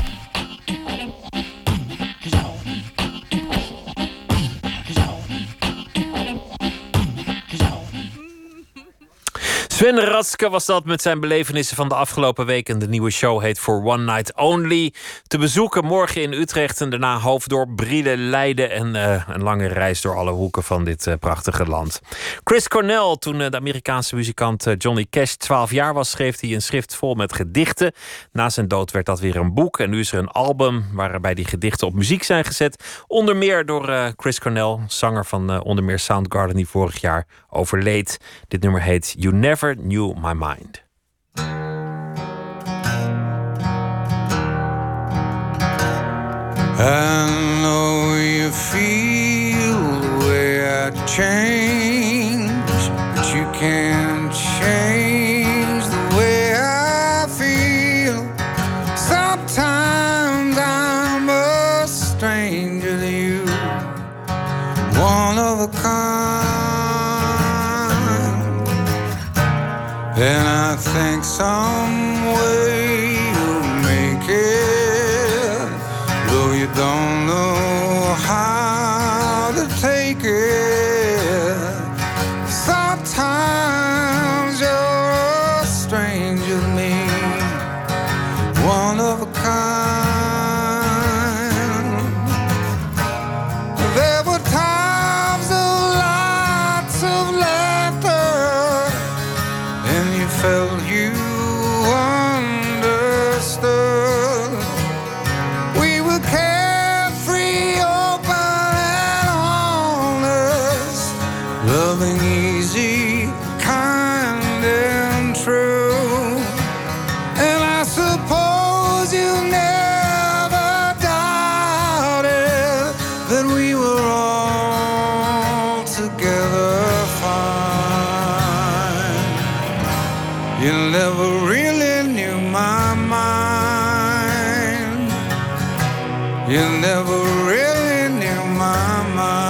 Sven Ratzke was dat met zijn belevenissen van de afgelopen week. En de nieuwe show heet For One Night Only. Te bezoeken morgen in Utrecht en daarna Hoofddorp, Brielle, Leiden. En uh, een lange reis door alle hoeken van dit uh, prachtige land. Chris Cornell, toen uh, de Amerikaanse muzikant uh, Johnny Cash twaalf jaar was, schreef hij een schrift vol met gedichten. Na zijn dood werd dat weer een boek. En nu is er een album waarbij die gedichten op muziek zijn gezet. Onder meer door uh, Chris Cornell, zanger van uh, onder meer Soundgarden, die vorig jaar overleed. Dit nummer heet You Never Knew My Mind. I know you feel the way I change, but you can't change the way I feel. Sometimes I'm a stranger to you, one of a kind. And I think some way you'll make it, though you don't know how to take it. Sometimes you're a stranger to me, one of a kind. There were times of lots of laughter, and you felt you understood. We were carefree, open and honest, loving easy, kind and true. And I suppose you never doubted that we were all together fine. You never really knew my mind. You never really knew my mind.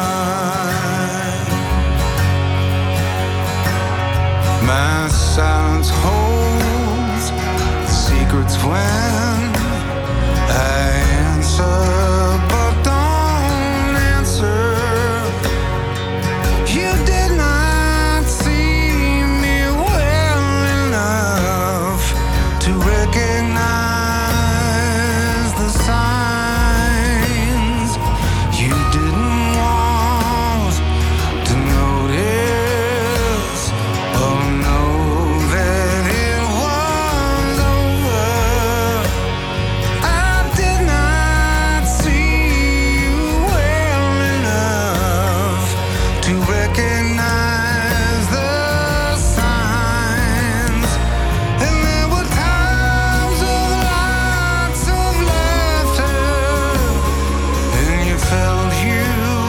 That's when I answer, but don't answer. You did not see me well enough to recognize the signs. You didn't want to notice or know that it was over. I did not see you well enough to recognize the signs. And there were times of lots of laughter, and you felt you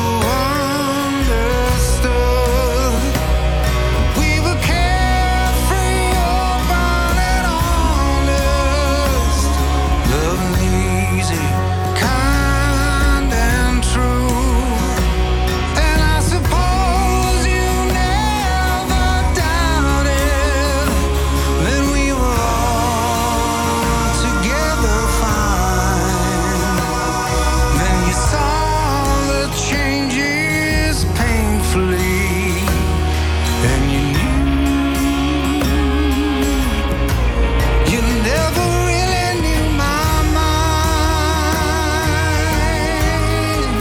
understood. We were carefree, open and honest, loving easy, kind and true. And I suppose you never doubted that we were all together fine. Then you saw the changes painfully, and you knew you never really knew my mind.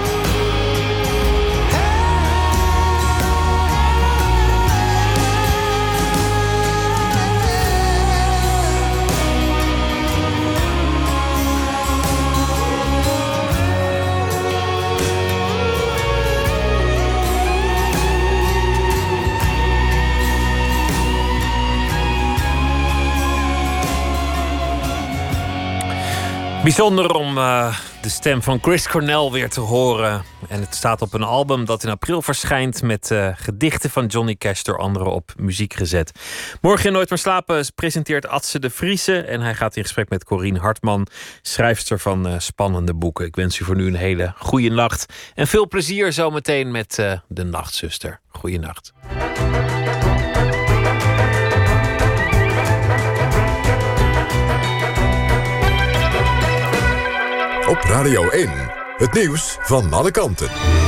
Bijzonder om uh, de stem van Chris Cornell weer te horen. En het staat op een album dat in april verschijnt met uh, gedichten van Johnny Cash door anderen op muziek gezet. Morgen in Nooit meer slapen presenteert Adse de Vriese. En hij gaat in gesprek met Corine Hartman, schrijfster van uh, spannende boeken. Ik wens u voor nu een hele goede nacht. En veel plezier zometeen met uh, de Nachtzuster. Goeienacht. Op Radio één, het nieuws van alle kanten.